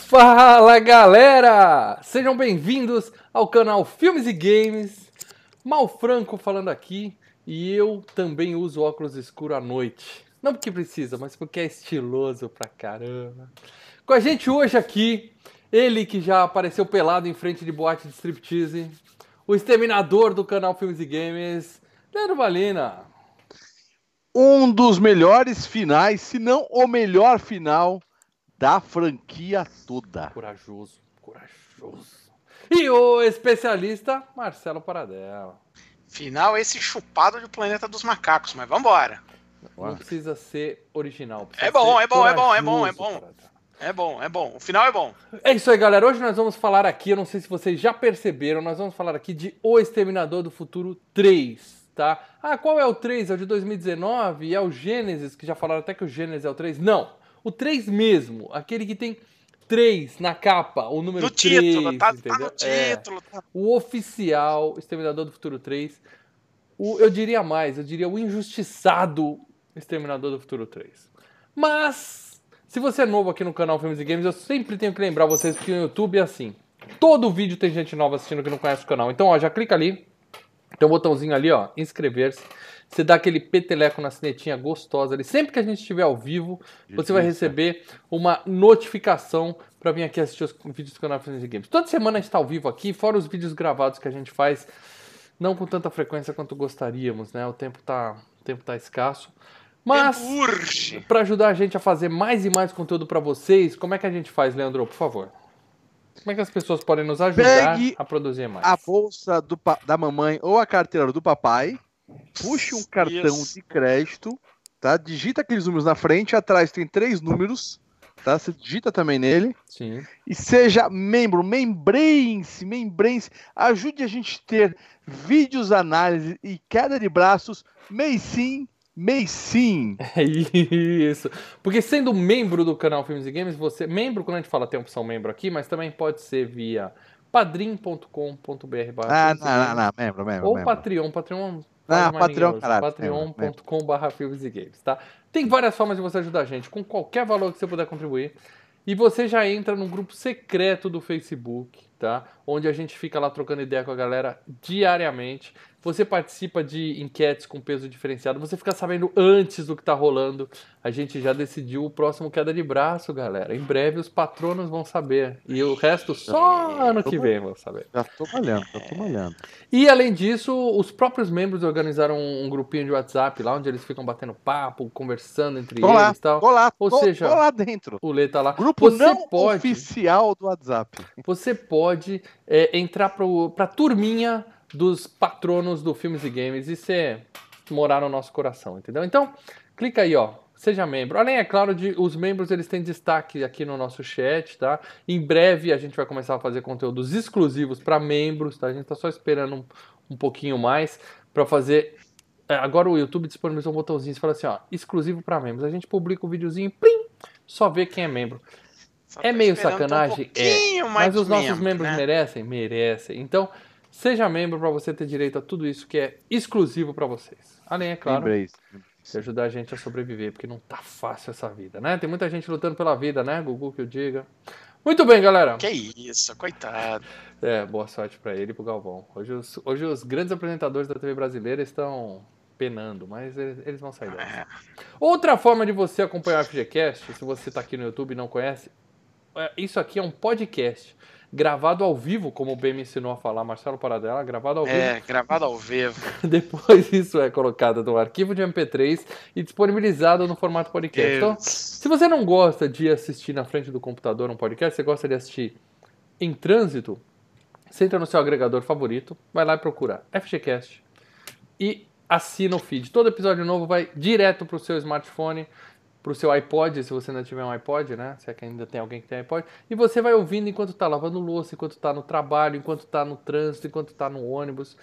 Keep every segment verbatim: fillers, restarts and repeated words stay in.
Fala galera! Sejam bem-vindos ao canal Filmes e Games. Mal Franco falando aqui, e eu também uso óculos escuros à noite. Não porque precisa, mas porque é estiloso pra caramba. Com a gente hoje aqui, ele que já apareceu pelado em frente de boate de striptease, o exterminador do canal Filmes e Games, Leandro Valina. Um dos melhores finais, se não o melhor final da franquia toda. Corajoso, corajoso. E o especialista Marcelo Paradela. Final esse chupado de Planeta dos Macacos, mas vambora. Não precisa ser original. Precisa é, bom, ser é bom, é bom, é bom, é bom, Paradela. é bom, é bom. O final é bom. É isso aí, galera. Hoje nós vamos falar aqui, eu não sei se vocês já perceberam, nós vamos falar aqui de O Exterminador do Futuro três, tá? Ah, qual é o três? É o de dois mil e dezenove? E é o Gênesis, que já falaram até que o Gênesis é o três? Não, o três mesmo, aquele que tem três na capa, o número no três, título, tá, entendeu? tá no título. É, Tá... o oficial Exterminador do Futuro três. O, eu diria mais, eu diria o injustiçado Exterminador do Futuro três. Mas, se você é novo aqui no canal Filmes e Games, eu sempre tenho que lembrar vocês que no YouTube é assim. Todo vídeo tem gente nova assistindo que não conhece o canal. Então, ó, já clica ali. Tem um botãozinho ali, ó, inscrever-se. Você dá aquele peteleco na sinetinha gostosa ali. Sempre que a gente estiver ao vivo, você vai receber uma notificação para vir aqui assistir os vídeos do canal Filmes e Games. Toda semana a gente está ao vivo aqui, fora os vídeos gravados que a gente faz, não com tanta frequência quanto gostaríamos, né? O tempo tá, o tempo tá escasso. Mas, para ajudar a gente a fazer mais e mais conteúdo para vocês, como é que a gente faz, Leandro, por favor? Como é que as pessoas podem nos ajudar Pegue a produzir mais? A bolsa do pa- da mamãe ou a carteira do papai, puxe um cartão Isso. de crédito, tá? Digita aqueles números na frente, atrás tem três números, tá? Você digita também nele. Sim. E seja membro, membrense, membrense. Ajude a gente a ter vídeos, análise e queda de braços, mês sim, mês sim. É isso. Porque sendo membro do canal Filmes e Games, você... Membro, quando a gente fala, tem a opção membro aqui, mas também pode ser via padrim ponto com ponto br barra Ah, não, não, não, membro, membro. ou membro. Patreon, Patreon... Ah, Patreon, caralho. patreon ponto com barra filmes e games, tá? Tem várias formas de você ajudar a gente, com qualquer valor que você puder contribuir. E você já entra num grupo secreto do Facebook, tá? Onde a gente fica lá trocando ideia com a galera diariamente. Você participa de enquetes com peso diferenciado. Você fica sabendo antes do que tá rolando. A gente já decidiu o próximo queda de braço, galera. Em breve os patronos vão saber. E o resto só ano que vem vão saber. Já tô malhando, já tô malhando. E além disso, os próprios membros organizaram um grupinho de WhatsApp lá, onde eles ficam batendo papo, conversando entre Tô eles lá, e tal. tô lá, Ou tô, seja, tô lá dentro. o Lê tá lá. Grupo você não pode, oficial do WhatsApp. Você pode é, entrar pro, pra turminha dos patronos do Filmes e Games e ser, morar no nosso coração, entendeu? Então, clica aí, ó. Seja membro. Além, é claro, de os membros eles têm destaque aqui no nosso chat, tá? Em breve a gente vai começar a fazer conteúdos exclusivos para membros, tá? A gente tá só esperando um, um pouquinho mais para fazer. É, agora o YouTube disponibilizou um botãozinho e fala assim, ó, exclusivo para membros. A gente publica o um videozinho, plim, só vê quem é membro. Só é tá meio Um sacanagem? É. mais Mas os nossos membro, membros né? merecem? Merecem. Então, seja membro para você ter direito a tudo isso que é exclusivo para vocês. Além, é claro, Embrace. de ajudar a gente a sobreviver, porque não tá fácil essa vida, né? Tem muita gente lutando pela vida, né, Gugu, que eu diga. Muito bem, galera. Que isso, coitado. É, boa sorte para ele e pro Galvão. Hoje os, hoje os grandes apresentadores da T V brasileira estão penando, mas eles, eles vão sair dessa. É. Outra forma de você acompanhar o F G Cast, se você tá aqui no YouTube e não conhece, é, isso aqui é um podcast gravado ao vivo, como o Ben me ensinou a falar, Marcelo Paradela, gravado ao É, vivo. gravado ao vivo. Depois isso é colocado no arquivo de M P três e disponibilizado no formato podcast. Deus. Então, se você não gosta de assistir na frente do computador um podcast, você gosta de assistir em trânsito, você entra no seu agregador favorito, vai lá e procura F G Cast e assina o feed. Todo episódio novo vai direto pro seu smartphone, pro seu iPod, se você ainda tiver um iPod, né? Se é que ainda tem alguém que tem iPod. E você vai ouvindo enquanto tá lavando louça, enquanto tá no trabalho, enquanto tá no trânsito, enquanto tá no ônibus.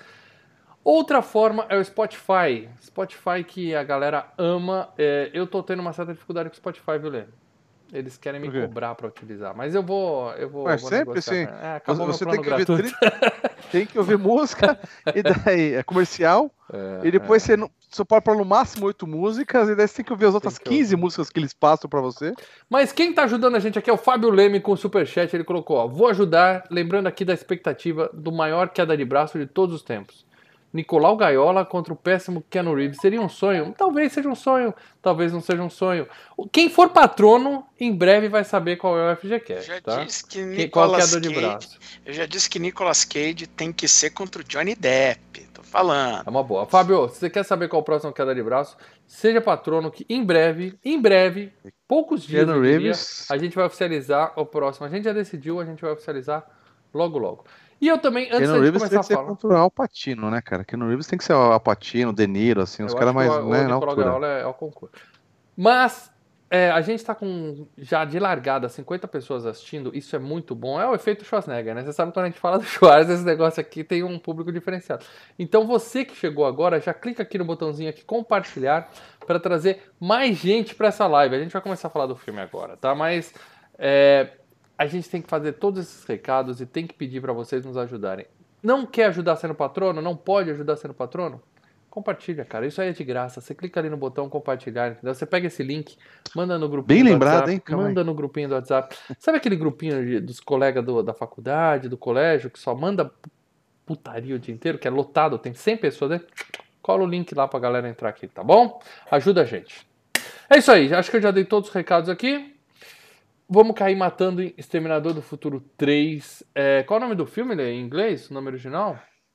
Outra forma é o Spotify. Spotify que a galera ama. É, eu tô tendo uma certa dificuldade com o Spotify, viu, Lê? Eles querem me cobrar pra utilizar. Mas eu vou, eu vou, Mas vou sempre negociar. assim. É, acabou Você meu plano tem que ver gratuito. trinta, tem que ouvir música, e daí é comercial, É, e depois é. você não, só pode pôr no máximo oito músicas, e daí você tem que ouvir as outras que quinze ouvir. músicas que eles passam pra você. Mas quem tá ajudando a gente aqui é o Fábio Leme com o Superchat. Ele colocou, ó, vou ajudar, lembrando aqui da expectativa do maior queda de braço de todos os tempos. Nicolau Gaiola contra o péssimo Keanu Reeves. Seria um sonho? Talvez seja um sonho, talvez não seja um sonho. Quem for patrono, em breve vai saber qual é o F G Cast, Já tá? disse que Quem- qual Nicolas queda de Cage, braço? eu já disse que Nicolas Cage tem que ser contra o Johnny Depp. Tô falando. É uma boa. Fábio, se você quer saber qual é o próximo queda de braço, seja patrono que em breve, em breve, poucos dias Keanu eu diria, Reeves. a gente vai oficializar o próximo. A gente já decidiu, a gente vai oficializar logo logo. E eu também, antes Keanu da gente Reeves começar tem a que ser falar, contra o Al Pacino, né, cara? Keanu Reeves tem que ser o Al Pacino, De Niro, assim, os eu caras acho que mais, o, né, o na Nicolau altura. Gaiola é, é o concurso. Mas é, a gente tá com já de largada cinquenta pessoas assistindo, isso é muito bom. É o efeito Schwarzenegger, né? Você sabe quando a gente fala do Schwarzenegger, esse negócio aqui tem um público diferenciado. Então você que chegou agora, já clica aqui no botãozinho aqui, compartilhar, para trazer mais gente para essa live. A gente vai começar a falar do filme agora, tá? Mas é, a gente tem que fazer todos esses recados e tem que pedir para vocês nos ajudarem. Não quer ajudar sendo patrono? Não pode ajudar sendo patrono? Compartilha, cara. Isso aí é de graça. Você clica ali no botão compartilhar, entendeu? Você pega esse link, manda no grupinho Bem do lembrado, WhatsApp, hein? Calma aí. manda no grupinho do WhatsApp. Sabe aquele grupinho de- dos colegas do- da faculdade, do colégio, que só manda putaria o dia inteiro, que é lotado, tem cem pessoas dentro? Cola o link lá pra galera entrar aqui, tá bom? Ajuda a gente. É isso aí. Acho que eu já dei todos os recados aqui. Vamos cair matando em Exterminador do Futuro três. É, qual é o nome do filme né, em inglês? O nome original?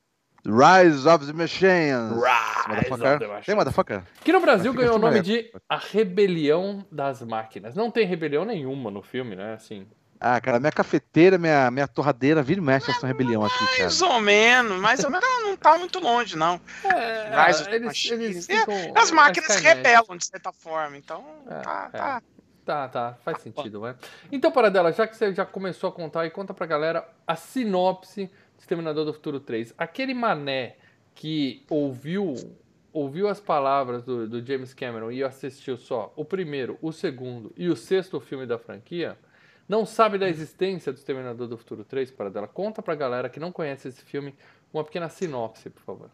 Rise of the Machines. Rise Motherfucker. of the Machines. Tem motherfucker? Que no Brasil Mas fica ganhou o nome filme de A Rebelião das Máquinas. Não tem rebelião nenhuma no filme, né? Assim. Ah, cara, minha cafeteira, minha, minha torradeira, vira e mexe essa rebelião aqui, cara. Mais ou menos, mais ou menos não tá muito longe, não. É, Rise of the eles, Machines. eles É, ficam- As máquinas a Skynet. rebelam, de certa forma, então É, tá, é. tá. Tá, tá, faz sentido, né? Então, Paradela, já que você já começou a contar aí, conta pra galera a sinopse de Exterminador do Futuro três. Aquele mané que ouviu, ouviu as palavras do, do James Cameron e assistiu só o primeiro, o segundo e o sexto filme da franquia, não sabe da existência do Exterminador do Futuro três, Paradela. Conta pra galera que não conhece esse filme uma pequena sinopse, por favor.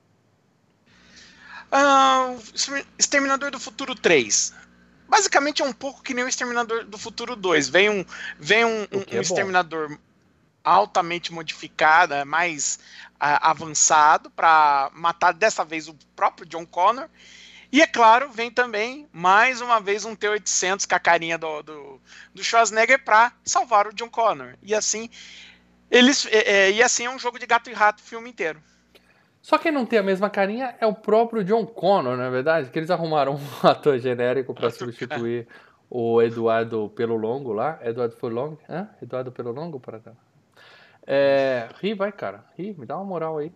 Ah, Exterminador do Futuro três. Basicamente é um pouco que nem o Exterminador do Futuro dois. Vem um, vem um, O um, que é um bom. exterminador altamente modificado, é, mais ah, avançado, para matar dessa vez o próprio John Connor. E é claro, vem também mais uma vez um T oitocentos com a carinha do, do, do Schwarzenegger para salvar o John Connor. E assim, eles, é, é, e assim é um jogo de gato e rato o filme inteiro. Só quem não tem a mesma carinha é o próprio John Connor, não é verdade? Que eles arrumaram um ator genérico para substituir o Eduardo Pelo Longo lá. Eduardo Furlong? Hã? Eduardo Pelo Longo? Para cá. É, ri, vai, cara. Ri, me dá uma moral aí.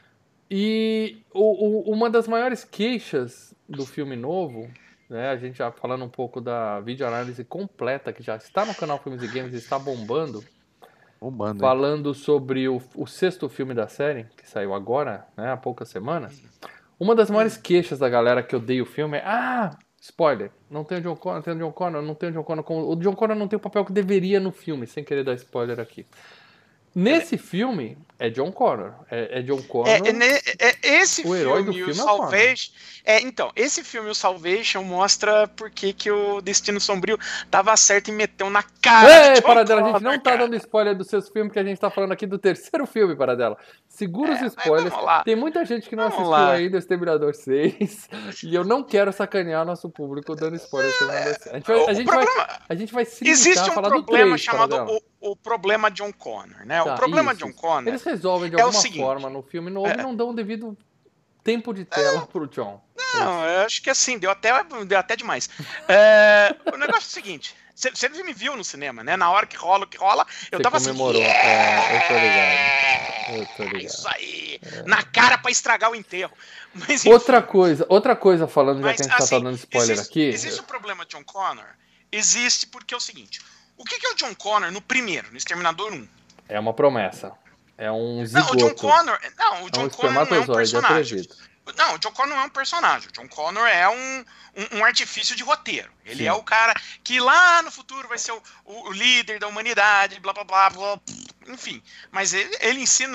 E o, o- uma das maiores queixas do filme novo, né? A gente já falando um pouco da videoanálise completa, que já está no canal Filmes e Games e está bombando. Bombando, hein? Falando sobre o, o sexto filme da série, que saiu agora, né, há poucas semanas. Uma das maiores queixas da galera que odeia o filme é: ah, spoiler, não tem o John Connor, não tem o John Connor, não tem o John Connor. Como... O John Connor não tem o papel que deveria no filme, sem querer dar spoiler aqui. Nesse filme, é John Connor. É, é John Connor. É, é, ne- é, esse O herói do filme, o filme é o Salvation. É, então, esse filme, o Salvation, mostra por que que o Destino Sombrio tava certo e meteu na cara. de Ei, John Paradela, a gente Connor, não tá cara. dando spoiler dos seus filmes, que a gente tá falando aqui do terceiro filme, Paradela. Segura os É, mas spoilers. vamos lá. Tem muita gente que não Vamos assistiu lá. ainda o Exterminador seis. E eu não quero sacanear nosso público dando spoiler do Exterminador seis. A gente vai, O a gente vai, problema- a gente vai se limitar Existe a um falar do problema três, chamado Paradela. o, o problema John Connor, né? Tá, o problema isso, John isso. Connor Eles resolvem de é o alguma seguinte. forma no filme novo e não dão o devido tempo de tela pro John. Não, eu acho que assim, deu até, deu até demais. É, o negócio é o seguinte, você você me viu no cinema, né? Na hora que rola o que rola, eu Você tava comemorou. assim. É, eu tô ligado. Eu tô "Yeah, ligado. Isso aí, na cara pra estragar o enterro. Mas, enfim, Outra coisa, outra coisa falando, já mas, que a gente tá assim, dando spoiler existe, aqui. Existe o problema John Connor? Existe porque é o seguinte: o que, que é o John Connor no primeiro, no Exterminador um? É uma promessa. É um Não, o zigoto. John Connor. Não, o É um John Connor não é um espermatozoide, é personagem. atrevido. Não, o John Connor não é um personagem. O John Connor é um, um, um artifício de roteiro. Ele Sim. é o cara que lá no futuro vai ser o, o, o líder da humanidade, blá blá blá blá. Enfim. Mas ele, ele em si não,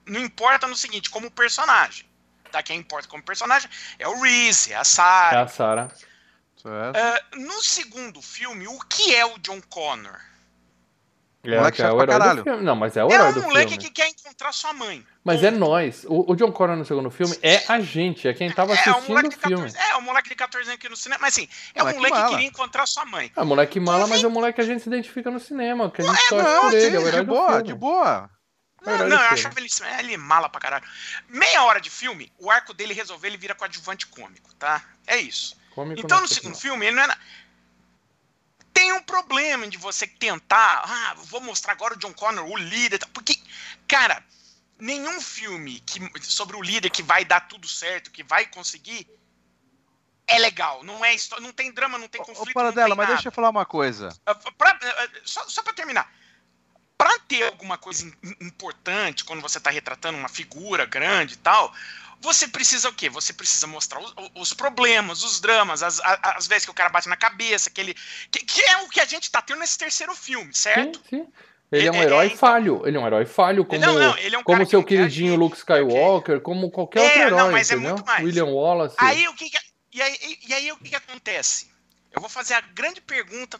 não importa no seguinte, como personagem. Tá? Quem importa como personagem é o Reese, é a Sarah. É a Sarah. Uh, no segundo filme, o que é o John Connor? É, moleque é o herói do filme. Não, mas é o herói do filme. É um moleque que quer encontrar sua mãe. Mas ponto. É nós. O, o John Connor no segundo filme é a gente, é quem tava assistindo é, o filme. catorze, é, o moleque de catorze anos aqui no cinema. Mas assim, é o moleque que queria encontrar sua mãe. É o moleque mala, mas é o moleque que a gente se identifica no cinema, que a gente é, torce não, por ele, sim, é o herói de do boa, filme. De boa, Não, não eu achava ele, ele mala pra caralho. Meia hora de filme, o arco dele resolver, ele vira coadjuvante cômico, tá? É isso. Cômico então no segundo filme, ele não é... Tem um problema de você tentar, ah, vou mostrar agora o John Connor, o líder, porque, cara, nenhum filme que, sobre o líder que vai dar tudo certo, que vai conseguir, é legal. Não é história, não tem drama, não tem conflito. Ô, para não dela, tem mas nada. deixa eu falar uma coisa. Pra, só, só pra terminar. Pra ter alguma coisa importante, quando você tá retratando uma figura grande e tal, você precisa o quê? Você precisa mostrar os, os problemas, os dramas, as, as, as vezes que o cara bate na cabeça, que, ele, que, que é o que a gente tá tendo nesse terceiro filme, certo? Sim, sim. Ele é um herói é, então, falho. Ele é um herói falho, como, não, não, ele é um como seu que queridinho Luke Skywalker, okay. como qualquer é, outro herói, não, mas entendeu? É muito mais. William Wallace. Aí o que, que e, aí, e aí o que, que acontece? Eu vou fazer a grande pergunta...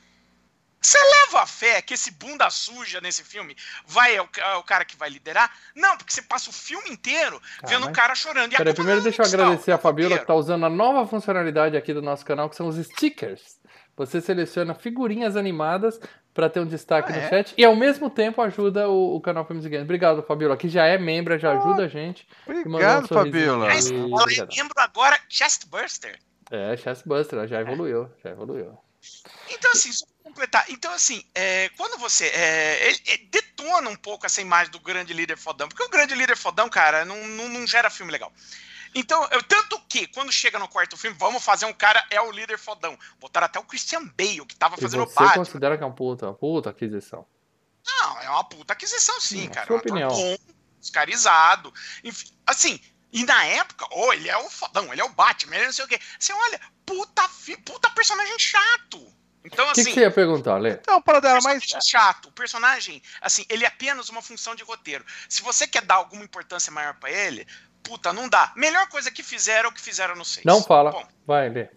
Você leva a fé que esse bunda suja nesse filme vai é o, é o cara que vai liderar? Não, porque você passa o filme inteiro ah, vendo o cara chorando. E Peraí, primeiro deixa eu agradecer a Fabiola que está usando a nova funcionalidade aqui do nosso canal, que são os stickers. Você seleciona figurinhas animadas para ter um destaque ah, no é? chat e ao mesmo tempo ajuda o, o canal Filmes e Games. Obrigado, Fabiola, que já é membro, já ajuda a gente. Obrigado, um Fabiola. Mas ela é membro agora Chestbuster. É, Chestbuster, já evoluiu, já evoluiu. Então, assim, só pra completar. Então, assim, é, quando você. É, ele, ele detona um pouco essa imagem do grande líder fodão. Porque o grande líder fodão, cara, não, não, não gera filme legal. Então, eu, tanto que, quando chega no quarto filme, vamos fazer um cara é o líder fodão. Botaram até o Christian Bale, que tava fazendo o Batman. Você considera que é uma puta, uma puta aquisição? Não, é uma puta aquisição, sim, Hum, cara. Sua um opinião. Bom, oscarizado. Enfim, assim. E na época, oh, ele é o fodão, ele é o Batman, ele não sei o quê. Você olha, puta, puta personagem chato. Então, O assim, que, que você ia perguntar, Lê? Não, para dela, mas... chato. O personagem, assim, ele é apenas uma função de roteiro. Se você quer dar alguma importância maior pra ele, puta, não dá. Melhor coisa que fizeram é o que fizeram no seis. Não fala. Bom, vai, Lê.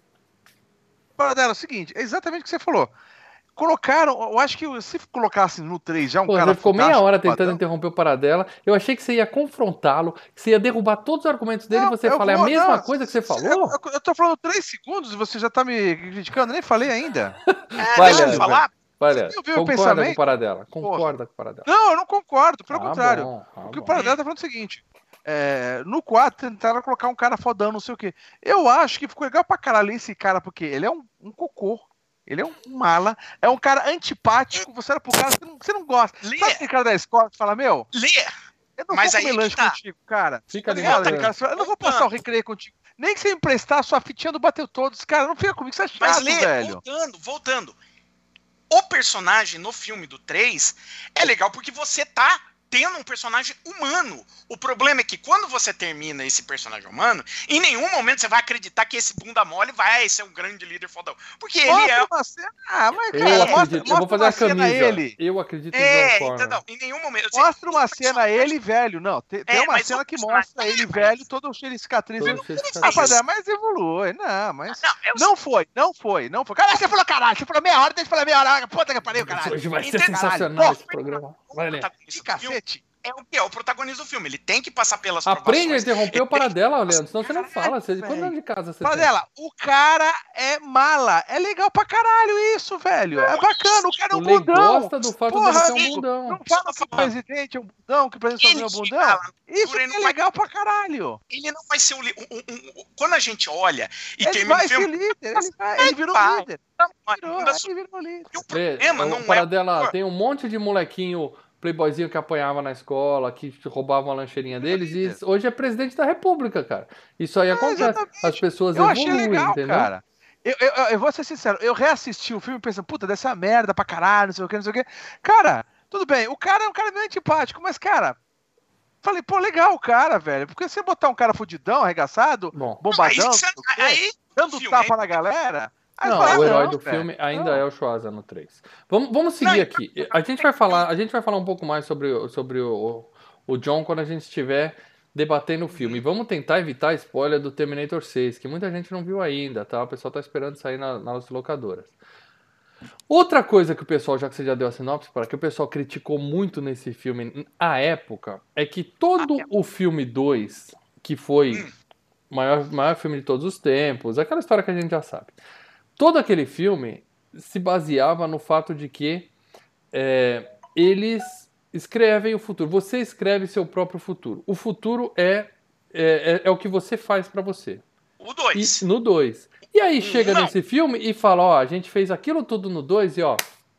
Para dela, é o seguinte, é exatamente o que você falou. Colocaram, eu acho que se colocasse no três já um Pô, cara... Você ficou meia hora tentando padrão. interromper o Paradela. Eu achei que você ia confrontá-lo, que você ia derrubar todos os argumentos dele Não, e você eu fala vou, a mesma não, coisa que você falou? Eu, eu, eu tô falando três segundos e você já tá me criticando, nem falei ainda. É, Vai, deixa eu Léo, falar. Vai, Léo. Eu vi o Concorda pensamento? com o Paradela. Concorda com o Paradela. Não, eu não concordo, pelo Ah, contrário. bom, ah, o que bom. o Paradela tá falando é o seguinte, é, no quatro tentaram colocar um cara fodão, não sei o quê. Eu acho que ficou legal pra caralho esse cara, porque ele é um, um cocô. Ele é um mala, é um cara antipático, você era pro cara, você não, você não gosta. Lê. Sabe aquele cara da escola que fala, meu, Lê. eu não Mas vou aí comer que lanche tá. contigo, cara. Fica ali, Cara, voltando. cara, você fala, eu não vou passar o recreio contigo. Nem que você emprestar a sua fitinha do Bateu Todos. Cara, não fica comigo, isso é chato, Mas, Lê, velho. voltando, voltando. O personagem no filme do três é legal porque você tá tendo um personagem humano. O problema é que quando você termina esse personagem humano, em nenhum momento você vai acreditar que esse bunda mole vai ser um grande líder fodão. Porque ele Mostra é... uma cena. Ah, mas, Eu cara, acredito. mostra, eu vou mostra fazer uma a cena camisa. ele. Eu acredito em É, John Connor. então, em nenhum momento... Mostra uma o cena personagem- ele velho. Não, tem, tem É, uma mas cena o que personagem- mostra ele é, mas- velho, todo cheio de cicatriz. Todo Ele- cheio de Mas- Rapaziada, mas evolui. Não, mas... Não, eu Não foi, não foi, não foi. Caralho, você falou caralho, você falou meia hora, deixa eu falar meia hora. Puta que pariu, caralho. Hoje vai ser Entendeu? sensacional Caralho. esse programa. Vai, Lê. protagonista Que do filme cacete. é o que é o protagonista do filme. Ele tem que passar pelas Aprende a provações. interromper o Paradela, Leandro, senão você não Caralho, fala. Você, velho. quantos anos de casa você Fala tem? dela, o cara é mala. É legal pra caralho isso, velho. É bacana, o cara é O um Lê bundão. gosta do fato Porra, dele ser um amigo, bundão. Não fala que o presidente é um bundão, que o presidente Ele é um bundão. fala, Isso ele é não vai- legal pra caralho. Ele não vai ser um, li- um- um- um- Quando a gente olha e Ele termina vai o ser filme... líder, ele, vai, ele virou vai. líder. Vai, Virou, ainda ele virou líder. E o Lê, problema o não Paradela é... tem um monte de molequinho playboyzinho que apanhava na escola, que roubavam a lancheirinha deles, e hoje é presidente da república, cara. Isso aí Ah, acontece. exatamente. As pessoas Eu achei evoluem, legal, entendeu? cara. Eu, eu, eu- eu vou ser sincero, eu reassisti o filme pensando, puta, deve ser uma merda pra caralho, não sei o que, não sei o que. Cara, tudo bem, o cara é um cara meio antipático, mas, cara, falei, pô, legal o cara, velho. Porque você botar um cara fudidão, arregaçado, Bom. bombadão, Aí, não você- sei o quê, aí, dando filme, tapa aí- na galera. aí Não, fala, o herói não, do velho, filme ainda não. é o Schwarza no três. Vamos, vamos seguir Não, aqui. A gente vai falar, a gente vai falar um pouco mais sobre, o- sobre o, o John quando a gente estiver debatendo o filme. E vamos tentar evitar spoiler do Terminator seis, que muita gente não viu ainda, tá? O pessoal tá esperando sair na, nas locadoras. Outra coisa que o pessoal, já que você já deu a sinopse, para que o pessoal criticou muito nesse filme à época, é que todo o filme dois, que foi o maior, maior filme de todos os tempos, aquela história que a gente já sabe, todo aquele filme se baseava no fato de que é, eles escrevem o futuro. Você escreve seu próprio futuro. O futuro é, é, é, é o que você faz pra você. O dois. E, no dois. E aí chega Não. nesse filme e fala, ó, a gente fez aquilo tudo no dois e ó,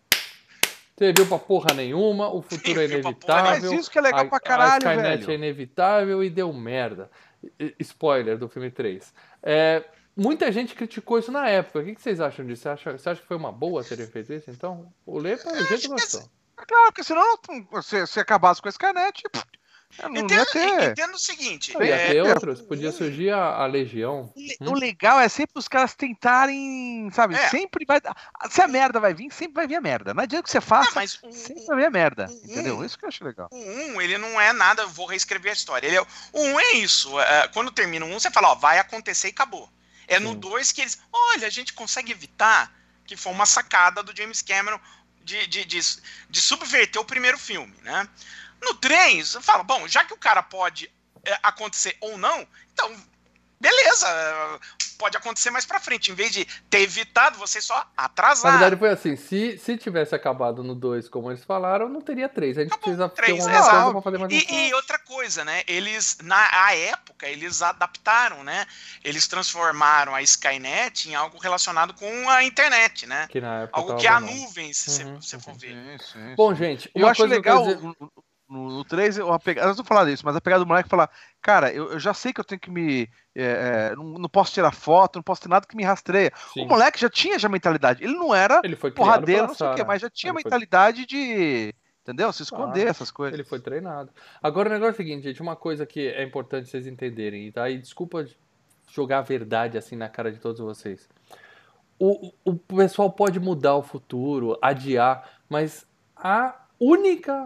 você viu pra porra nenhuma, o futuro é inevitável. Mas isso que é legal a, pra caralho, a Skynet velho. é inevitável e deu merda. Spoiler do filme três. É, muita gente criticou isso na época. O que vocês acham disso? Você acha, você acha que foi uma boa terem feito isso? Então, o Lê, pelo jeito, gostou. Claro, porque senão se, se acabasse com a Skynet, não entendo, ia ter. Entendo o seguinte. Não, ia é, ter é, outros. Podia surgir a, a Legião. O hum? legal é sempre os caras tentarem, sabe? É. Sempre vai. Se a merda vai vir, sempre vai vir a merda. Não adianta que você faça, não, mas um, sempre vai vir a merda. Um, entendeu? Isso que eu acho legal. O um, ele não é nada, vou reescrever a história. Ele é, o um é isso. É, quando termina o um, você fala, ó, vai acontecer e acabou. É Sim. no dois que eles. Olha, a gente consegue evitar, que foi uma sacada do James Cameron de, de, de, de subverter o primeiro filme, né? No três, eu falo, bom, já que o cara pode é, acontecer ou não, então, beleza, pode acontecer mais pra frente. Em vez de ter evitado, você só atrasar. Na verdade foi assim, se, se tivesse acabado no dois, como eles falaram, não teria três. A gente Acabou precisa três, ter uma coisa pra fazer mais um e, e outra coisa, né, eles, na época, eles adaptaram, né, eles transformaram a Skynet em algo relacionado com a internet, né, que na época algo que é a nuvem, se uhum, você uhum. for ver. Isso, isso. Bom, gente, uma eu acho coisa legal... Que eu dizer... No, no três, eu, a pegada, eu não tô falando disso, mas a pegada do moleque falar, cara, eu, eu já sei que eu tenho que me. É, é, não, não posso tirar foto, não posso ter nada que me rastreia. Sim. O moleque já tinha já mentalidade. Ele não era ele foi porradeiro, não sei o quê, mas já tinha ele mentalidade foi... de. Entendeu? Se esconder ah, essas coisas. Ele foi treinado. Agora o negócio é o seguinte, gente, uma coisa que é importante vocês entenderem, tá? E desculpa jogar a verdade assim na cara de todos vocês. O, o pessoal pode mudar o futuro, adiar, mas a única.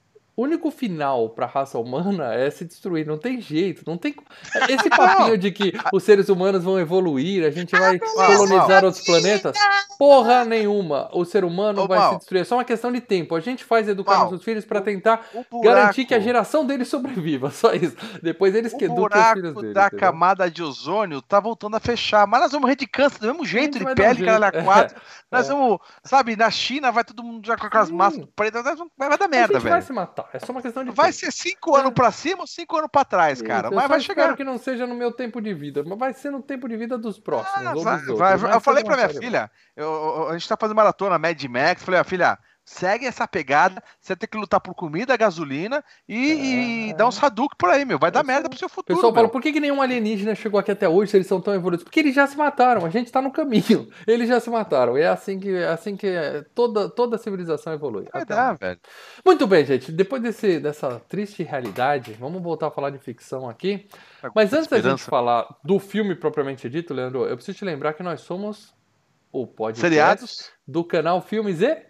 O único final para a raça humana é se destruir, não tem jeito, não tem esse papinho de que os seres humanos vão evoluir, a gente vai colonizar outros planetas, porra nenhuma, o ser humano Ô, vai Mal. se destruir, é só uma questão de tempo, a gente faz educar Mal. nossos filhos para tentar o, o garantir que a geração deles sobreviva, só isso, depois eles que eduquem os filhos deles. O buraco entendeu? da camada de ozônio tá voltando a fechar, mas nós vamos morrer de câncer do mesmo jeito, de pele, um caralho, a quatro, é, nós é. vamos, sabe, na China vai todo mundo já com aquelas máscaras pretas, vai, vai dar merda, a gente velho. vai se matar, é só uma questão de Vai tempo. ser cinco anos pra cima ou cinco anos pra trás, cara. Isso, mas eu vai só chegar. espero que não seja no meu tempo de vida, mas vai ser no tempo de vida dos próximos. Ah, ou vai, dos outros, vai, mas eu falei seja pra minha série, filha, eu, eu, a gente tá fazendo maratona Mad Max, falei, ah, filha, segue essa pegada, você tem que lutar por comida, gasolina e, é, e dar uns Hadouken por aí, meu. Vai dar merda pro seu futuro. O pessoal meu. fala, por que, que nenhum alienígena chegou aqui até hoje se eles são tão evoluídos? Porque eles já se mataram, a gente tá no caminho. Eles já se mataram. E é assim que, é assim que toda, toda civilização evolui. Vai dar, velho. Muito bem, gente. Depois desse, dessa triste realidade, vamos voltar a falar de ficção aqui. Mas antes da gente falar do filme propriamente dito, Leandro, eu preciso te lembrar que nós somos o podcast Seriados do canal Filmes e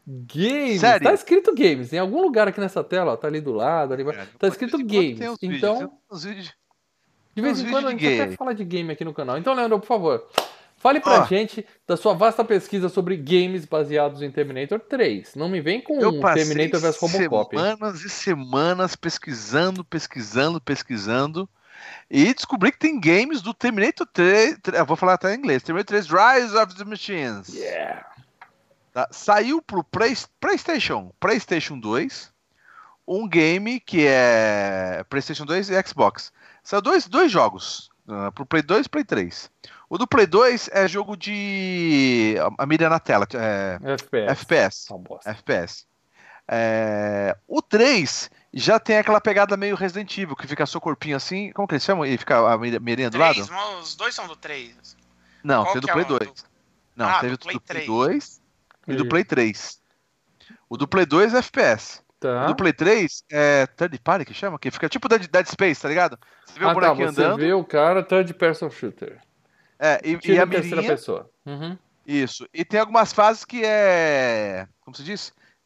Games. Sério? Tá escrito Games. Em algum lugar aqui nessa tela, ó, tá ali do lado, ali, é, tá escrito Games. Então, vídeos, de vez em quando a gente game. até fala de game aqui no canal. Então, Leandro, por favor, fale pra oh. gente da sua vasta pesquisa sobre games baseados em Terminator três. Não me vem com Eu passei Terminator versus Robocop. semanas e semanas pesquisando, pesquisando, pesquisando. E descobri que tem games do Terminator três. Eu vou falar até em inglês. Terminator três Rise of the Machines. Yeah. Tá? Saiu pro Play, PlayStation, PlayStation dois. Um game que é PlayStation dois e Xbox. Saiu dois, dois jogos. Uh, pro Play dois e Play três. O do Play dois é jogo de. A mira na tela. É... F P S. F P S. Oh, F P S. É... O três já tem aquela pegada meio Resident Evil, que fica seu corpinho assim. Como que eles chamam? E fica a mirinha do lado? Os dois são do três. Não, Qual tem do que Play é um dois. do... Não, ah, teve do Play do Play três. dois e do Play três. O do Play dois é F P S. Tá. O do Play três é Third Party que chama? Que fica tipo Dead, Dead Space, tá ligado? Você vê ah, o bonequinho tá, você andando. vê o cara Third Person Shooter. É, e, Tira e a terceira mirinha. pessoa. Uhum. Isso. E tem algumas fases que é. Como se diz?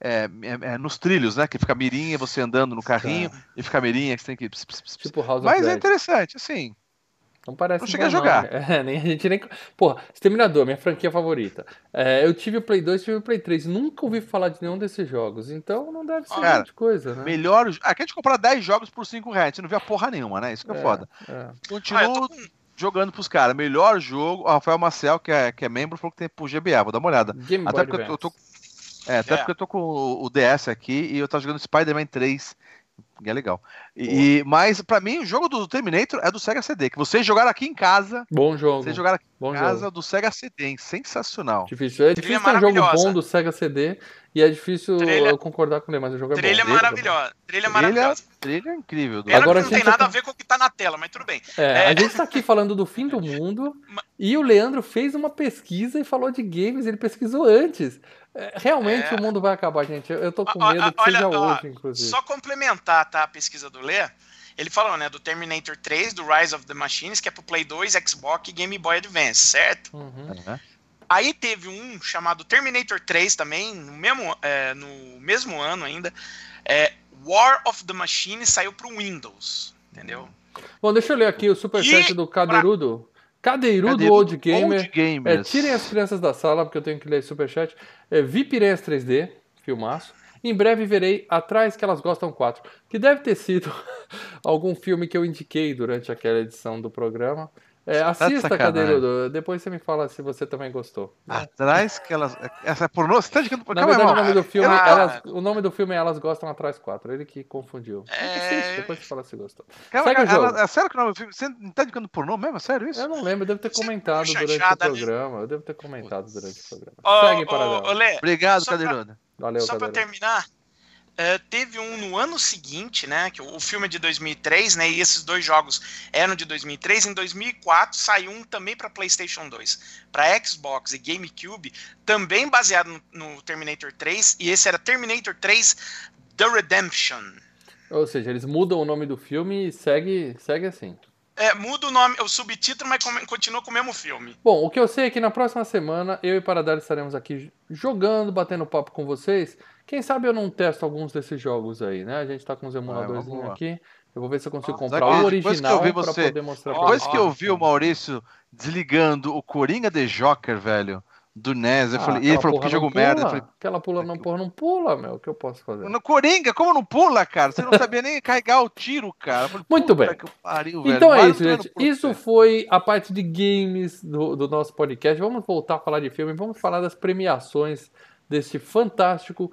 é, é, é, nos trilhos, né? Que fica a mirinha, você andando no carrinho, Tá. e fica a mirinha que você tem que... Pss, pss, pss, Tipo House of Mas é Dead. interessante, assim. Não parece Não cheguei bom, a jogar. Não. É, nem, a gente nem... Porra, Exterminador, minha franquia favorita. É, eu tive o Play dois, tive o Play três. Nunca ouvi falar de nenhum desses jogos. Então não deve ser Cara, grande coisa, né? Melhor... Aqui a gente compra dez jogos por cinco reais. Você não vê a porra nenhuma, né? Isso que é, É, foda. é. Continuo Ah, eu tô com- jogando pros caras. Melhor jogo... O Rafael Marcel, que é, que é membro, falou que tem pro G B A. Vou dar uma olhada. Game Até Boy porque eu tô... Advance. É, até É. porque eu tô com o o D S aqui e eu tô jogando Spider-Man três. Que é legal. E, e- mas, pra mim, o jogo do Terminator é do Sega C D. Que vocês jogaram aqui em casa. Bom jogo. Vocês jogaram aqui Bom em casa jogo. do Sega C D, hein? Sensacional. Difícil. É difícil ter um jogo maravilhosa. bom do Sega C D e é difícil Trilha- eu concordar com ele, mas o jogo é Trilha bom. maravilhosa. Trilha Trilha, maravilhosa. trilha incrível. Do... Pena Agora que não a tem gente nada tá- a ver com o que tá na tela, mas tudo bem. É, É. a gente tá aqui falando do fim do mundo e o Leandro fez uma pesquisa e falou de games, ele pesquisou antes. É, realmente É. o mundo vai acabar, gente. Eu, eu tô com Ó, ó, medo que olha, seja ó, hoje, inclusive. Só complementar, tá, a pesquisa do Lê. Ele falou, né, do Terminator três, do Rise of the Machines, que é pro Play dois, Xbox e Game Boy Advance, certo? Uhum. É. Aí teve um chamado Terminator três também, no mesmo, é, no mesmo ano ainda. É, War of the Machines saiu pro Windows, entendeu? Bom, deixa eu ler aqui o superchat E do Cadeirudo. Cadeirudo, Cadeirudo Old Gamer. Old Gamers. É, tirem as crianças da sala, porque eu tenho que ler superchat. É, Vi Piranhas três D, filmaço. Em breve verei Atrás que Elas Gostam quatro, que deve ter sido algum filme que eu indiquei durante aquela edição do programa. É, de assista, sacanagem. Cadeirudo. Depois você me fala se você também gostou. Atrás que elas. Essa é pornô? Você tá indicando por Na Calma aí, verdade, o irmão. nome do filme, Ah, elas, o nome do filme é Elas Gostam Atrás quatro. Ele que confundiu. É. Assiste, depois você fala se gostou. Calma, Segue o ela- jogo. é sério que o nome do filme. Você não tá indicando pornô mesmo? É sério isso? Eu não lembro, eu devo ter Você comentado ficou durante o chateada, né? programa. Eu devo ter comentado durante o programa. Ô, Segue ô, para ô, Lê, Obrigado, Só pra- Cadeirudo. Valeu, só pra Cadeira. terminar, é, teve um no ano seguinte, né, que o, o filme é de dois mil e três, né, e esses dois jogos eram de dois mil e três. Em dois mil e quatro saiu um também para PlayStation dois, para Xbox e GameCube, também baseado no, no Terminator três, e esse era Terminator três The Redemption. Ou seja, eles mudam o nome do filme e segue, segue assim. É, muda o nome, o subtítulo, mas come- continua com o mesmo filme. Bom, o que eu sei é que na próxima semana eu e Paradar estaremos aqui jogando, batendo papo com vocês. Quem sabe eu não testo alguns desses jogos aí, né? A gente tá com os emuladores vamos lá. aqui. Eu vou ver se eu consigo Ó, comprar sabe o que depois que eu original vi pra você- poder mostrar pra Ó, Depois vocês. que eu vi o Maurício desligando o Coringa de Joker, velho, do N E S, eu Ah, falei, e ele aquela falou, porra que não jogo merda. Eu pula. falei, Aquela pula não, porra não pula, meu. O que eu posso fazer? no Coringa, como não pula, cara? Você não sabia nem carregar o tiro, cara. Eu falei, Muito puta bem. que pariu, velho. Então é Mario isso, treinando gente. por Isso você. foi a parte de games do, do nosso podcast. Vamos voltar a falar de filme, vamos falar das premiações deste fantástico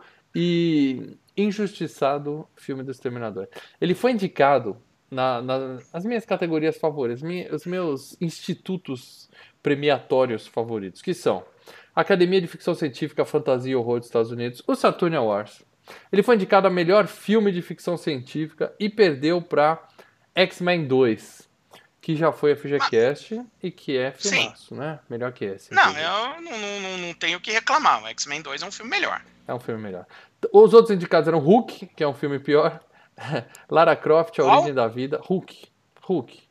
e injustiçado filme do Exterminador. Ele foi indicado na- na- nas minhas categorias favoritas, mi- os meus institutos premiatórios favoritos, que são a Academia de Ficção Científica, Fantasia e Horror dos Estados Unidos, o Saturn Awards. Ele foi indicado a melhor filme de ficção científica e perdeu para X-Men dois, que já foi a FGCast e que é Sim. filmaço, né? Melhor que esse. Não, inclusive. eu não, não, não- não tenho o que reclamar. O X-Men dois é um filme melhor. É um filme melhor. Os outros indicados eram Hulk, que é um filme pior. Lara Croft, A Qual? Origem da Vida. Hulk. Hulk.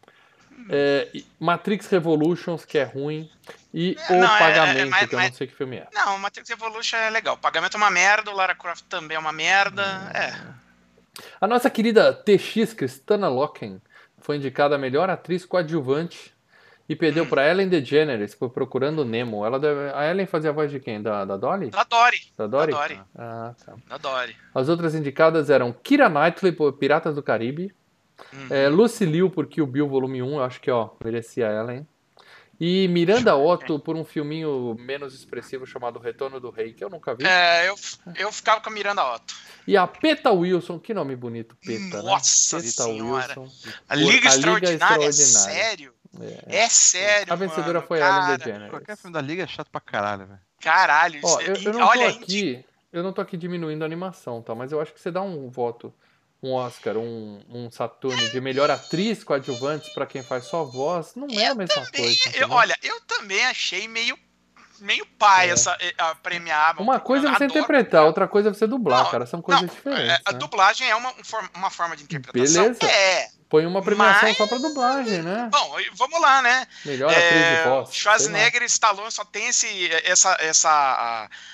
É, e Matrix Revolutions, que é ruim. E É, O não, é- é- Pagamento, mas- que eu mas- não sei que filme é. Não, o Matrix Evolution é legal. O pagamento é uma merda, o Lara Croft também é uma merda. Hum. É. A nossa querida T X, Kristana Loken, foi indicada a melhor atriz coadjuvante e perdeu Hum. para Ellen DeGeneres por Procurando Nemo. Ela deve... A Ellen fazia a voz de quem? Da, da Dolly? Da Dory. Da Dory? Da Dory. Ah, tá. Da Dory. As outras indicadas eram Keira Knightley por Piratas do Caribe, Uhum. é, Lucy Liu por Kill Bill Volume um, eu acho que ó, merecia ela, hein? E Miranda Otto por um filminho menos expressivo chamado Retorno do Rei, que eu nunca vi. É, eu, eu ficava com a Miranda Otto. E a Peta Wilson, que nome bonito, Peta, Nossa né? Peta Senhora. Wilson. A por Liga A Extraordinária, é Extraordinária. sério? É. É sério, A vencedora mano, foi a cara, Ellen DeGeneres. Qualquer filme da Liga é chato pra caralho, velho. Caralho. Ó, isso- eu, e- eu não tô olha, indi- aqui, eu não tô aqui diminuindo a animação, tá? Mas eu acho que você dá um voto, um Oscar, um, um Saturno de melhor atriz coadjuvante pra quem faz só voz, não é a mesma também- coisa. eu- entendeu? olha, eu também achei meio, meio pai É. essa eh, a premiar. Uma coisa é você Adoro. interpretar, outra coisa é você dublar, Não, cara. São coisas Não, diferentes. é, a né? dublagem é uma, um for- uma forma de interpretação. Beleza. É. Põe uma premiação mas- só pra dublagem, né? Bom, e vamos lá, né? Melhor atriz É, de voz. sei lá. Schwarzenegger e Stallone só tem esse, essa, essa,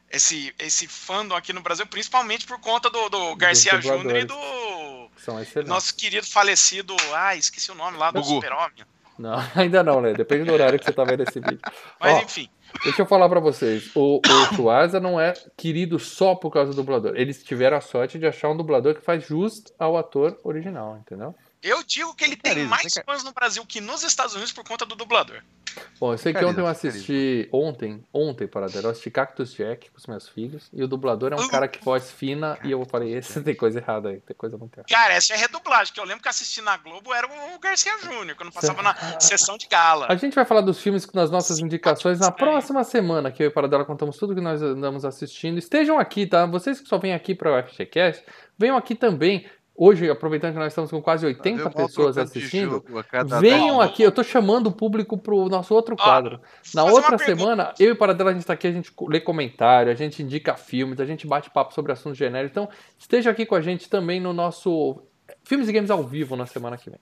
esse, esse fandom aqui no Brasil, principalmente por conta do, do Garcia Júnior e do São excelentes. nosso querido falecido, ah, esqueci o nome lá, do Gugu. Super-Homem. Não, ainda não, né? Depende do horário que você tá vendo esse vídeo. Mas Ó, enfim. deixa eu falar pra vocês. O, o Schwarza não é querido só por causa do dublador. Eles tiveram a sorte de achar um dublador que faz jus ao ator original, entendeu? Eu digo que ele tem Carisma, mais tem fãs no Brasil que nos Estados Unidos por conta do dublador. Bom, eu sei que Carisma, ontem eu carisma. assisti, ontem, ontem, para eu assisti Cactus Jack com os meus filhos, e o dublador é um Uh. cara que voz fina, e eu falei, esse tem coisa errada aí, tem coisa muito errada. Cara, essa é redublagem, que eu lembro que assisti na Globo era o Garcia Júnior, quando passava na sessão de gala. A gente vai falar dos filmes nas nossas indicações na Sim. próxima semana, que eu e o Paradela contamos tudo que nós andamos assistindo. Estejam aqui, tá? Vocês que só vêm aqui para o F G Cast, venham aqui também. Hoje, aproveitando que nós estamos com quase oitenta Fazer um pessoas trocando de assistindo, jogo a cada venham dez aqui. Eu tô chamando o público pro nosso outro quadro. Na fazer outra uma pergunta. semana, eu e o Paradela, a gente tá aqui, a gente lê comentário, a gente indica filmes, a gente bate papo sobre assuntos genéricos. Então, esteja aqui com a gente também no nosso Filmes e Games ao vivo na semana que vem.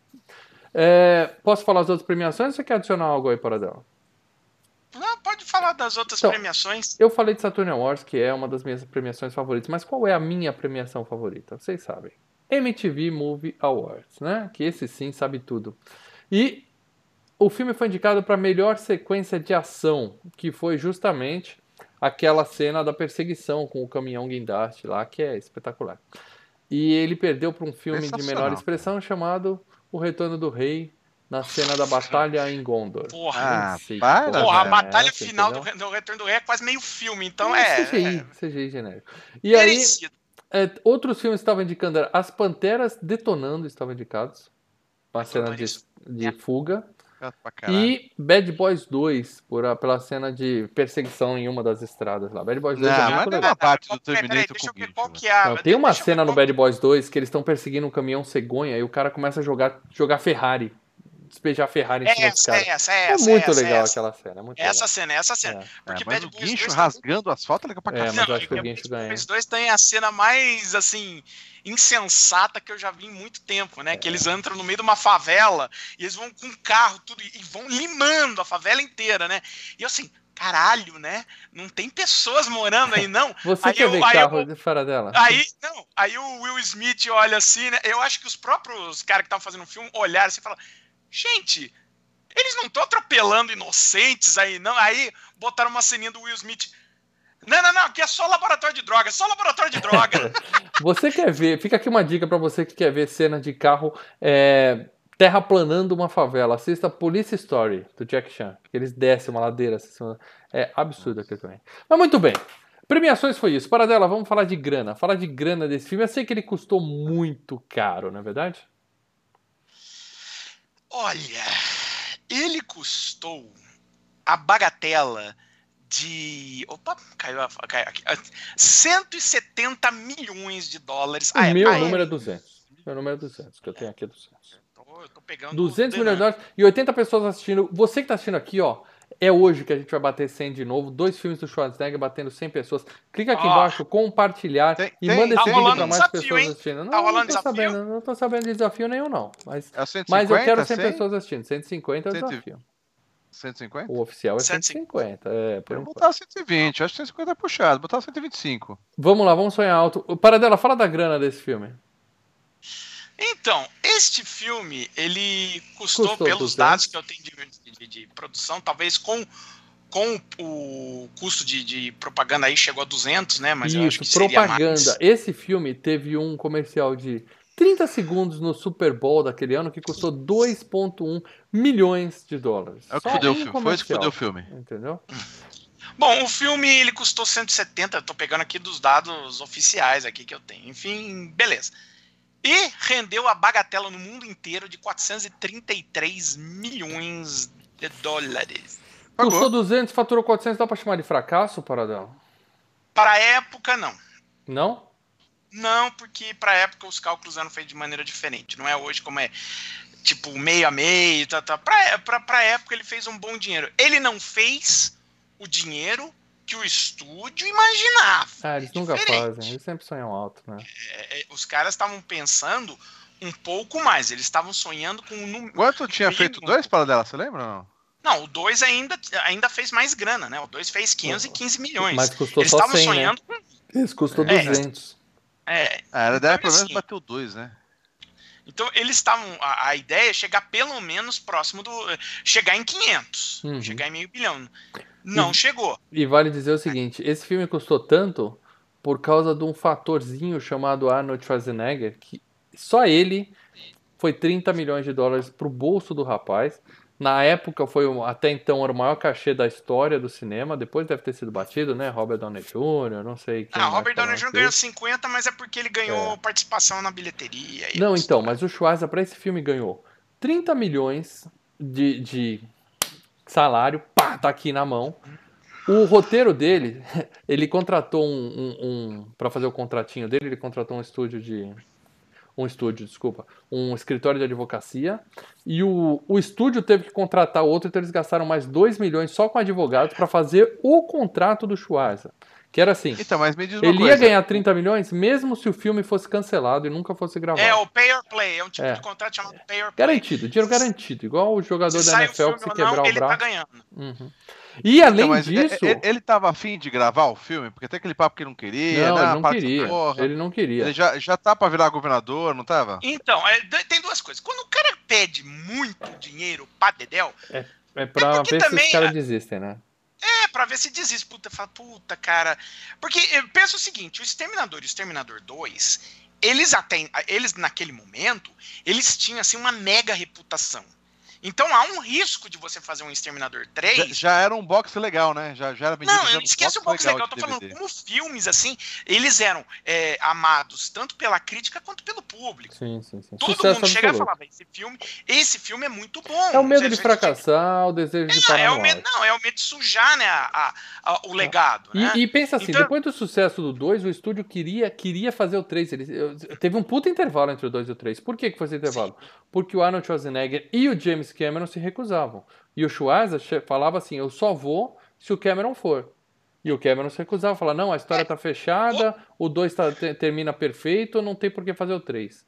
É, posso falar as outras premiações ou você quer adicionar algo aí, Paradela? Não, pode falar das outras Então, premiações. Eu falei de Saturn Awards, que é uma das minhas premiações favoritas, mas qual é a minha premiação favorita? Vocês sabem. M T V Movie Awards, né? Que esse sim sabe tudo. E o filme foi indicado para melhor sequência de ação, que foi justamente aquela cena da perseguição com o caminhão guindaste lá, que é espetacular. E ele perdeu para um filme de menor Sensacional. expressão chamado O Retorno do Rei, na cena da batalha em Gondor. Porra. Ah, Nem sei para, que Porra, a é batalha essa, final do, entendeu? do Retorno do Rei é quase meio filme, então É é. C G I, é C G I genérico. E aí, merecido. é, outros filmes estavam indicando, era As Panteras Detonando estavam indicados, uma cena de, de fuga, Chato pra caralho. e Bad Boys dois, por, a- pela cena de perseguição em uma das estradas lá. Bad Boys dois Não, é mas muito não é legal. uma parte do Peraí, peraí, Terminator deixa eu com ver guincho, qual velho. que é a. Não, tem uma deixa eu ver cena no qual- Bad Boys dois que eles estão perseguindo um caminhão cegonha e o cara começa a jogar, jogar Ferrari, despejar Ferrari em cima dos Essa, caras. essa, É essa. muito essa, legal essa. aquela cena, é muito Essa legal. cena, essa cena. É. Porque É, mas Bad o Boys guincho dois rasgando o asfalto é legal pra É, caralho. mas eu Não, acho que o e Guincho Bad ganha. Boys dois tem a cena mais, assim, insensata que eu já vi em muito tempo, né? É. Que eles entram no meio de uma favela e eles vão com um carro tudo e vão limando a favela inteira, né? E eu assim, caralho, né? Não tem pessoas morando aí, não. Você Aí quer eu- ver aí carro eu- de fora dela? Aí, não, aí o Will Smith olha assim, né? Eu acho que os próprios caras que estavam fazendo o filme olharam assim e falaram, gente, eles não estão atropelando inocentes aí, não. Aí botaram uma ceninha do Will Smith. Não, não, não, aqui é só laboratório de droga, só laboratório de droga. Você quer ver, fica aqui uma dica pra você que quer ver cena de carro é, terraplanando uma favela. Assista Police Story, do Jack Chan. Eles descem uma ladeira. Assim, é absurdo aquilo também. Mas muito bem. Premiações foi isso. Paradela, vamos falar de grana. Falar de grana desse filme. Eu sei que ele custou muito caro, não é verdade? Olha, ele custou a bagatela de. Opa, caiu, a, caiu aqui. cento e setenta milhões de dólares. O Ah, é, meu ah, é. número é duzentos. Meu número é duzentos, que eu tenho aqui é duzentos. Eu tô, eu tô pegando duzentos o milhões de dólares e oitenta pessoas assistindo. Você que tá assistindo aqui, ó. É hoje que a gente vai bater cem de novo. Dois filmes do Schwarzenegger batendo cem pessoas. Clica aqui Ó. embaixo, compartilhar Tem- e tem- manda esse tá vídeo rolando pra um mais desafio, pessoas hein? assistindo. Não, Tá rolando não tô desafio? sabendo, não tô sabendo de desafio nenhum, não. Mas, É o cento e mas eu quero cinquenta, cem cem? pessoas assistindo. cento e cinquenta é o cento e- desafio. cento e cinquenta? O oficial é cento e cento e cinquenta. É, por Eu vou enquanto. botar cento e vinte, eu acho que cento e cinquenta é puxado, vou botar cento e vinte e cinco. Vamos lá, vamos sonhar alto. Paradela, fala da grana desse filme. Então, este filme, ele custou, Custou pelos duzentos. dados que eu tenho de, de- de produção, talvez com, com o custo de, de propaganda aí chegou a duzentos, né? Mas eu acho Isso, que seria propaganda. mais. Esse filme teve um comercial de trinta segundos no Super Bowl daquele ano que custou dois vírgula um milhões de dólares. É o que Só fudeu o um filme, foi isso que comercial, fudeu o filme. Entendeu? Bom, o filme ele custou cento e setenta, eu tô pegando aqui dos dados oficiais aqui que eu tenho. Enfim, beleza. E rendeu a bagatela no mundo inteiro de quatrocentos e trinta e três milhões de dólares. Pagou. Custou duzentos, faturou quatrocentos, dá pra chamar de fracasso, Paradela? Para a época, não. Não? Não, porque para a época os cálculos eram feitos de maneira diferente. Não é hoje como é, tipo, meio a meio. Tá, tá. Para a época ele fez um bom dinheiro. Ele não fez o dinheiro que o estúdio imaginava. Ah, eles É nunca diferente. fazem, eles sempre sonham alto, né? É, é, os caras estavam pensando um pouco mais. Eles estavam sonhando com um número. Quanto tinha mínimo. feito dois para dela, você lembra ou não? Não, o dois ainda, ainda fez mais grana, né? O dois fez quinhentos e quinze milhões. Mas custou Eles só estavam cem, sonhando né? com... Esse custou É, duzentos. É, Ah, era então, dez, pelo menos assim, bateu dois, né? Então eles estavam. A, a ideia é chegar pelo menos próximo do. Chegar em quinhentos. Uhum. Chegar em meio bilhão. Não E- chegou. E vale dizer o seguinte, esse filme custou tanto por causa de um fatorzinho chamado Arnold Schwarzenegger, que só ele foi trinta milhões de dólares pro bolso do rapaz. Na época foi o- até então era o maior cachê da história do cinema, depois deve ter sido batido, né? Robert Downey Júnior, não sei quem Ah, mais Robert Downey foram Júnior que ganhou fez. cinquenta, mas é porque ele ganhou participação na bilheteria. e Não, outra então, história. mas o Schwarza para esse filme ganhou trinta milhões de, de salário, pá, tá aqui na mão. O roteiro dele, ele contratou um, um, um para fazer o contratinho dele, ele contratou um estúdio de um estúdio, desculpa, um escritório de advocacia, e o, o estúdio teve que contratar outro, então eles gastaram mais dois milhões só com advogados para fazer o contrato do Schwarza, que era assim, Então, mas me diz uma ele coisa. ia ganhar trinta milhões mesmo se o filme fosse cancelado e nunca fosse gravado. É, o pay or play. É um tipo É. de contrato chamado pay or play. Garantido, dinheiro garantido, igual o jogador Se da sai N o F L filme que se ou quebrar não, o ele tá braço. ganhando. Uhum. E além Então, mas é- disso, é- ele tava afim de gravar o filme? Porque tem aquele papo que não queria, não, né? ele não para com queria, essa porra. ele não queria. Ele já, já tá pra virar governador, não tava? Então, é, d- tem duas coisas. Quando o cara pede muito dinheiro pra Dedéu, É pra porque ver se também os caras a- desistem, né? é pra ver se desiste. Puta, fala, puta, cara. Porque eu penso o seguinte: o Exterminador e o Exterminador dois, eles até. Eles, naquele momento, eles tinham assim uma mega reputação. Então há um risco de você fazer um Exterminador Já, três. já era um box legal, né? Já, já era vendido. Não, já eu um esquece o box legal. Eu tô de falando, D V D. como filmes, assim, eles eram é, amados tanto pela crítica quanto pelo público. Sim, sim, sim. Todo Sucesso mundo chega e absoluto. falava, esse filme, esse filme é muito bom. É o medo Você- de você- fracassar, o desejo de Não, parar é no o medo, alto. não, é o medo de sujar, né, a, a- a- o legado, E, né? e pensa assim, Então- depois do sucesso do dois, o estúdio queria, queria fazer o três. Ele, eu- teve um puta intervalo entre o dois e o três. Por que, que foi esse intervalo? Porque o Arnold Schwarzenegger e o James Cameron se recusavam. E o Schwarza che- falava assim, eu só vou se o Cameron for. E o Cameron se recusava, falava, não, a história tá fechada, o dois tá, te- termina perfeito, não tem por que fazer o três.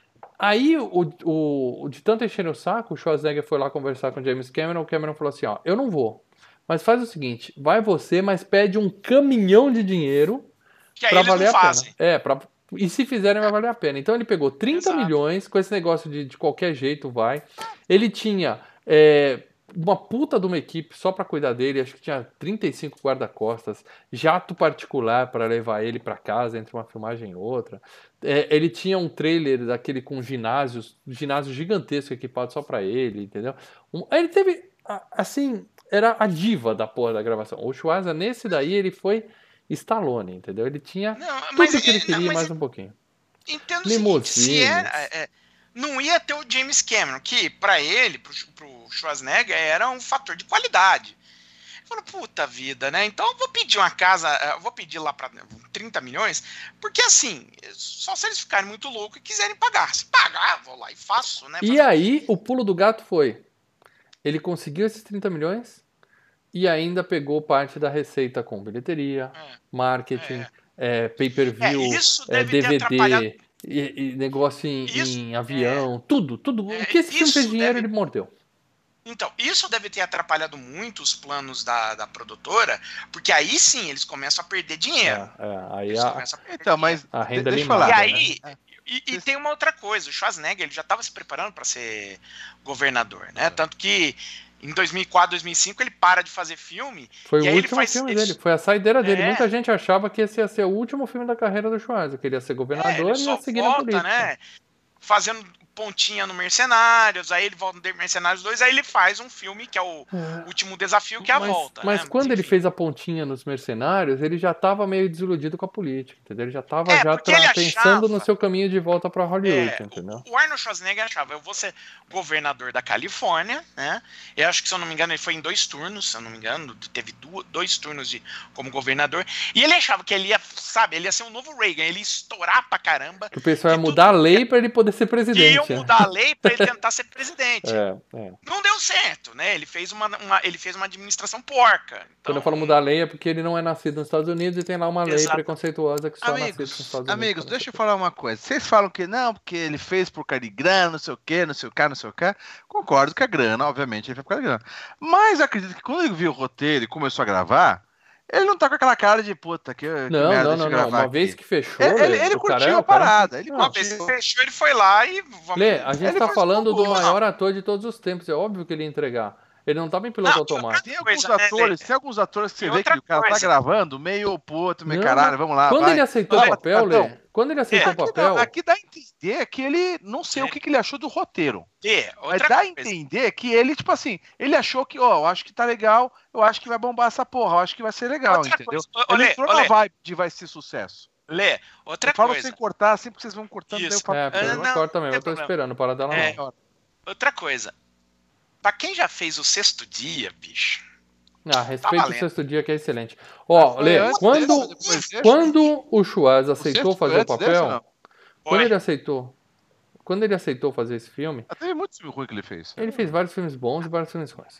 Aí, o, o, o- de tanto encher o saco, o Schwarzenegger foi lá conversar com o James Cameron, o Cameron falou assim, ó, eu não vou. Mas faz o seguinte, vai você, mas pede um caminhão de dinheiro Que aí pra eles valer não a fazem. pena. É, pra, e se fizerem vai valer a pena. Então ele pegou trinta Exato. milhões, com esse negócio de, de qualquer jeito vai. Ele tinha é, uma puta de uma equipe só pra cuidar dele, acho que tinha trinta e cinco guarda-costas, jato particular pra levar ele pra casa entre uma filmagem e outra. É, ele tinha um trailer daquele com ginásios, ginásio gigantesco equipado só pra ele, entendeu? Um- ele teve, a- assim, era a diva da porra da gravação. O Schwarza, nesse daí, ele foi Stallone, entendeu? Ele tinha Não, tudo mas, o que ele é, queria não, e mas mais um pouquinho. entendo o seguinte, se Limousines. era, é, não ia ter o James Cameron, que pra ele, pro, pro Schwarzenegger, era um fator de qualidade. Ele falou, puta vida, né? Então eu vou pedir uma casa, eu vou pedir lá pra trinta milhões, porque assim, só se eles ficarem muito loucos e quiserem pagar. Se pagar, vou lá e faço, né? E Fazer- aí, o pulo do gato foi: ele conseguiu esses trinta milhões e ainda pegou parte da receita com bilheteria, É. marketing, é, pay-per-view, É, isso é, deve ter D V atrapalhado. D, e, e negócio em, Isso, em avião, tudo, tudo. É, O que esse filme isso fez dinheiro, deve- ele mordeu. Então, isso deve ter atrapalhado muito os planos da, da produtora, porque aí sim eles começam a perder dinheiro. É, é, aí Eles a, começam a perder Então, dinheiro. mas. a renda deixa eu limada, falar. E né? aí, É. e, e Vocês- tem uma outra coisa, o Schwarzenegger ele já estava se preparando para ser governador, né? Tanto que em dois mil e quatro, dois mil e cinco ele para de fazer filme. Foi E o aí ele último faz- filme ele- dele, foi a saideira dele. É. Muita gente achava que esse ia ser o último filme da carreira do Schwarza, que ele ia ser É, governador ele e só ia seguir na volta, política. né? Fazendo pontinha no Mercenários, aí ele volta no Mercenários dois, aí ele faz um filme que é o É. último desafio, que é a mas, volta. Mas né? quando ele enfim. fez a pontinha nos Mercenários, ele já estava meio desiludido com a política, entendeu? Ele já estava É, já porque ele tra- pensando achava- no seu caminho de volta para Hollywood, É, entendeu? o Arnold Schwarzenegger achava, eu vou ser governador da Califórnia, né? Eu acho que, se eu não me engano, ele foi em dois turnos, se eu não me engano, teve du- dois turnos de, como governador, e ele achava que ele ia, sabe, ele ia ser um novo Reagan, ele ia estourar pra caramba, Que o pessoal ia que mudar a tudo- lei para ele poder ser que presidente. iam né? mudar a lei para ele tentar ser presidente. É, é. Não deu certo, né? Ele fez uma, uma- ele fez uma administração porca. Então, Quando eu falo mudar a lei é porque ele não é nascido nos Estados Unidos e tem lá uma lei Exato. preconceituosa que só nascidos nos Amigos, Estados Unidos. amigos, podem deixa eu ser. falar uma coisa. Vocês falam que não, porque ele fez por causa de grana, não sei o quê, não sei o que, não sei o que. Concordo que a grana, obviamente, ele fez por causa de grana. Mas acredito que quando ele viu o roteiro e começou a gravar, ele não tá com aquela cara de puta, que, que Não, merda, não, deixa não, eu não. gravar Uma aqui. vez que fechou, Ele, ele, Lê, ele o cara curtiu é a o cara- parada. Ele Não, uma vez que curtiu. fechou, ele foi lá e vamos. Lê, a gente Ele tá fez falando uma do boa. maior ator de todos os tempos. É óbvio que ele ia entregar. Ele não tava em piloto Não, automático. Tem alguns Coisa, né, atores, Lê? tem alguns atores que você E vê que outra o cara tá coisa. gravando meio puto, meio Não, caralho, mas vamos lá, Quando vai. ele aceitou Vai, o papel, Lê, Catão. quando ele aceitou o Aqui, papel, não, aqui dá a entender que ele, não sei o que, que ele achou do roteiro. E Mas outra dá a coisa. entender que ele, tipo assim, ele achou que, ó, eu acho que tá legal, eu acho que vai bombar essa porra, eu acho que vai ser legal, Outra entendeu? coisa. Ô, Ele Lê, entrou ô, na Lê. vibe de vai ser sucesso. Lê, outra Eu falo coisa. sem cortar, assim, porque vocês vão cortando, daí eu Isso. falo. É, Ah, porque não, eu corto também, não eu tô tem esperando, para dela É. não. Outra coisa. Pra quem já fez o sexto dia, bicho. Ah, respeito o valendo. sexto dia que é excelente. Ó, Foi Lê, antes quando, desse, depois desse? quando o Schwarz aceitou sexto foi fazer o antes desse, papel, não? quando Foi. ele aceitou, quando ele aceitou fazer esse filme, Ah, teve muito filme ruim que ele fez. ele fez vários filmes bons e vários filmes ruins.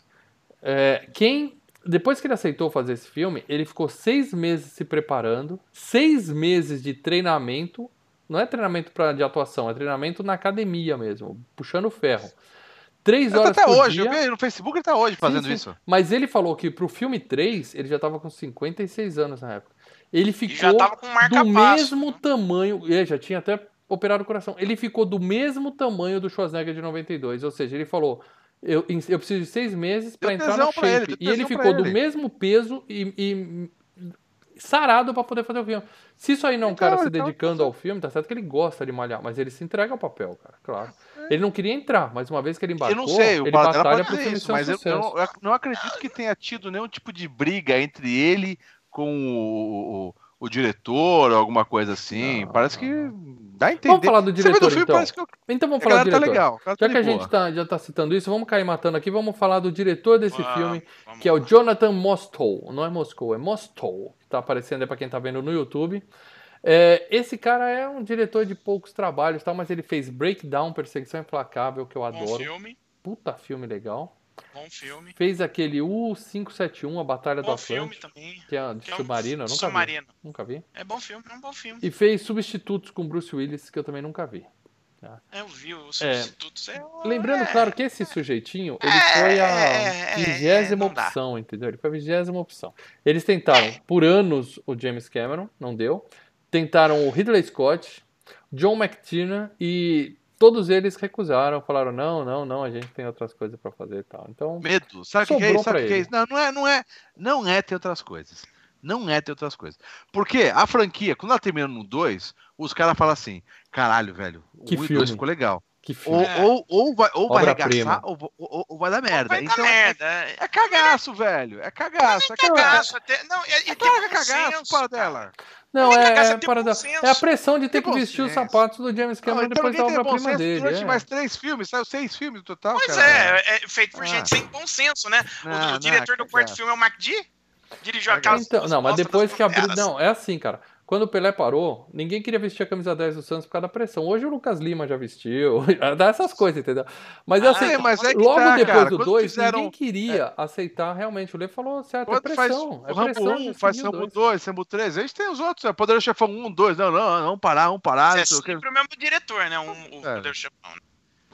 É, quem, depois que ele aceitou fazer esse filme, ele ficou seis meses se preparando, seis meses de treinamento, não é treinamento pra, de atuação, é treinamento na academia mesmo, puxando ferro. Três Ele tá horas até por hoje, dia. eu vi no Facebook, ele tá hoje fazendo Sim, sim. isso. Mas ele falou que pro filme três, ele já tava com cinquenta e seis anos na época. Ele E ficou já tava com do marca-passo. mesmo tamanho, ele já tinha até operado o coração. Ele ficou do mesmo tamanho do Schwarzenegger de noventa e dois, ou seja, ele falou, eu, eu preciso de seis meses para Deu entrar tesão no pra ele, shape. deu E ele tesão pra ficou do ele. mesmo peso e, e sarado para poder fazer o filme. Se isso aí não é um Então, cara se então, dedicando ao filme, tá certo que ele gosta de malhar, mas ele se entrega ao papel, cara, claro. Ele não queria entrar, mas uma vez que ele embarcou, Eu não sei, o ele Paladela batalha pode pro dizer filme isso, ser um mas eu, eu sucesso. não, eu não acredito que tenha tido nenhum tipo de briga entre ele com o, o, o diretor ou alguma coisa assim. Não, parece não, que não. dá a entender. Vamos falar do Você vê diretor, do filme, então. parece que eu- Então vamos a falar do galera tá diretor. legal. a galera tá Já de que a boa. gente tá, já tá citando isso, vamos cair matando aqui, vamos falar do diretor desse Vamos, filme, vamos que é o lá. Jonathan Mostow. Não é Moscow, é Mostow, que tá aparecendo aí pra quem tá vendo no YouTube. É, esse cara é um diretor de poucos trabalhos, tá? Mas ele fez Breakdown, Perseguição Implacável, que eu Bom adoro. filme. Puta filme legal. Bom filme. Fez aquele U quinhentos e setenta e um, A Batalha do Bom filme Atlântico, também. que é de Que é um submarino, eu nunca submarino. vi. Nunca vi. É bom filme, é um bom filme. E fez Substitutos com Bruce Willis, que eu também nunca vi. É, eu vi os substitutos. É, Lembrando, é, claro, que esse sujeitinho, ele É, foi é, a é, vigésima não dá. opção, entendeu? Ele foi a vigésima opção. Eles tentaram, por anos, o James Cameron, não deu. Tentaram o Ridley Scott, John McTiernan, e todos eles recusaram, falaram, não, não, não, a gente tem outras coisas pra fazer e tal. Então, Medo. Sabe o que, que é Sobrou isso? Sabe pra o que, que é ele. isso? Não, não é, não é, não é ter outras coisas. Não é ter outras coisas. Porque a franquia, quando ela termina no dois, os caras falam assim, caralho, velho, o Que um e filme. dois ficou legal. que Ou, filme. É. ou, ou vai, ou vai Obra-prima. arregaçar, ou, ou, ou vai dar merda. Vai dar então, merda. É, é cagaço, velho. É cagaço. É cagaço. Cagaço, até, não, é, é, É ter claro que é bom cagaço, senso, para cara. dela. Não, nem é, cagaça, é, tem para bom da- senso. é a pressão de ter Tem que bom vestir os senso. sapatos do James Não, Cameron então depois da ninguém teve bom obra-prima senso dele. durante é. mais três filmes. Saiu seis filmes no total, Pois cara. é, é feito por Ah. gente sem bom senso, né? O- Não, o, não, diretor do cagaço. quarto filme é o Mark D. Dirigiu aquelas Então, duas não, mas bostas depois das que abriu. Panteras. Não, é assim, cara. Quando o Pelé parou, ninguém queria vestir a camisa dez do Santos por causa da pressão. Hoje o Lucas Lima já vestiu, dá essas coisas, entendeu? Mas Ah, assim, é, mas é que logo tá, depois cara, do quando dois, fizeram- ninguém queria aceitar realmente. O Lê falou certo, é Quando faz pressão. o É Rambo pressão um, de faz seguir o Rambo dois. dois, Rambo três. A gente tem os outros. É Poderoso Chefão um, dois. Não, não, vamos parar, vamos parar. Mas Não é sei o que. sempre o mesmo diretor, né? Um, o É. Poder Chefão. né?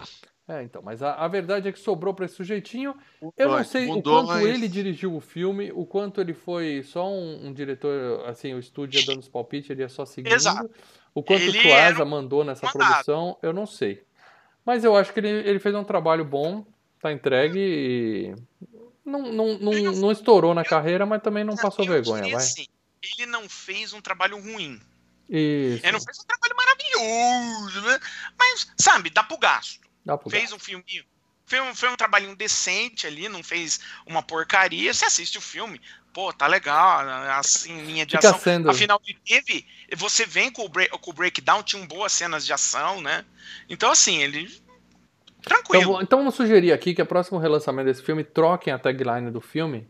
É, então, mas a, a verdade é que sobrou pra esse sujeitinho. Um, Eu não dois, sei um, o quanto dois. ele dirigiu o filme, o quanto ele foi só um, um diretor, assim, o estúdio ia dando os palpites, ele ia só seguindo. Exato. O quanto Ele o Schwarza era um mandou nessa mandado. produção, eu não sei. Mas eu acho que ele, ele fez um trabalho bom, tá entregue e não, não, não, Ele não- não estourou na carreira, mas também não passou Eu vergonha, diria vai. assim, ele não fez um trabalho ruim. Isso, Ele não fez um trabalho maravilhoso, né? Mas, sabe, dá pro gasto. dá pro Fez um filminho. Foi um, foi um trabalhinho decente ali, não fez uma porcaria. Você assiste o filme, pô, tá legal, assim, linha de Fica ação. sendo- Afinal, ele teve. Você vem com o, break, com o breakdown, tinham boas cenas de ação, né? Então, assim, ele. Então, Tranquilo. vou- então vamos sugerir aqui que o próximo relançamento desse filme troquem a tagline do filme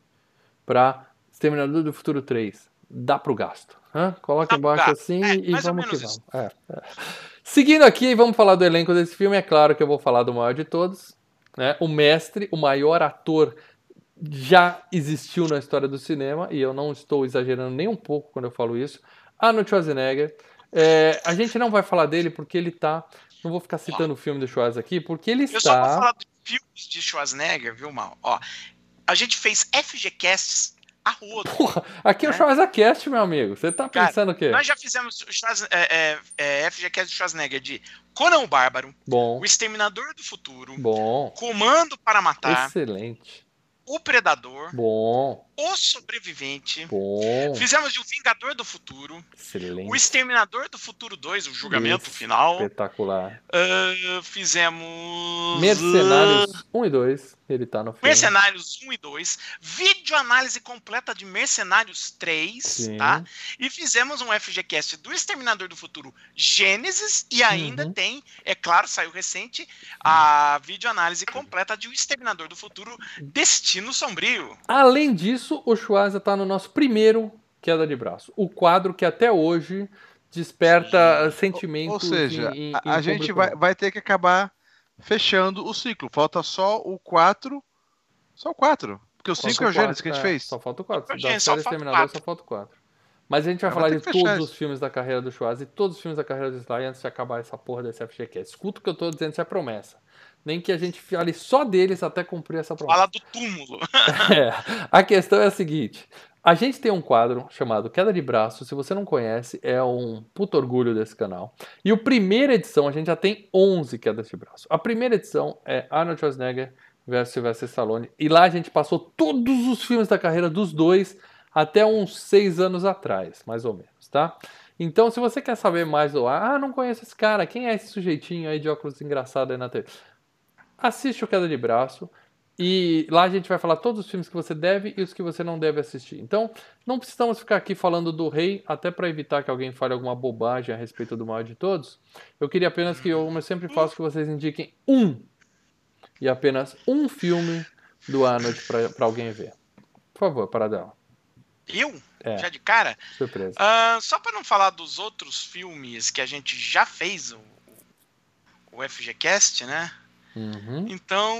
pra Exterminador do Futuro três. Dá pro gasto. Hã? Coloca Dá pro embaixo gasto. assim É, e mais ou vamos que menos vamos. É, é. Seguindo aqui, vamos falar do elenco desse filme. É claro que eu vou falar do maior de todos, né? O mestre, o maior ator já existiu na história do cinema, e eu não estou exagerando nem um pouco quando eu falo isso, Arnold Schwarzenegger. É, a gente não vai falar dele porque ele tá... Não vou ficar citando o filme do Schwarzenegger aqui, porque ele está... Eu só vou falar de filmes de Schwarzenegger, viu, Mal? Ó, a gente fez F G Casts a rodo. Porra, aqui é o Schwarzenegger, meu amigo. Você tá Cara, pensando o quê? Nós já fizemos o Schwarzen- é, é, é, F G Cast de Schwarzenegger de Conan o Bárbaro, Bom, O Exterminador do Futuro, bom, Comando para Matar, excelente. O Predador, Bom, O Sobrevivente. bom, Fizemos de O Vingador do Futuro, O excelente. Exterminador do Futuro dois, O Julgamento Final. Espetacular. Ah, fizemos. Mercenários um e dois, ele tá no filme. Mercenários um e dois, videoanálise completa de Mercenários três, Sim. tá? E fizemos um F G Cast do Exterminador do Futuro Gênesis, e ainda Uhum. tem, é claro, saiu recente, a videoanálise completa de O Exterminador do Futuro Destino Sombrio. Além disso, o Schwarza tá no nosso primeiro Queda de Braço. O quadro que até hoje desperta sentimentos Ou seja, em, em, a, a em gente público. vai, vai ter que acabar fechando o ciclo. Falta só o quatro. Só o quatro. Porque o Falta cinco é o quatro, Gênesis que a gente é, fez. Só falta o quatro. Gente, Da só série falta Exterminador quatro. só falta o quatro. Mas a gente vai Ah, falar vai de ter que fechar todos os isso. filmes da carreira do Schwarza e todos os filmes da carreira do Sly antes de acabar essa porra desse F G Q. Escuta o que eu tô dizendo, isso é promessa. Nem que a gente fale só deles até cumprir essa promessa. Fala do túmulo. É, a questão é a seguinte: a gente tem um quadro chamado Queda de Braço. Se você não conhece, é um puto orgulho desse canal. E a primeira edição, a gente já tem onze quedas de braço. A primeira edição é Arnold Schwarzenegger versus Sylvester Stallone. E lá a gente passou todos os filmes da carreira dos dois até uns seis anos atrás, mais ou menos, tá? Então, se você quer saber mais do ah, não conheço esse cara, quem é esse sujeitinho aí de óculos engraçado aí na T V? Assiste o Queda de Braço. E lá a gente vai falar todos os filmes que você deve e os que você não deve assistir. Então, não precisamos ficar aqui falando do Rei, até para evitar que alguém fale alguma bobagem a respeito do maior de todos. Eu queria apenas que, como eu sempre faço, que vocês indiquem um, e apenas um filme do Arnold para alguém ver. Por favor, Paradela. Eu? É. Já de cara? Surpresa. Ah, só para não falar dos outros filmes que a gente já fez o, o F G Cast, né? Uhum. Então,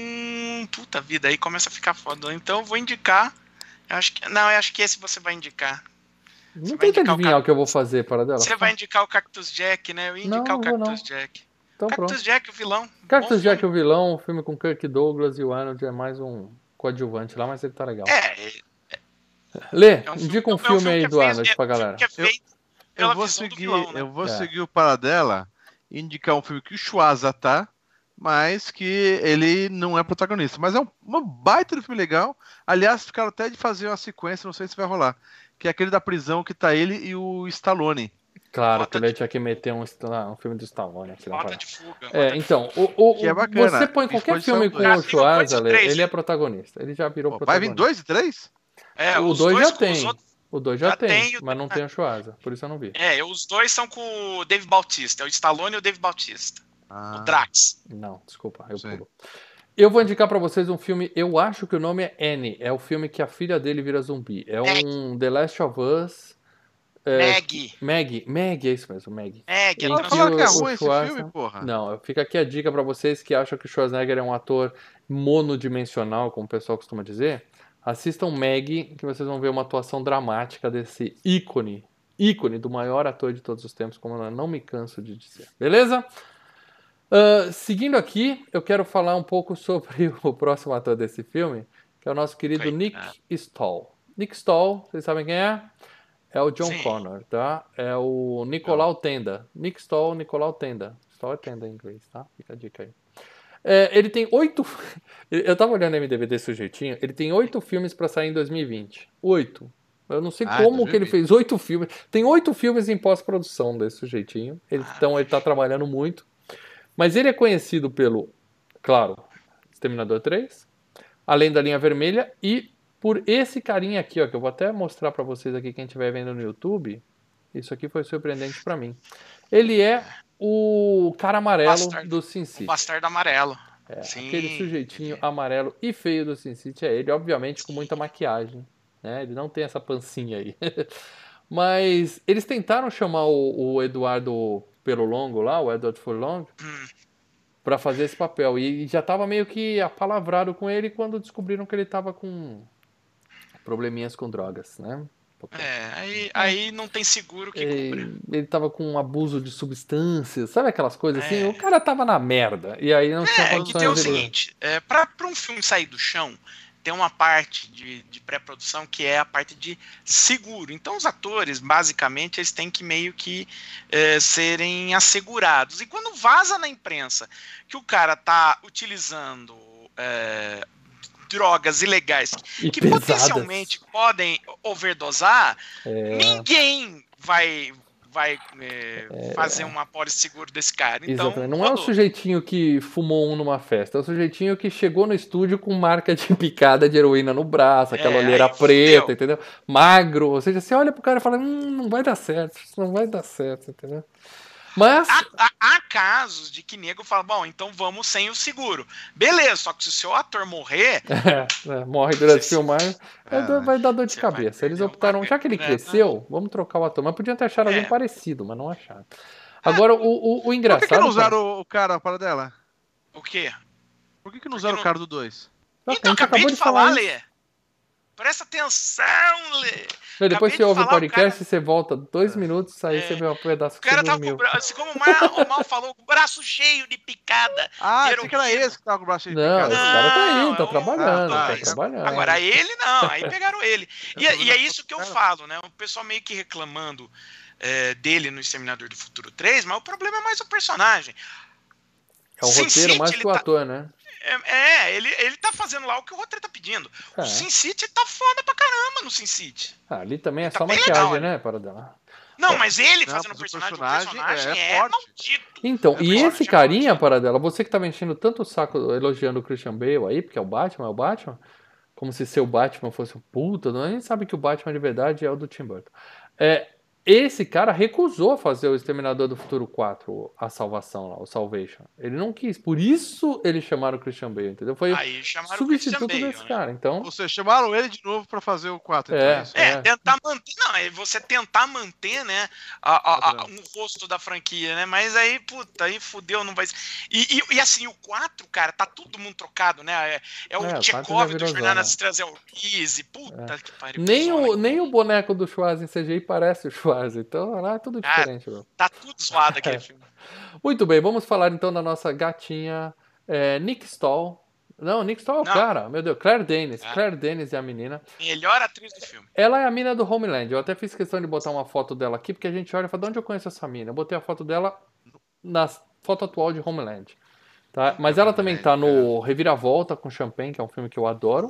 puta vida, aí começa a ficar foda. Então eu vou indicar. Eu acho que, não, eu acho que esse você vai indicar. Não vai tenta indicar o adivinhar cara- o que eu vou fazer, Paradela. Você vai indicar o Cactus Jack, né? Eu ia Não, indicar não o vou Cactus não. Jack. Então Cactus pronto. Jack, o vilão. Cactus Bom Jack, filme. o vilão, um filme com Kirk Douglas e o Arnold é mais um coadjuvante lá, mas ele tá legal. É, Lê, é um indica um é um filme aí que é do feito- Arnold é pra um filme galera. que é feito Eu pela vou visão do seguir, vilão, né? eu vou É. seguir o Paradela e indicar um filme que o Schwarza tá, mas que ele não é protagonista. Mas é um, uma baita de filme legal. Aliás, ficaram até de fazer uma sequência, não sei se vai rolar. Que é aquele da prisão que tá ele e o Stallone. Claro, Rota que ele de- tinha que meter um, um filme do Stallone aqui na Rota parada. de fuga. É, Rota de então, o, o, Que é o- bacana. você põe E qualquer foi filme só com dois. o Ah, tem o dois e Schwarza, o três, ele é né? protagonista. Ele já virou Pô, vai vir protagonista. dois e três? É, O os dois já com tem. os outros- O dois já, já tem, tem, o- mas não tem o Schwarza, por isso eu não vi. É, os dois são com o Dave Bautista. É o Stallone e o Dave Bautista. Ah, O Drax. Não, desculpa, eu Sim. pulo. Eu vou indicar pra vocês um filme, eu acho que o nome é Annie, é o filme que a filha dele vira zumbi. É um The Last of Us. É, Maggie. Maggie, Maggie, é isso mesmo, Maggie. Maggie. Em é Vai que falar o- que é o ruim esse Schwarza- filme, porra. Não, fica aqui a dica pra vocês que acham que o Schwarzenegger é um ator monodimensional, como o pessoal costuma dizer. Assistam Maggie, que vocês vão ver uma atuação dramática desse ícone, ícone do maior ator de todos os tempos, como eu não me canso de dizer. Beleza? Ah, seguindo aqui, eu quero falar um pouco sobre o próximo ator desse filme, que é o nosso querido Coitado. Nick Stahl. Nick Stahl, vocês sabem quem é? É o John Sim. Connor, tá? É o Nicolau Tenda. Nick Stahl, Nicolau Tenda. Stahl é Tenda em inglês, tá? Fica a dica aí. É, ele tem oito... Eu tava olhando o M D B desse sujeitinho. Ele tem oito filmes pra sair em dois mil e vinte. Oito. Eu não sei Ah, como que ele dois mil e vinte. fez oito filmes. Tem oito filmes em pós-produção desse sujeitinho. Ele- então ele tá trabalhando muito. Mas ele é conhecido pelo, claro, Exterminador três, Além da Linha Vermelha e por esse carinha aqui, ó, que eu vou até mostrar pra vocês aqui, quem estiver vendo no YouTube. Isso aqui foi surpreendente pra mim. Ele é o cara amarelo Bastardo. do Sin O City. Bastardo Amarelo. É, Sim. aquele sujeitinho amarelo e feio do Sin City é ele, obviamente com muita maquiagem, né? Ele não tem essa pancinha aí. Mas eles tentaram chamar o, o Eduardo pelo longo lá, o Edward Furlong, Hum. pra fazer esse papel. E já tava meio que apalavrado com ele quando descobriram que ele tava com probleminhas com drogas, né? É, aí, aí não tem seguro que cubra. Ele, ele tava com um abuso de substâncias, sabe aquelas coisas assim? É. O cara tava na merda. E aí não tinha É, que condições tem o de... seguinte, é, pra, pra um filme sair do chão, tem uma parte de, de pré-produção que é a parte de seguro. Então os atores, basicamente, eles têm que meio que é, serem assegurados. E quando vaza na imprensa que o cara tá utilizando é, drogas ilegais E que pesadas. potencialmente podem overdosar, É. ninguém vai, vai é, fazer uma apólice seguro desse cara. Então, Exatamente. Não é o rodou. sujeitinho que fumou um numa festa, é o sujeitinho que chegou no estúdio com marca de picada de heroína no braço, aquela É, olheira aí preta, fudeu. entendeu? Magro, ou seja, você olha pro cara e fala, hum, não vai dar certo, isso não vai dar certo, entendeu? Mas, Há, há- há casos de que nego fala, bom, então vamos sem o seguro. Beleza, só que se o seu ator morrer, é, é, morre durante Você- a filmagem, é, É, vai dar dor de você vai cabeça. Eles perder uma optaram, já que ele grana. cresceu, vamos trocar o ator. Mas podiam ter achado alguém É. parecido, mas não acharam. Agora, o, o, o Por engraçado... que, que não cara, usaram o cara para dela? o quê? Por que, que não usaram não- o cara do dois? a Então, gente acabei acabou de falar, isso. Lê. Presta atenção, Lê. Não, depois Acabei você de ouve o falar, o podcast, cara- você volta dois minutos, aí É. você vê um pedaço O que você cara tava com dormiu. o braço, assim como o Mal, o Mal falou, com o braço cheio de picada. Ah, de achei que era heroína. esse que tava com o braço cheio de Não, picada. esse cara tá aí, Não, tá é um- trabalhando, Ah, tá tá. trabalhando. Agora, ele não, aí pegaram ele. E, Eu tô e é vendo isso que eu cara. falo, né? O pessoal meio que reclamando é, dele no Exterminador do Futuro três, mas o problema é mais o personagem. É o Sin roteiro City, mais ele que o tá- ator, né? É, é, ele, ele tá fazendo lá o que o roteiro tá pedindo. É. O Sin City tá foda pra caramba no Sin City. Ah, ali também é Tá só bem maquiagem, legal, né, para dela. Não, mas ele Não, fazendo o mas o personagem, o personagem personagem é é, forte. maldito. Então, É, e mas esse já carinha, maldito. para dela, você que tava enchendo tanto o saco elogiando o Christian Bale aí, porque é o Batman, é o Batman, como se seu Batman fosse um puta, não, a gente sabe que o Batman de verdade é o do Tim Burton. É, esse cara recusou fazer o Exterminador do Futuro quatro, a salvação lá, o Salvation. Ele não quis, por isso eles chamaram o Christian Bale, entendeu? Foi Aí o chamaram o Christian substituto Bale, desse né? cara, então... Ou seja, chamaram ele de novo pra fazer o quatro, então É. é isso? É, É. tentar manter. Não, é você tentar manter, né? A, a, a, Padrão. um rosto da franquia, né? Mas aí, puta, aí fudeu, não vai. E, e, e assim, o quatro, cara, tá todo mundo trocado, né? É, é o É, o quatro já Tchekov virou do Fernando zona. Estrelas, é o Easy, puta que pariu. que Nem zona o, que- nem o boneco do Schwarz em C G I parece o Schwarz, então lá é tudo Cara, diferente, meu. Tá tudo zoado aquele É. filme. Muito bem, vamos falar então da nossa gatinha é, Nick Stahl. Não, Nick Stahl é o Não. cara, meu Deus, Claire Danes. Ah. Claire Danes é a menina. Melhor atriz do filme. Ela é a mina do Homeland. Eu até fiz questão de botar uma foto dela aqui, porque a gente olha e fala, de onde eu conheço essa mina? Eu botei a foto dela na foto atual de Homeland. Tá? Mas ela também tá no Reviravolta com Champagne, que é um filme que eu adoro.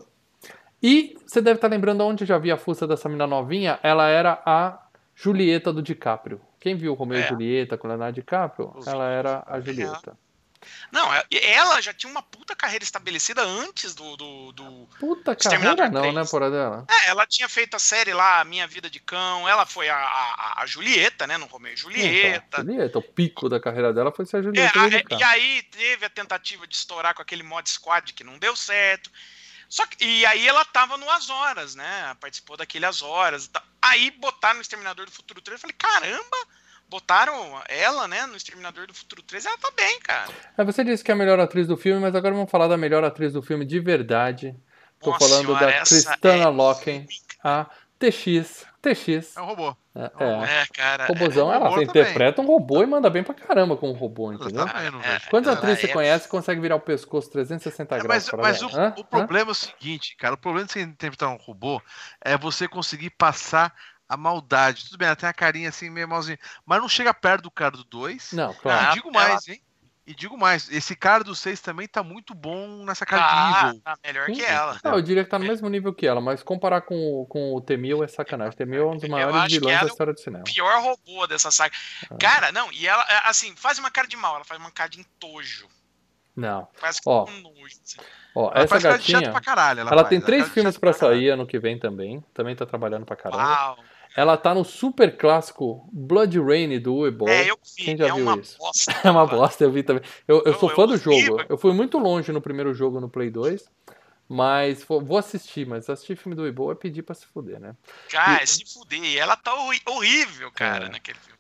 E você deve estar lembrando onde eu já vi a fuça dessa mina novinha. Ela era a Julieta do DiCaprio. Quem viu Romeu É. e Julieta com Leonardo DiCaprio? Eu vi. Ela era a Julieta. Não, é- ela já tinha uma puta carreira estabelecida antes do. do, do- Puta Exterminador carreira não, três. né, porra dela? É, ela tinha feito a série lá, Minha Vida de Cão. Ela foi a, a, a Julieta, né? No Romeu e Julieta. Então, Julieta, o pico da carreira dela foi ser a É, Julieta a- do é, DiCaprio. e aí teve a tentativa de estourar com aquele Mod Squad que não deu certo. Só que, e aí ela tava no As Horas, né? Participou daquele As Horas. e tal. Aí botaram no Exterminador do Futuro três. Eu falei, caramba, botaram ela, né? No Exterminador do Futuro três. Ela tá bem, cara. É, você disse que é a melhor atriz do filme, mas agora vamos falar da melhor atriz do filme de verdade. Tô Nossa falando senhora, da essa Kristana é Loken, a T X. T X. É um robô. É, um robô. é. É, cara. Robôzão, é, ela robô interpreta um robô e manda bem pra caramba com um robô, Ela entendeu? tá vendo, É, velho. Quantas ela atrizes você é- conhece que consegue virar o pescoço trezentos e sessenta É, graus? mas para mas ela? o, Hã? o Hã? problema é o seguinte, cara. O problema de você interpretar um robô é você conseguir passar a maldade. Tudo bem, ela tem a carinha assim, meio malzinha. Mas não chega perto do cara do dois. Não, E claro. Ah, digo ela- mais, hein? E digo mais, esse cara do seis também tá muito bom nessa cara Tá, de evil. tá melhor que Sim. ela. Não, eu diria que tá no mesmo nível que ela, mas comparar com, o- com o T-mil é sacanagem. T-mil é um dos Eu maiores acho que vilões ela da é o história do cinema. Pior robô dessa saga. Cara, não, e ela, é, assim, faz uma cara de mal, ela faz uma cara de entojo. Não. Faz Ó, com nojo. Assim. Ó, Ela essa faz cara de chato gatinha, pra caralho. Ela, ela faz, tem ela três cara de filmes chato pra caralho. sair ano que vem também. Também tá trabalhando pra caramba. Uau. Ela tá no super clássico Blood Rain do Uwe Boll. É, eu vi, Quem já é viu uma isso? bosta. É uma bosta, eu vi também. Eu, eu Não, sou é fã do horrível. jogo. Eu fui muito longe no primeiro jogo no Play dois. Mas vou vou assistir, mas assistir filme do Uwe Boll é pedir pra se fuder, né? Cara, se fuder. E ela tá horri- horrível, cara, É. naquele filme.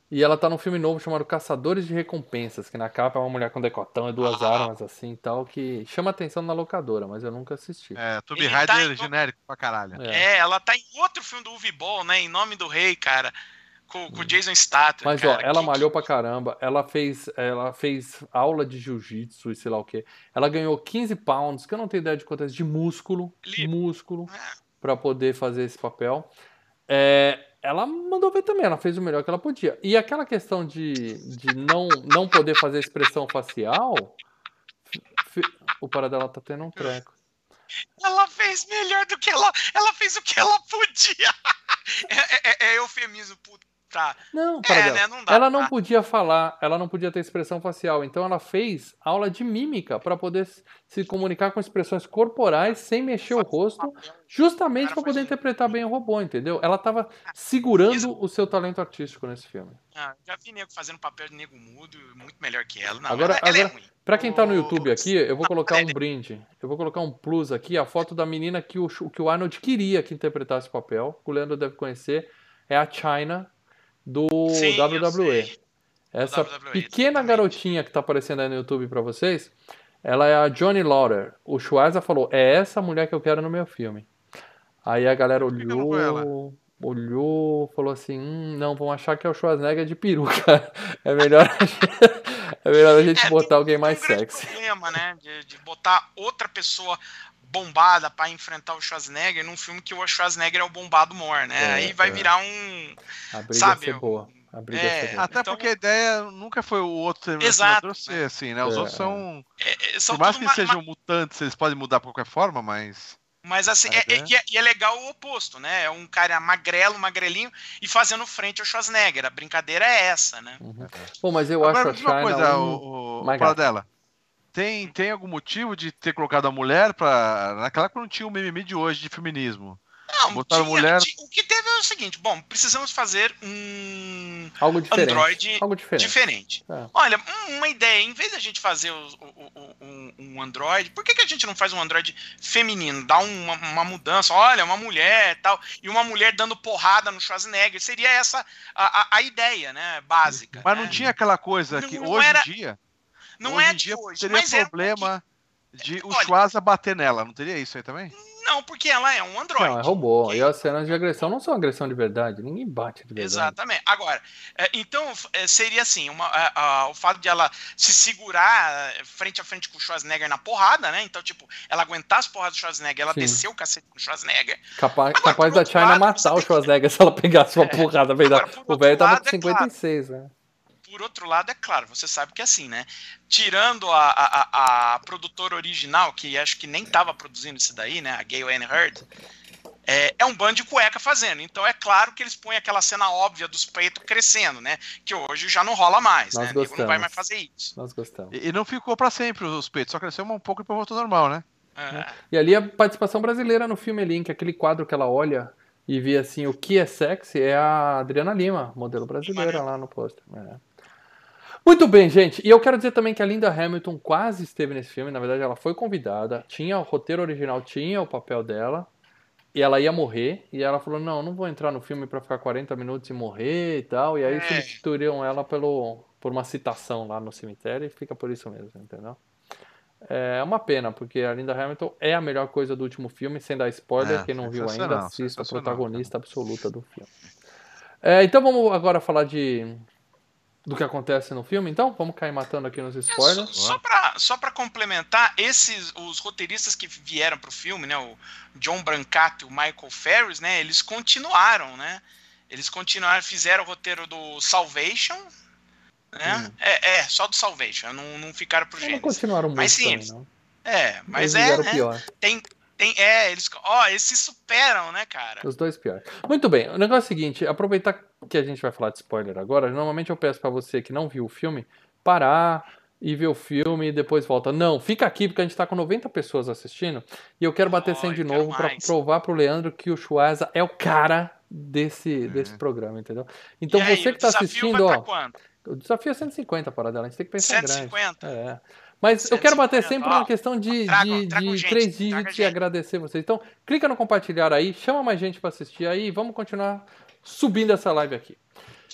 E ela tá num filme novo chamado Caçadores de Recompensas, que na capa é uma mulher com decotão e duas Ah. armas assim e tal, que chama atenção na locadora, mas eu nunca assisti. É, Tomb Ele Raider tá em- genérico pra caralho. É. É, ela tá em outro filme do Uwe Boll, né? Em Nome do Rei, cara. Com, com o Jason Statham. Mas cara, ó, ela que- malhou pra caramba, ela fez, ela fez aula de jiu-jitsu e sei lá o quê. Ela ganhou quinze pounds, que eu não tenho ideia de quanto é, de músculo, Ele- músculo, É. pra poder fazer esse papel. É, ela mandou ver também, ela fez o melhor que ela podia. E aquela questão de, de não, não poder fazer expressão facial, fi- o Paradela tá tendo um treco. Ela fez melhor do que ela. Ela fez o que ela podia. É, é, é eufemismo, puta. Não, É, Paradela, né? Não dá. ela não tá? podia falar, ela não podia ter expressão facial, então ela fez aula de mímica pra poder s- se comunicar com expressões corporais sem mexer o rosto, justamente Cara, pra faz poder um- interpretar bem o robô, entendeu? Ela tava segurando o seu talento artístico nesse filme. Ah, já vi nego fazendo papel de nego mudo muito melhor que ela. Não, Agora, ela, ela é agora ruim. pra quem tá no O- YouTube aqui, eu vou colocar um Ela é- brinde, eu vou colocar um plus aqui, a foto da menina que o, que o Arnold queria que interpretasse o papel, que o Leandro deve conhecer, é a China do Sim, eu W W E. sei. Essa W W E, pequena exatamente. garotinha que tá aparecendo aí no YouTube pra vocês, ela é a Johnny Lauder. O Schwarza falou, é essa mulher que eu quero no meu filme. Aí a galera Por que que não foi ela? olhou, olhou, falou assim, hum, não, vão achar que é o Schwarzenegger de peruca. É melhor a gente, é melhor a gente É, botar tem- alguém tem mais um grande sexy. problema, né? De, de botar outra pessoa bombada pra enfrentar o Schwarzenegger num filme que o Schwarzenegger é o bombado mor, né? É, Aí vai é. virar um. A briga Sabe, ia ser boa. A briga ia ser é, boa. Até Então- porque a ideia nunca foi o outro Exato, Terminator ser assim, né? Os É, outros são. é, é, são Por mais tudo que ma- sejam mutantes, eles podem mudar de qualquer forma, mas. Mas assim, Mas é, é- é. e é, e é legal o oposto, né? É um cara magrelo, magrelinho e fazendo frente ao Schwarzenegger. A brincadeira é essa, né? Bom, mas eu Agora, acho a me diz uma China coisa, um... o, o, mais o Paradela. Tem, tem algum motivo de ter colocado a mulher pra. Naquela época não tinha o mimimi de hoje de feminismo. Não, Botaram tinha- mulher- ti- o que teve é o seguinte: bom, precisamos fazer um algo diferente. Android Algo diferente. diferente. É. Olha, um- uma ideia, em vez da gente fazer o- o- o- um, um Android, por que, que a gente não faz um Android feminino? Dá uma, uma mudança, olha, uma mulher e tal, e uma mulher dando porrada no Schwarzenegger. Seria essa a, a- a ideia, né? Básica. Mas não né? tinha aquela coisa que Não hoje era- em dia. Não hoje é em de dia hoje, teria mas é um problema de o Olha- Schwarza bater nela. Não teria isso aí também? Não, porque ela é um Android. Não, é robô. ok? E as cenas de agressão não são agressão de verdade. Ninguém bate de verdade. Exatamente. Agora, é, então é, seria assim, uma, a- a- o fato de ela se segurar é, frente a frente com o Schwarzenegger na porrada, né? Então, tipo, ela aguentar as porradas do Schwarzenegger, ela Sim. desceu o cacete com o Schwarzenegger. Capaz, Agora, capaz por da outro China lado, matar você o tem que- Schwarzenegger se ela pegasse uma porrada. Verdade. Agora, por O outro velho tava lado, com é cinquenta e seis, né? Por outro lado, é claro, você sabe que é assim, né? Tirando a, a, a- a produtora original, que acho que nem tava produzindo isso daí, né? A Gayle Ann Hurd, é, é um bando de cueca fazendo. Então é claro que eles põem aquela cena óbvia dos peitos crescendo, né? Que hoje já não rola mais, Nós né? Nego não vai gostamos. mais fazer isso. Nós gostamos. E, e não ficou pra sempre os peitos, só cresceu um pouco e depois voltou normal, né? É, E ali a participação brasileira no filme ali, que aquele quadro que ela olha e vê assim o que é sexy é a Adriana Lima, modelo brasileira lá no pôster. É. Muito bem, gente. E eu quero dizer também que a Linda Hamilton quase esteve nesse filme. Na verdade, ela foi convidada. Tinha o roteiro original, tinha o papel dela. E ela ia morrer. E ela falou, não, não vou entrar no filme pra ficar quarenta minutos e morrer e tal. E aí É. substituíram ela pelo, por uma citação lá no cemitério. E fica por isso mesmo, entendeu? É uma pena, porque a Linda Hamilton é a melhor coisa do último filme, sem dar spoiler. É, Quem não viu ainda, sensacional, assista a sensacional, protagonista absoluta do filme. É, então vamos agora falar de do que acontece no filme, então? Vamos cair matando aqui nos É, só, spoilers. só pra, só pra complementar, esses, os roteiristas que vieram pro filme, né, o John Brancato e o Michael Ferris, né, eles continuaram, né, eles continuaram, fizeram o roteiro do Salvation, né, é, é, só do Salvation, não, não ficaram pro Eles não Gênesis. continuaram muito Mas sim, também, eles- não. É, mas Eles é, fizeram né, pior. tem, tem, é, eles, ó, eles se superam, né, cara. Os dois piores. Muito bem, o negócio é o seguinte, aproveitar que a gente vai falar de spoiler agora, normalmente eu peço pra você que não viu o filme, parar e ver o filme e depois volta. Não, fica aqui porque a gente tá com noventa pessoas assistindo e eu quero bater Oh, cem de eu quero novo pra mais. provar pro Leandro que o Schwarza é o cara desse, desse programa, entendeu? Então E aí, você o que tá desafio assistindo, vai pra ó, quanto? o desafio é cento e cinquenta, Paradela, a gente tem que pensar cento e cinquenta? grande. É. Mas eu quero bater cento e cinquenta, sempre ó, uma questão de, tragam- de, tragam de gente, três traga dígitos e gente. agradecer vocês. Então, clica no compartilhar aí, chama mais gente pra assistir aí e vamos continuar subindo essa live aqui.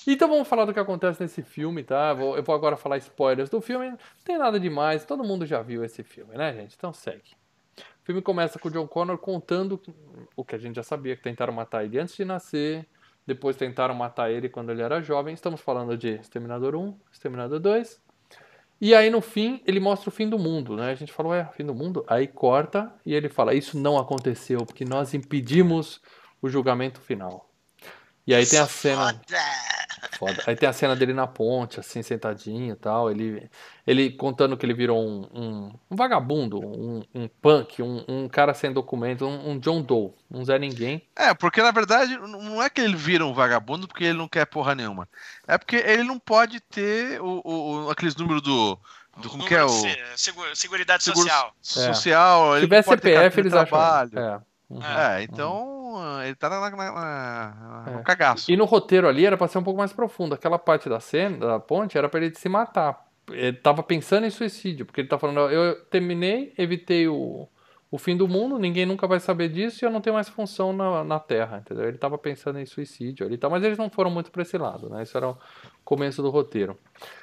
Então vamos falar do que acontece nesse filme, tá? Eu vou, eu vou agora falar spoilers do filme. Não tem nada demais, todo mundo já viu esse filme, né, gente? Então segue. O filme começa com o John Connor contando o que a gente já sabia, que tentaram matar ele antes de nascer, depois tentaram matar ele quando ele era jovem. Estamos falando de Exterminador um, Exterminador dois. E aí no fim, ele mostra o fim do mundo, né? A gente falou, é, fim do mundo? Aí corta e ele fala, isso não aconteceu, porque nós impedimos o julgamento final. E aí tem a cena... Foda. Aí tem a cena dele na ponte, assim, sentadinho e tal. Ele, ele contando que ele virou um, um, um vagabundo, um, um punk, um, um cara sem documento, um, um John Doe, um Zé Ninguém. É, porque na verdade não é que ele vira um vagabundo porque ele não quer porra nenhuma. É porque ele não pode ter o, o, o- aqueles números do, do. Como que é o. Seguro, Seguridade Seguro Social. social. Se ele tiver não pode ter C P F, carteira de eles acham. trabalho. É. Uhum. É. É, então ele tá na, na- na- no É. cagaço. E no roteiro ali era pra ser um pouco mais profundo. Aquela parte da cena, da ponte, era pra ele se matar. Ele tava pensando em suicídio, porque ele tá falando, eu terminei, evitei o, o fim do mundo, ninguém nunca vai saber disso e eu não tenho mais função na, na Terra, entendeu? Ele tava pensando em suicídio ali, tá? Mas eles não foram muito pra esse lado, né? Isso era o começo do roteiro.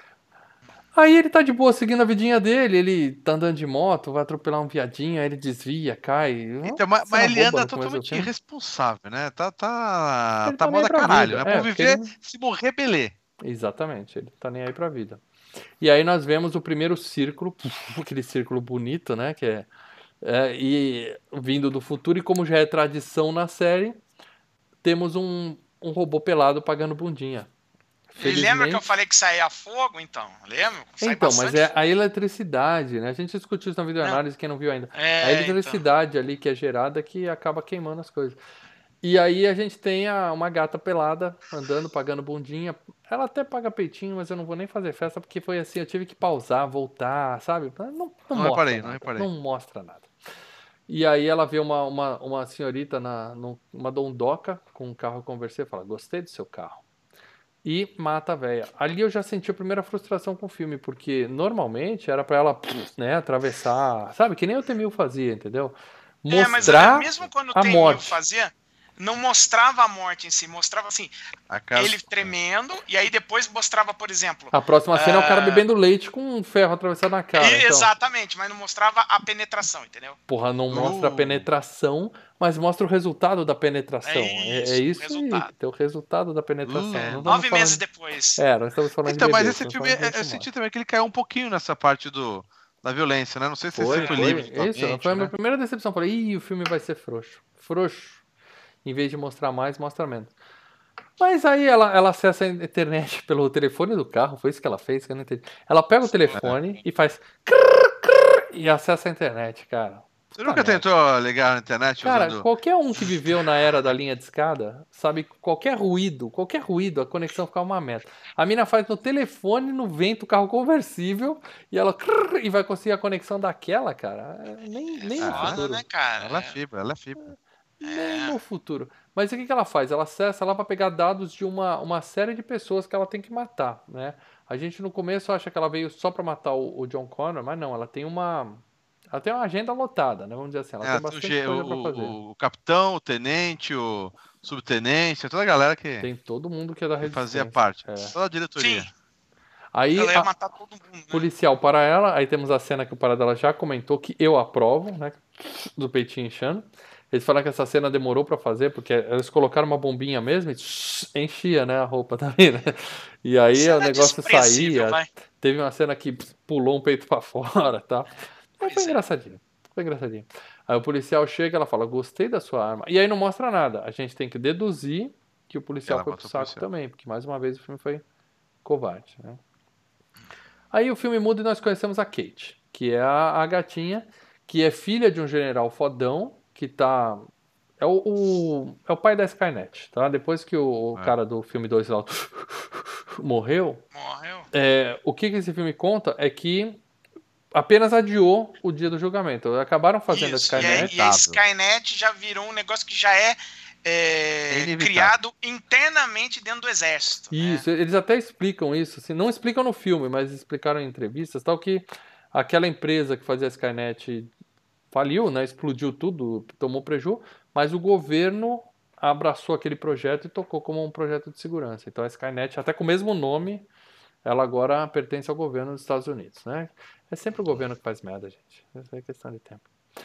Aí ele tá de boa seguindo a vidinha dele, ele tá andando de moto, vai atropelar um viadinho, aí ele desvia, cai. Então, mas, Cena mas ele boba anda no começo do totalmente filme. irresponsável, né? Tá, tá, Ele tá tá nem aí moda pra caralho, vida. né? É, Por porque viver, ele- se morrer, beleza. Exatamente, ele tá nem aí pra vida. E aí nós vemos o primeiro círculo, aquele círculo bonito, né? Que é, é, e vindo do futuro, e como já é tradição na série, temos um, um robô pelado pagando bundinha. E lembra que eu Felizmente- falei que saía fogo, então? Lembra? Sai Então, mas bastante é fogo. a eletricidade, né? A gente discutiu isso na videoanálise, quem não viu ainda. É, A eletricidade ali que é gerada que acaba queimando as coisas. E aí a gente tem a- uma gata pelada andando, pagando bundinha. Ela até paga peitinho, mas eu não vou nem fazer festa porque foi assim, eu tive que pausar, voltar, sabe? Não, não, Não mostra reparei, nada, não reparei. não mostra nada. E aí ela vê uma, uma, uma senhorita, na, num- uma dondoca com um carro conversei e fala, gostei do seu carro. E mata a véia. Ali eu já senti a primeira frustração com o filme, porque normalmente era pra ela, pff, né, atravessar, sabe? Que nem o Temil fazia, entendeu? É, mas Mostrar olha, mesmo quando o a Temil morte. fazia, não mostrava a morte em si, mostrava assim, A cara- ele tremendo, e aí depois mostrava, por exemplo. A próxima cena é o cara Ah. bebendo leite com um ferro atravessado na cara. e- Então, Exatamente, mas não mostrava a penetração, entendeu? porra, não mostra a Uh. penetração, mas mostra o resultado da penetração. É, É é isso, isso o aí, resultado. tem o resultado da penetração. Uh. Não vamos Nove falar meses de- depois. É, nós estamos falando Então, de mas bebê, esse estamos filme, falando de eu gente senti morta. também que ele caiu um pouquinho nessa parte do, da violência, né? Não sei se Foi, você foi, foi. livre Isso, totalmente, foi a né? minha primeira decepção. Falei, ih, o filme vai ser frouxo. Frouxo. Em vez de mostrar mais, mostra menos. Mas aí ela, ela acessa a internet pelo telefone do carro, foi isso que ela fez, que eu não entendi. Ela pega o telefone e faz crrr, crrr, e acessa a internet, cara. Você nunca Puta merda. tentou ligar na internet Cara, usando... qualquer um que viveu na era da linha de escada, sabe, que qualquer ruído, qualquer ruído, a conexão fica uma meta. A mina faz no telefone, no vento, carro conversível, e ela crrr, e vai conseguir a conexão daquela, cara. É, Nem, nem no Ah, Foda, futuro. né, cara? Ela é fibra, ela é fibra. Nem no futuro. Mas o que, que ela faz? Ela acessa lá para pegar dados de uma, uma série de pessoas que ela tem que matar, né? A gente no começo acha que ela veio só para matar o, o John Connor, mas não, ela tem uma ela tem uma agenda lotada, né? Vamos dizer assim, ela É, tem tem o, bastante G- coisa o- para fazer. o- o capitão, o tenente, o subtenente, toda a galera que, Tem todo mundo que é da que resistência. fazia parte. É. Toda a diretoria. Sim, Aí ela ia a matar todo mundo, né? policial para ela, aí temos a cena que o Paradela já comentou que eu aprovo, né? Do peitinho inchando. Eles falaram que essa cena demorou pra fazer, porque eles colocaram uma bombinha mesmo e enchia, né, a roupa, tá vendo? E aí Cena o negócio desprezível, saía. vai. Teve uma cena que pulou um peito pra fora, tá? Mas foi Pois é. engraçadinho. Foi engraçadinho. Aí o policial chega, ela fala: "Gostei da sua arma". E aí não mostra nada. A gente tem que deduzir que o policial Ela foi pro matou o saco policial. também, porque mais uma vez o filme foi covarde, né? Aí o filme muda e nós conhecemos a Kate, que é a, a gatinha, que é filha de um general fodão, que tá. É o, o- é o pai da Skynet, tá? Depois que o É. cara do filme dois lá morreu, Morreu. é, o que, que esse filme conta é que apenas adiou o dia do julgamento. Acabaram fazendo Isso. a E, aí- Skynet. e a Skynet já virou um negócio que já é, é, É inevitável. criado internamente dentro do exército. né? Isso, eles até explicam isso, assim, não explicam no filme, mas explicaram em entrevistas, tal que aquela empresa que fazia a Skynet faliu, né, explodiu tudo, tomou prejuízo, mas o governo abraçou aquele projeto e tocou como um projeto de segurança. Então a Skynet, até com o mesmo nome, ela agora pertence ao governo dos Estados Unidos, né? É sempre o governo que faz merda, gente. Essa é questão de tempo.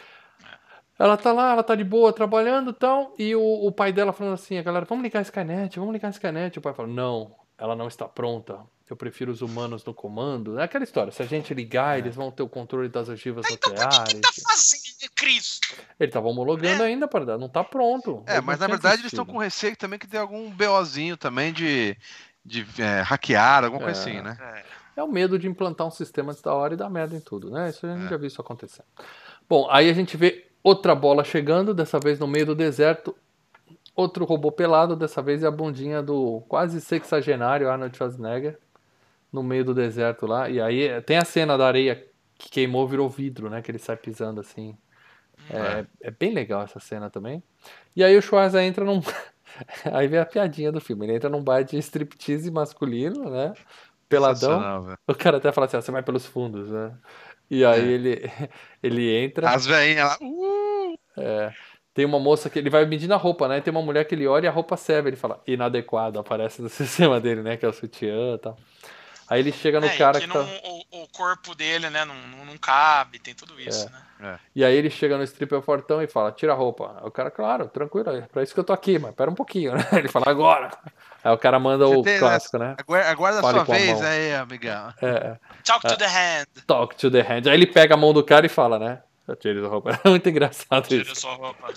Ela tá lá, ela tá de boa, trabalhando e tal, e o, o pai dela falando assim, a galera, vamos ligar a Skynet, vamos ligar a Skynet. O pai fala, não, ela não está pronta. Eu prefiro os humanos no comando. É aquela história, se a gente ligar, é. eles vão ter o controle das ogivas então, nucleares. Então, o que, que tá fazendo, Cristo? Ele tava homologando é. ainda, para não tá pronto. É, mas na verdade assistido. Eles estão com receio também que tem algum BOzinho também de, de é, hackear, alguma é. coisa assim, né? É. é o medo de implantar um sistema antes da hora e dar merda em tudo, né? Isso a gente é. já viu isso acontecer. Bom, aí a gente vê outra bola chegando, dessa vez no meio do deserto. Outro robô pelado, dessa vez é a bundinha do quase sexagenário Arnold Schwarzenegger. No meio do deserto lá, e aí tem a cena da areia que queimou, virou vidro, né, que ele sai pisando assim, é, é. é bem legal essa cena também. E aí o Schwarza entra num aí vem a piadinha do filme, ele entra num bar de striptease masculino, né, peladão, o cara até fala assim, ah, você vai pelos fundos, né, e aí é. ele, ele entra, as velhinhas lá, uh! é, tem uma moça que ele vai medindo a roupa, né, tem uma mulher que ele olha e a roupa serve, ele fala, inadequado, aparece no sistema dele, né, que é o sutiã e tal. Aí ele chega no é, cara que, que não, tá... o, o corpo dele, né, não, não, não cabe, tem tudo isso, é. né? É. E aí ele chega no stripper fortão e fala, tira a roupa. Aí o cara, claro, tranquilo, é pra isso que eu tô aqui, mas pera um pouquinho, né? Ele fala, agora! Aí o cara manda Você o tem, clássico, né? Aguarda, aguarda a sua vez a aí, amigão. É. Talk é. to the hand. Talk to the hand. Aí ele pega a mão do cara e fala, né? Tira a roupa. É muito engraçado tira isso. Tira sua roupa.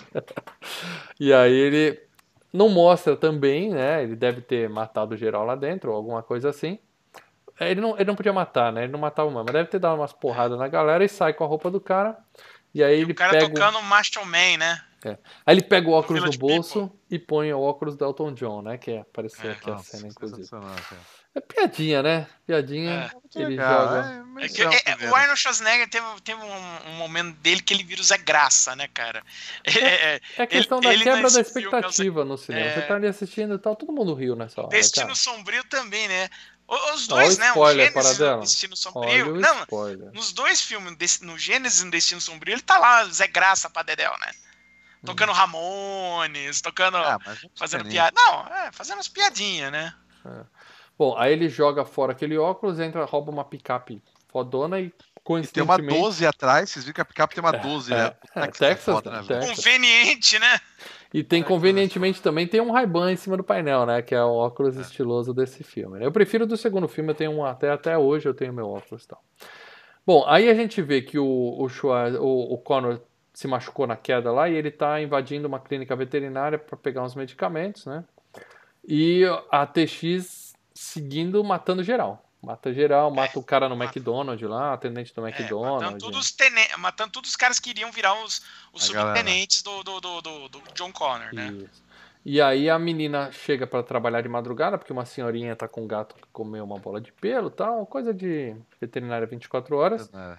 E aí ele não mostra também, né? Ele deve ter matado geral lá dentro, ou alguma coisa assim. Ele não, ele não podia matar, né? Ele não matava uma, mas deve ter dado umas porradas na galera e sai com a roupa do cara. E aí e ele o cara pega tocando o Macho Man, né? É. Aí ele pega o óculos no bolso People. e põe o óculos do Elton John, né? Que apareceu é, aqui nossa, a cena, inclusive. É piadinha, né? Piadinha. É. Ele legal, joga. É, é que, é, o Arnold Schwarzenegger teve, teve um, um momento dele que ele vira o Zé Graça, né, cara? É, é a questão ele, da quebra da expectativa no cinema. É... Você tá ali assistindo e tal, todo mundo riu nessa hora. Destino cara. Sombrio também, né? Os dois, Olha né? O spoiler, Gênesis para e Destino Sombrio. Olha não, spoiler. nos dois filmes, no Gênesis e no Destino Sombrio, ele tá lá, Zé Graça pra Dedéu, né? Tocando hum. Ramones, tocando. Ah, fazendo piada. Não, é, fazendo umas piadinhas, né? É. Bom, aí ele joga fora aquele óculos, entra, rouba uma picape fodona e coincidentemente... E tem uma doze atrás, vocês viram que a picape tem uma doze, é, né? É, é, Texas, é foda, né, Texas. Conveniente, né? E tem, convenientemente, também tem um Ray-Ban em cima do painel, né? Que é o óculos é. estiloso desse filme. Eu prefiro do segundo filme, eu tenho um, até, até hoje eu tenho meu óculos e tal. Bom, aí a gente vê que o, o, Schwarz, o, o Connor se machucou na queda lá e ele tá invadindo uma clínica veterinária para pegar uns medicamentos, né? E a T X seguindo, matando geral. Mata geral, mata é, o cara no mata. McDonald's lá, atendente do McDonald's. É, matando, todos tenen... matando todos os caras que iriam virar os, os subtenentes do, do, do, do, do John Connor, né? Isso. E aí a menina chega para trabalhar de madrugada, porque uma senhorinha tá com um gato que comeu uma bola de pelo e tal, coisa de veterinária vinte e quatro horas. É.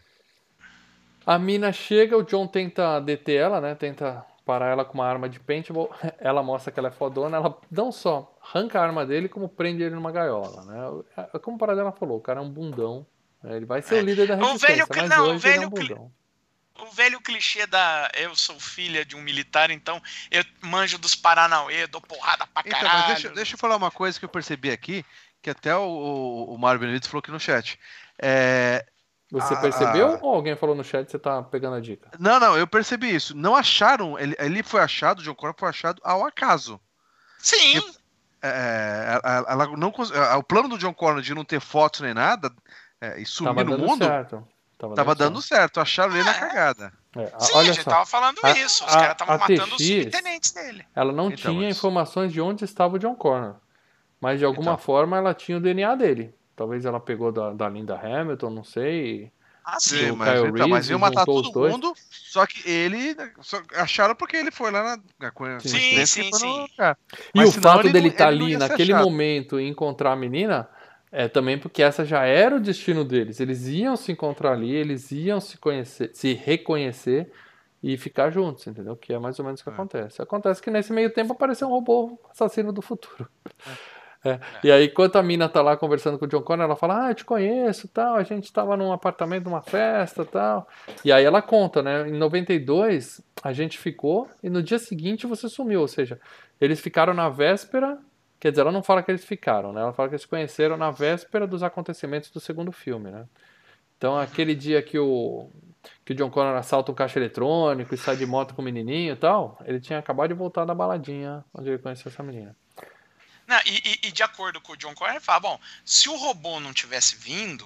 A mina chega, o John tenta deter ela, né? Tenta parar ela com uma arma de paintball. Ela mostra que ela é fodona, ela não só arranca a arma dele, como prende ele numa gaiola, né? Como o Paradela falou, o cara é um bundão. Né? Ele vai ser é. o líder da resistência, o velho, mas não, hoje o velho ele é um bundão. O velho clichê da eu sou filha de um militar, então eu manjo dos Paranauê, dou porrada pra caralho. Então, mas deixa, deixa eu falar uma coisa que eu percebi aqui, que até o, o Mário Benevides falou aqui no chat. É, Você a, percebeu a... ou alguém falou no chat e você tá pegando a dica? Não, não, eu percebi isso. Não acharam, ele, ele foi achado, o John Connor foi achado ao acaso. Sim. Porque, é, ela, ela não, o plano do John Connor de não ter fotos nem nada é, e sumir Tava no dando mundo... Certo. Tava, tava dando certo, certo. Acharam ele é. na cagada. É, Sim, olha a gente só. tava falando a, isso. Os caras estavam matando os subtenentes dele. Ela não então, tinha mas... informações de onde estava o John Connor. Mas de alguma então. forma ela tinha o D N A dele. Talvez ela pegou da, da Linda Hamilton, não sei. Ah, sim. Mas, Kyle então, Reeves, mas iam matar todo mundo, só que ele... Só acharam porque ele foi lá na... na sim, sim, sim. No... E o fato dele estar tá ali naquele momento e encontrar a menina... É também porque essa já era o destino deles. Eles iam se encontrar ali, eles iam se conhecer, se reconhecer e ficar juntos, entendeu? Que é mais ou menos o que é. acontece. Acontece que nesse meio tempo apareceu um robô assassino do futuro. É. É. E aí, enquanto a mina tá lá conversando com o John Connor, ela fala, ah, eu te conheço, tal, a gente tava num apartamento, numa festa, tal. E aí ela conta, né? Em noventa e dois, a gente ficou e no dia seguinte você sumiu, ou seja, Eles ficaram na véspera, quer dizer, ela não fala que eles ficaram, né? Ela fala que eles se conheceram na véspera dos acontecimentos do segundo filme, né? Então, aquele dia que o, que o John Connor assalta um caixa eletrônico e sai de moto com o menininho e tal, ele tinha acabado de voltar da baladinha onde ele conheceu essa menina. Não, e, e, e de acordo com o John Connor, ele fala, bom, se o robô não tivesse vindo,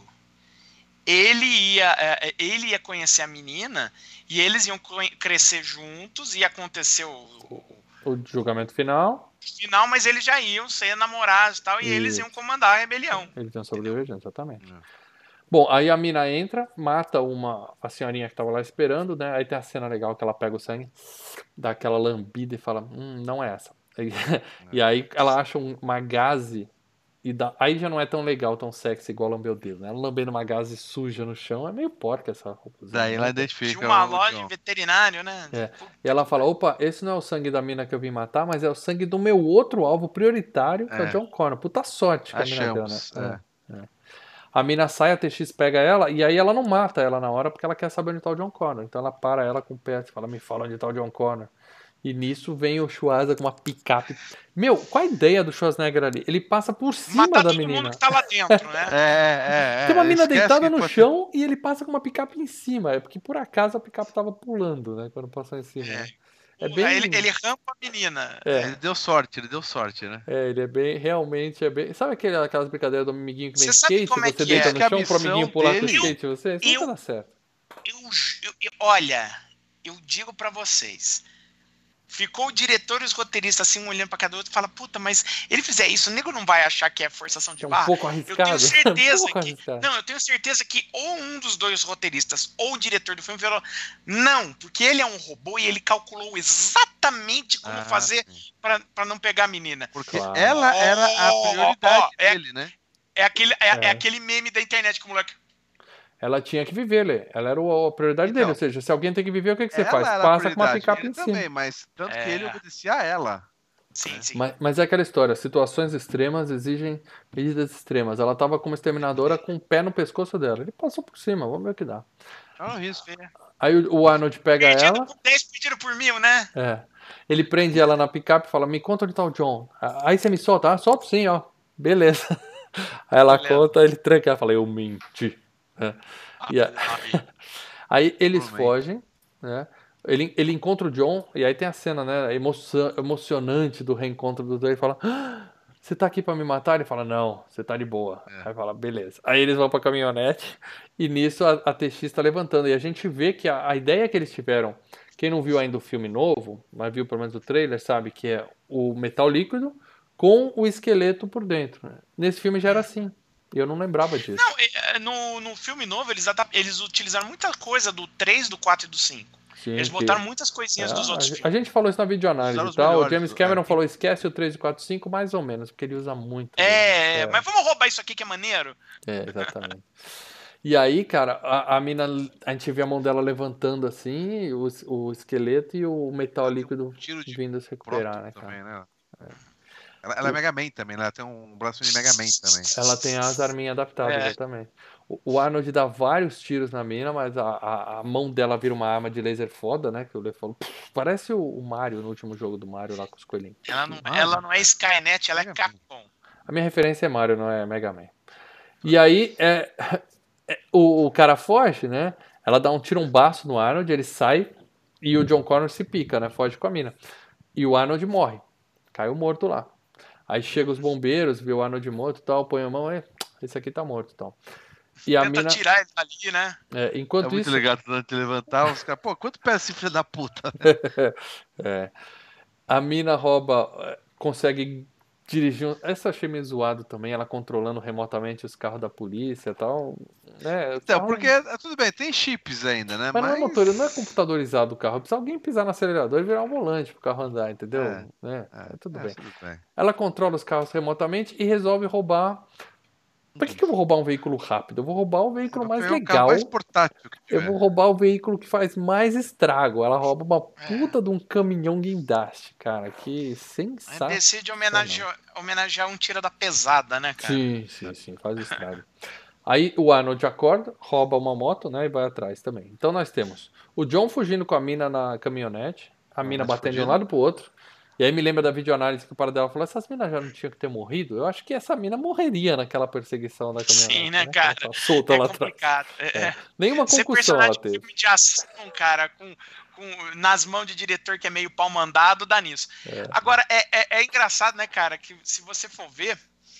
ele ia, ele ia conhecer a menina e eles iam crescer juntos, ia acontecer o, o, o julgamento final. final, mas eles já iam ser namorados e tal, e Isso. eles iam comandar a rebelião. Eles iam sobreviver, exatamente. É. Bom, aí a mina entra, mata uma a senhorinha que tava lá esperando, né? Aí tem a cena legal que ela pega o sangue, dá aquela lambida e fala, hum, não é essa. E, é. e aí ela acha um, uma gaze, e dá, aí já não é tão legal, tão sexy igual lamber o dedo, né? Ela lambendo uma gaze suja no chão, é meio porca essa roupa. Daí ela identifica. De uma loja de veterinário, né? É. E ela fala, opa, esse não é o sangue da mina que eu vim matar, mas é o sangue do meu outro alvo prioritário, que é, é o John Connor. Puta sorte que a mina deu, né? É. É. A mina sai, a T X pega ela, e aí ela não mata ela na hora, porque ela quer saber onde tá o John Connor. Então ela para ela com o pé, fala, me fala onde tá o John Connor. E nisso vem o Schwarzenegger com uma picape. Meu, qual a ideia do Schwarzenegger ali? Ele passa por cima Mata da todo menina. mundo que tá lá dentro, né? é, é, é. Tem uma mina Esquece deitada no pode... chão e ele passa com uma picape em cima. É porque por acaso a picape tava pulando, né? Quando passou em cima. É. Né? É bem... ele, ele rampa a menina. É. Ele deu sorte, ele deu sorte, né? É, ele é bem, realmente é bem... Sabe aquele, aquelas brincadeiras do amiguinho que vem Você sabe skate? como é Você que deita é? no Que a chão pro amiguinho pular dele- com o skate você? Isso Eu- nunca dá certo. Eu, eu- eu- olha, eu digo pra vocês. Ficou o diretor e os roteiristas assim, um olhando pra cada outro e fala, puta, mas ele fizer isso, o nego não vai achar que é forçação de É um barra? pouco Eu arriscado. tenho certeza um pouco que. arriscado. Não, eu tenho certeza que ou um dos dois roteiristas ou o diretor do filme falou, não, porque ele é um robô e ele calculou exatamente como Ah, fazer sim. pra, pra não pegar a menina. Porque Claro. ela era a Ó, prioridade ó, é- dele, né? É aquele, é, É. é aquele meme da internet que o moleque. Ela tinha que viver, Lê. Ela era o- a prioridade Então, dele. Ou seja, se alguém tem que viver, o que, que você ela faz? era a Passa com uma prioridade, picape ele em cima. também, mas tanto que É. ele obedecia a ela. Sim, sim. Mas, mas é aquela história, situações extremas exigem medidas extremas. Ela tava como exterminadora com o pé no pescoço dela. Ele passou por cima, vamos ver o que dá. É um risco. Aí o, o Arnold pega Perdido ela, por dez, pedido por mil, né? é, ele prende ela na picape e fala, me conta onde tá o John. Aí você me solta? Ah, solto sim, ó. Beleza. Aí ela Beleza. conta, ele tranca, ela fala, eu menti. É. E a- Ai, Aí eles Provavelmente. fogem, né? Ele, ele encontra o John, e aí tem a cena, né, emocio- emocionante do reencontro dos dois. Ele fala, "Ah, você tá aqui pra me matar?" Ele fala, não, você tá de boa. É. Aí fala, beleza. Aí eles vão pra caminhonete, e nisso a, a T X tá levantando. E a gente vê que a, a ideia que eles tiveram, quem não viu ainda o filme novo, mas viu pelo menos o trailer, sabe que é o metal líquido com o esqueleto por dentro. Né? Nesse filme já era assim. E eu não lembrava disso. Não, é, é, no, no filme novo, eles, adap- eles utilizaram muita coisa do três, do quatro e do cinco. Sim, Eles que- botaram muitas coisinhas Ah, dos outros a gente- filmes. A gente falou isso na videoanálise Usaram e os tal. O melhores James do- Cameron é. falou, esquece o três, o quatro, o cinco, mais ou menos, porque ele usa muito. É, É, mas vamos roubar isso aqui que é maneiro? é, exatamente. E aí, cara, a, a mina, a gente vê a mão dela levantando assim, o, o esqueleto e o metal líquido tiro de vindo se Pronto recuperar, né, cara? também, né? Ela, ela é Mega Man também, né? Ela tem um braço de Mega Man também. Ela tem as arminhas adaptadas, É. exatamente. O, o Arnold dá vários tiros na mina, mas a, a, a mão dela vira uma arma de laser foda, né? Que o Lê falou. "Pff, parece o, o Mario no último jogo do Mario lá com os coelhinhos." Ela não, Ah, ela não é Skynet, ela é Mega Man. Capcom. A minha referência é Mario, não é Mega Man. E aí, é, é, o, o cara foge, né? Ela dá um tirombaço no Arnold, ele sai e o John Connor se pica, né? Foge com a mina. E o Arnold morre. Caiu morto lá. Aí chega os bombeiros, vê o Arnold morto e tal, põe a mão, e esse aqui tá morto e tal. E a Tenta mina, tirar ele dali, né? é, É enquanto muito isso, legal tu te levantar, os caras, pô, quanto pesa esse filho da puta? é, a mina rouba, é, consegue dirigir. um- Essa eu achei meio zoado também, ela controlando remotamente os carros da polícia e tal. É, o Então, carro- porque, é, tudo bem, tem chips ainda, né? Mas não é motor, não é computadorizado o carro. Precisa alguém pisar no acelerador e virar um volante pro carro andar, entendeu? É, É, É, é, tudo é, bem. tudo bem. Ela controla os carros remotamente e resolve roubar. Pra que, que eu vou roubar um veículo rápido? Eu vou roubar o veículo mais É o carro legal. mais portátil que Eu tiver. vou roubar o veículo que faz mais estrago. Ela rouba uma É. puta de um caminhão guindaste, cara. Que Aí sensacional. decide homenagear, homenagear um tira da pesada, né, cara? Sim, sim, sim, faz estrago. Aí o Arnold acorda, rouba uma moto, né, e vai atrás também. Então nós temos o John fugindo com a mina na caminhonete, a mina Arnold batendo de um fugindo. lado pro outro, E aí me lembra da videoanálise que o Paradela falou, essas minas já não tinham que ter morrido? Eu acho que essa mina morreria naquela perseguição da caminhonete. Sim, né, né? cara? Ela tá solta É lá atrás. complicado. É. É. Nenhuma Ser concussão ela personagem de teve. filme de ação, cara, com, com, nas mãos de diretor que é meio pau mandado, dá nisso. É. Agora, é, é, é engraçado, né, cara, que se você for ver,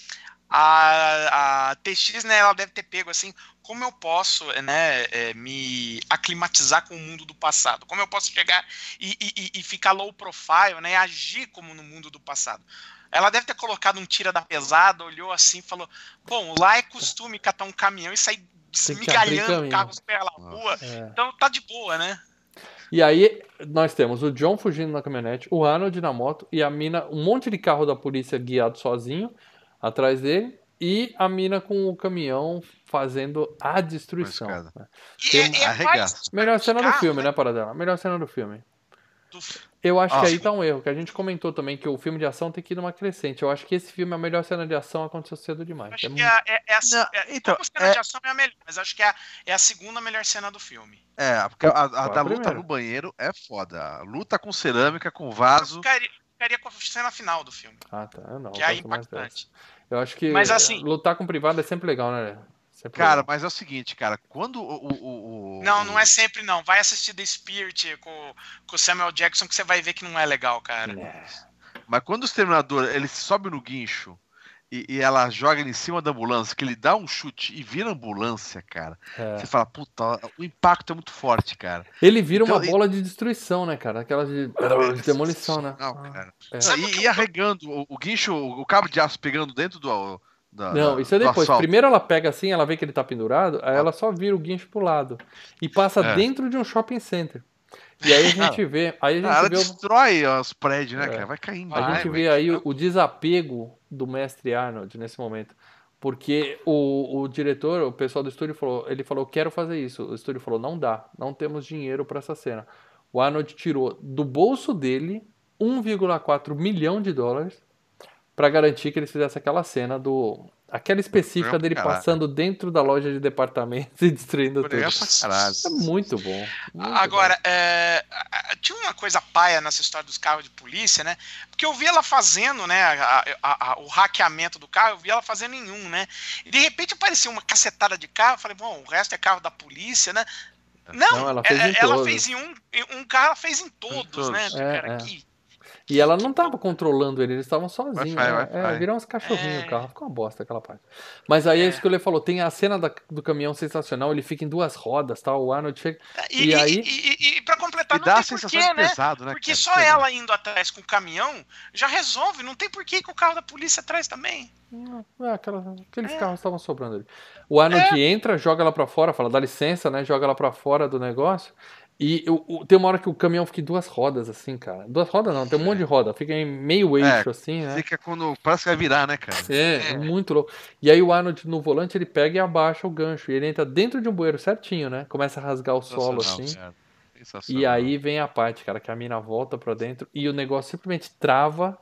a, a T X, né, ela deve ter pego, assim, como eu posso, né, é, me aclimatizar com o mundo do passado? Como eu posso chegar e, e, e ficar low profile, né, e agir como no mundo do passado? Ela deve ter colocado um tira da pesada, olhou assim e falou, bom, lá é costume catar um caminhão e sair desmigalhando carros pela rua, É. então tá de boa, né? E aí nós temos o John fugindo na caminhonete, o Arnold na moto e a mina, um monte de carro da polícia guiado sozinho atrás dele e a mina com o caminhão fazendo a destruição. Mas, né? E Tem é, um- é arregaça. mais Melhor cena do carro, filme, né? né, Paradela? Melhor cena do filme. Do- Eu acho Ah, que aí sim. tá um erro, que a gente comentou também que o filme de ação tem que ir numa crescente. Eu acho que esse filme, a melhor cena de ação aconteceu cedo demais. Acho É que muito- é, a- é, é a, Não, é, então, como cena é- de ação é a melhor, mas acho que é a, é a segunda melhor cena do filme. É, porque a, a Qual a da luta primeira? no banheiro é foda. A luta com cerâmica, com Eu vaso. ficaria, ficaria com a cena final do filme, Ah, tá. Eu não. que eu é gosto mais dessa. impactante. Eu acho que Mas, assim- lutar com privado é sempre legal, né? Sempre Cara, legal. mas é o seguinte, cara, quando o. o, o Não, não é o- sempre não. Vai assistir The Spirit com, com o Samuel Jackson que você vai ver que não é legal, cara. É. Mas quando o Exterminador ele sobe no guincho e, e ela joga ele em cima da ambulância, que ele dá um chute e vira ambulância, cara, É. você fala, puta, o impacto é muito forte, cara. Ele vira uma Então, e- bola de destruição, né, cara? Aquela de, de demolição, né? Não, cara. É. Sabe o E, que e eu- arregando o, o guincho, o cabo de aço pegando dentro do. Da, Não, da- isso é do depois. asfalto. Primeiro ela pega assim, ela vê que ele tá pendurado, aí Ah. ela só vira o guincho pro lado. E passa É. dentro de um shopping center. E aí a gente vê. Aí a gente Ah, ela vê o- destrói os prédios, né, É. cara? Vai caindo. A Vai, gente vai. vê aí o, o desapego do mestre Arnold nesse momento. Porque o, o diretor, o pessoal do estúdio falou, ele falou, quero fazer isso. O estúdio falou, não dá, não temos dinheiro para essa cena. O Arnold tirou do bolso dele um vírgula quatro milhão de dólares para garantir que eles fizessem aquela cena do... Aquela específica dele Caralho. passando dentro da loja de departamentos e destruindo tudo. Legal pra caralho. É muito bom. muito Agora, é, a- a- tinha uma coisa paia nessa história dos carros de polícia, né? Porque eu vi ela fazendo, né? a- a- a- o hackeamento do carro, eu vi ela fazendo em um, né? E de repente apareceu uma cacetada de carro. Eu falei, bom, o resto é carro da polícia, né? Não, Não, ela fez é- em ela todos. fez em um, em um carro, ela fez em todos, todos. né? É, Cara, é. que- E ela não tava controlando ele, eles estavam sozinhos. Wi-Fi, né? Wi-Fi. É, viram uns cachorrinhos É. o carro, ficou uma bosta aquela parte. Mas aí é É. isso que o Lê falou: tem a cena da- do caminhão sensacional, ele fica em duas rodas, tal. O Arnold chega. E, E e, aí- e, e, e pra completar, E não dá a tem sensação porquê, de né? pesado, né? Porque cara? só Isso é ela indo atrás com o caminhão já resolve, não tem porquê que o carro da polícia atrás também. Não, é, aquela- aqueles É. carros estavam sobrando ali. O Arnold entra, joga ela pra fora, fala, dá licença, né? Joga ela pra fora do negócio. E o- o- tem uma hora que o caminhão fica em duas rodas, assim, cara. Duas rodas não, tem um monte de roda. Fica em meio eixo, assim, né? Fica quando. Parece que vai virar, né, cara? É, é muito louco. E aí o Arnold no volante ele pega e abaixa o gancho. E ele entra dentro de um bueiro certinho, né? Começa a rasgar o solo Sensacional, assim. cara. E Sensacional. aí vem a parte, cara, que a mina volta pra dentro e o negócio simplesmente trava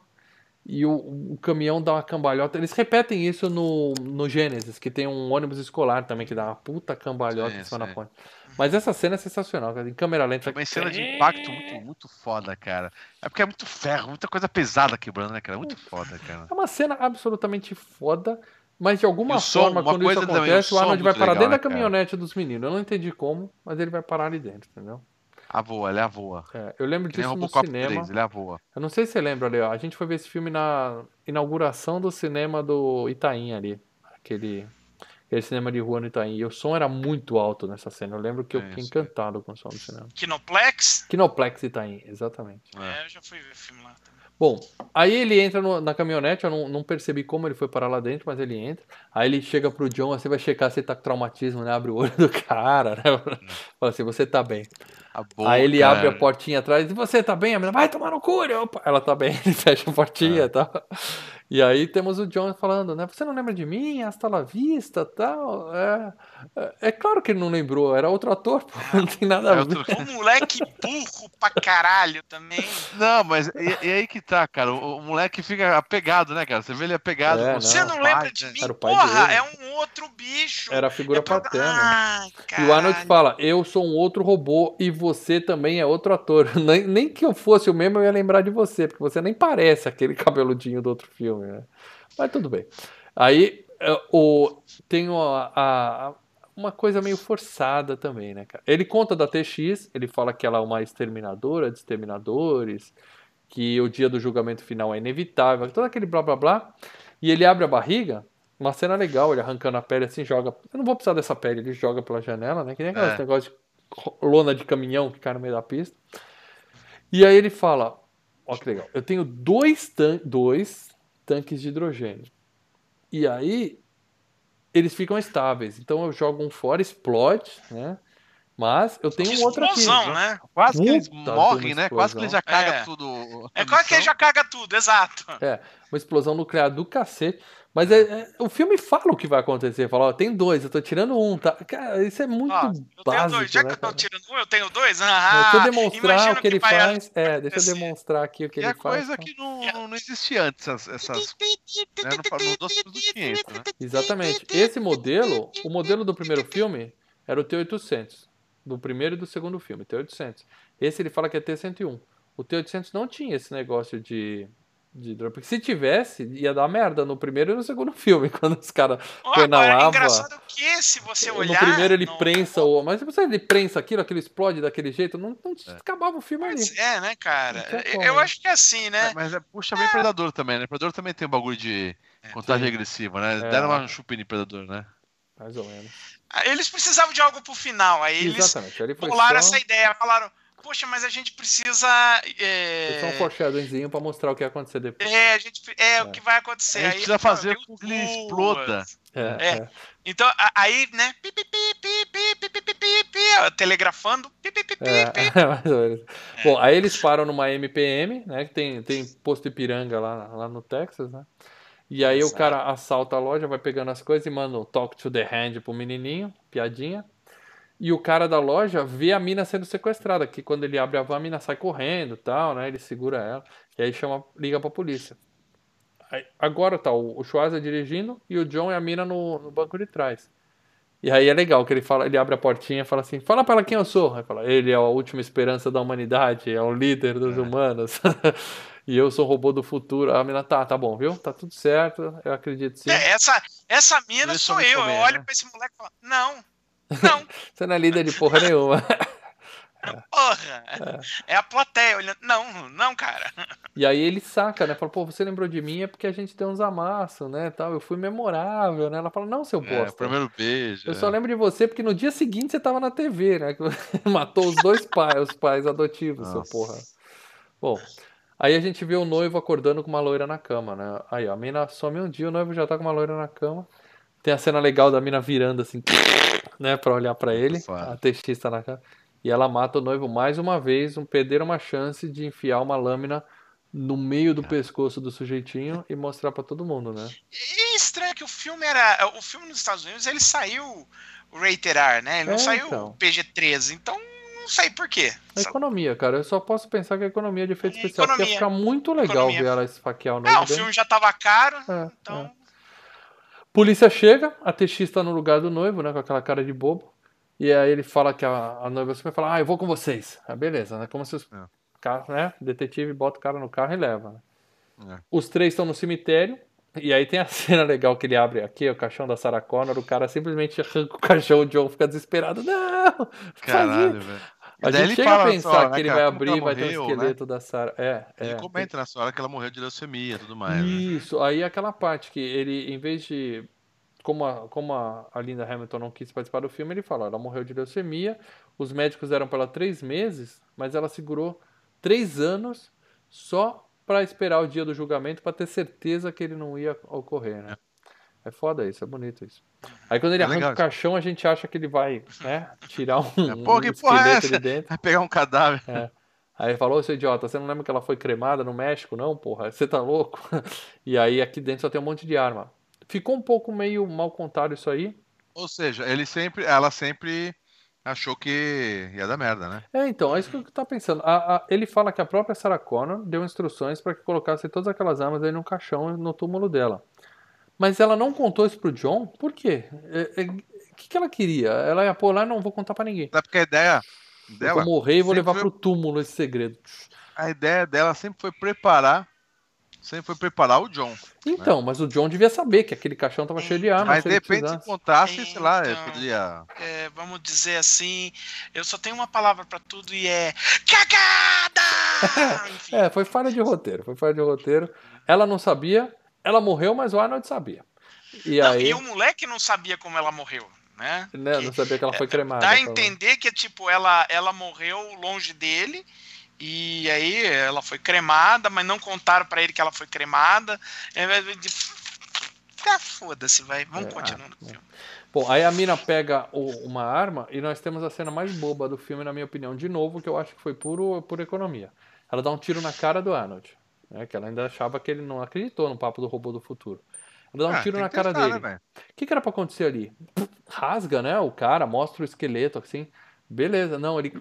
e o, o caminhão dá uma cambalhota. Eles repetem isso no, no Gênesis, que tem um ônibus escolar também que dá uma puta cambalhota Sim, em cima da sim. ponte. Mas essa cena é sensacional, cara. Em câmera lenta. É uma cena de impacto muito, muito foda, cara. É porque é muito ferro, muita coisa pesada quebrando, né, cara? Muito foda, cara. É uma cena absolutamente foda, mas de alguma E o som, forma, uma quando isso coisa também, acontece, o o som é Arnold vai muito parar legal, dentro né, da cara? caminhonete dos meninos. Eu não entendi como, mas ele vai parar ali dentro, entendeu? A voa, ele avoa. É, eu lembro Que nem disso no Robocop cinema. três, ele avoa. Eu não sei se você lembra, ali, ó. A gente foi ver esse filme na inauguração do cinema do Itaim ali. Aquele, aquele cinema de rua no Itaim. E o som era muito alto nessa cena. Eu lembro que eu Sim, fiquei sim. encantado com o som do cinema. Kinoplex? Kinoplex Itaim, exatamente. É, eu já fui ver filme lá também. Bom, aí ele entra no- na caminhonete, eu não, não percebi como ele foi parar lá dentro, mas ele entra. Aí ele chega pro John, assim, vai checar se ele tá com traumatismo, né? Abre o olho do cara, né? Fala assim, você tá bem. A boca, Aí ele abre a né? portinha atrás e você tá bem? A menina, vai tomar no cu, né? Opa. Ela tá bem, ele fecha a portinha e tal. E aí temos o John falando, né? Você não lembra de mim? Hasta la vista tal. É, é, é claro que ele não lembrou, era outro ator, pô, não tem nada É a outro- ver. O moleque burro pra caralho também. Não, mas e, e aí que tá, cara. O, o moleque fica apegado, né, cara? Você vê ele apegado. É, com não. o Você não pai, lembra de né? mim? Era o pai Porra, dele. é um outro bicho. Era a figura É pra- paterna. Ai, E o Arnold caralho. fala, eu sou um outro robô e você também é outro ator. Nem, nem que eu fosse o mesmo, eu ia lembrar de você, porque você nem parece aquele cabeludinho do outro filme, né? Mas tudo bem. Aí o, tem a, a, uma coisa meio forçada também, né, cara? Ele conta da T X, ele fala que ela é uma exterminadora de exterminadores, que o dia do julgamento final é inevitável, todo aquele blá blá blá. E ele abre a barriga, uma cena legal, ele arrancando a pele assim, joga. Eu não vou precisar dessa pele, ele joga pela janela, né? Que nem aqueles É. negócios de lona de caminhão que cai no meio da pista. E aí ele fala: ó, que legal, eu tenho dois, tan dois tanques de hidrogênio. E aí eles ficam estáveis. Então eu jogo um fora, explode, né? Mas eu tenho Que um outro aqui. explosão, né? Quase que eles Puta de morrem, uma né? Quase que ele já caga É. tudo. É quase que ele já caga tudo, exato. É, uma explosão nuclear do cacete. Mas é, é, o filme fala o que vai acontecer. Fala, ó, tem dois, eu tô tirando um, tá? Cara, isso é muito Ó, eu básico, tenho dois. Já né, que eu tô cara? tirando um, eu tenho dois. É, Ah, deixa eu demonstrar imagina o que ele vai faz. É, deixa eu acontecer. demonstrar aqui o que E ele é faz. coisa que não, não, não existia antes, essas. essas né? No, no dos filmes não tinha isso, né? Exatamente. Esse modelo, o modelo do primeiro filme era o T oitocentos. Do primeiro e do segundo filme, T oitocentos. Esse ele fala que é T cento e um. O T oitocentos não tinha esse negócio de, de drone. Porque se tivesse, ia dar merda no primeiro e no segundo filme. Quando os caras Ó, põem na agora, lava. engraçado que se você olhar... No primeiro ele no- prensa o. Mas se você ele prensa aquilo, aquilo explode daquele jeito, não, não É. acabava o filme ali. Pois é, né, cara? Não tinha Eu- como, Eu né? acho que é assim, né? Mas é, puxa bem Predador também, né? Predador também tem um bagulho de contagem Sim. regressiva, né? É. Deram uma chupinha em Predador, né? Mais ou menos. Eles precisavam de algo pro final, aí eles Exatamente. Ali foi bolaram só, essa ideia, falaram, poxa, mas a gente precisa... foi só um É, foreshadowingzinho pra mostrar o que ia acontecer depois. é, a gente, é, É. o que vai acontecer. A gente Aí, precisa ó, fazer veio com que ele duas. exploda. É, É. é. Então, a- aí, né, pi, pi, pi, pi, pi, pi, pi, pi, pi, pi, ó, telegrafando, pi, pi, pi, pi, É, pi. mais ou menos. Bom, aí eles param numa M P M, né? Que tem, tem posto Ipiranga lá, lá no Texas, né? E aí Exato. o cara assalta a loja, vai pegando as coisas e manda um talk to the hand pro menininho, piadinha. E o cara da loja vê a mina sendo sequestrada, que quando ele abre a van, a mina sai correndo e tal, né? Ele segura ela. E aí chama, liga pra polícia. Aí, agora tá o, o Schwarzer dirigindo e o John e a mina no, no banco de trás. E aí é legal que ele fala, ele abre a portinha e fala assim, fala pra ela quem eu sou. Aí fala, ele é a última esperança da humanidade, é o líder dos É. humanos. E eu sou o robô do futuro. A mina, tá, tá bom, viu? Tá tudo certo, eu acredito sim. É, essa, essa mina Por isso sou eu me eu. Eu comer, olho né? pra esse moleque e falo, não, não, Você não é líder de porra nenhuma. porra. É a plateia olhando, não, não, cara. E aí ele saca, né? Fala, pô, você lembrou de mim é porque a gente tem uns amassos, né? Tal. Eu fui memorável, né? Ela fala, não, seu É, o bosta. primeiro beijo. Eu é. só lembro de você porque no dia seguinte você tava na T V, né? Que você matou os dois pais, os pais adotivos, seu Nossa. porra. Bom, aí a gente vê o noivo acordando com uma loira na cama, né? Aí, ó, a mina some um dia, o noivo já tá com uma loira na cama. Tem a cena legal da mina virando assim, né? Pra olhar pra ele. foda. A T X tá na cama. E ela mata o noivo mais uma vez, um perder uma chance de enfiar uma lâmina no meio do pescoço do sujeitinho e mostrar pra todo mundo, né? E estranho que o filme era. O filme nos Estados Unidos ele saiu rated R, né? Ele não É, saiu então. P G treze, então não sei por quê. A economia, cara. Eu só posso pensar que a economia de efeito É, especial. Porque ia economia. ficar muito legal Economia. ver ela esfaquear o Ah, noivo o dele. filme já tava caro, É, então. é. Polícia chega, a T X tá no lugar do noivo, né? Com aquela cara de bobo. E aí ele fala que a, a noiva vai falar, ah, eu vou com vocês. Ah, beleza, né? Como se os É. carros, né? O detetive bota o cara no carro e leva. Né? É. Os três estão no cemitério. E aí tem a cena legal que ele abre aqui, o caixão da Sarah Connor, o cara simplesmente arranca o caixão, o John fica desesperado. Não! Caralho, velho. A E daí gente ele chega fala a só, pensar né, que ele cara, vai como que abrir e ela vai ter um morreu, né? esqueleto da Sarah. É, Ele é. comenta nessa hora que ela morreu de leucemia e tudo mais. Né? Isso, aí aquela parte que ele, em vez de. Como a, como a, a Linda Hamilton não quis participar do filme, ele fala: ela morreu de leucemia, os médicos deram para ela três meses, mas ela segurou três anos só para esperar o dia do julgamento para ter certeza que ele não ia ocorrer, né? É foda isso, é bonito isso. Aí quando ele É arranca legal o caixão, a gente acha que ele vai, né, tirar um, Pô, um que porra é esqueleto de essa? dentro. Vai pegar um cadáver. É. Aí ele falou, ô seu idiota, você não lembra que ela foi cremada no México? Não, porra, você tá louco? E aí aqui dentro só tem um monte de arma. Ficou um pouco meio mal contado isso aí. Ou seja, ele sempre, ela sempre achou que ia dar merda, né? É, então, é isso que eu tava pensando. A- a- ele fala que a própria Sarah Connor deu instruções para que colocasse todas aquelas armas aí num caixão no túmulo dela. Mas ela não contou isso pro John? Por quê? É, é, o que, que ela queria? Ela ia pôr lá e não vou contar pra ninguém. Até porque a ideia, Eu dela, vou morrer e vou sempre levar foi- pro túmulo esse segredo. a ideia dela sempre foi preparar, sempre foi preparar o John. Então, mas o John devia saber que aquele caixão tava cheio de arma, Mas se de ele repente, se precisasse. contasse, sei lá, Então, poderia. é, vamos dizer assim, eu só tenho uma palavra pra tudo e é cagada! Enfim, É, foi falha de roteiro, foi falha de roteiro. Ela não sabia, ela morreu, mas o Arnold sabia. E não, aí, e o moleque não sabia como ela morreu, né? né, Que- não sabia que ela foi cremada. Dá a falando. entender que tipo ela ela morreu longe dele e aí ela foi cremada, mas não contaram pra ele que ela foi cremada. É, de- Ah, foda-se, vai. Vamos É, continuando ah, com o filme. Bom, aí a mina pega o- uma arma e nós temos a cena mais boba do filme, na minha opinião, de novo, que eu acho que foi puro, por economia. Ela dá um tiro na cara do Arnold, né, que ela ainda achava que ele não acreditou no papo do robô do futuro. Ela dá um Ah, tiro tem na que cara testar, né, dele. velho? O que, que era pra acontecer ali? Rasga, né? O cara mostra o esqueleto assim. Beleza, não, ele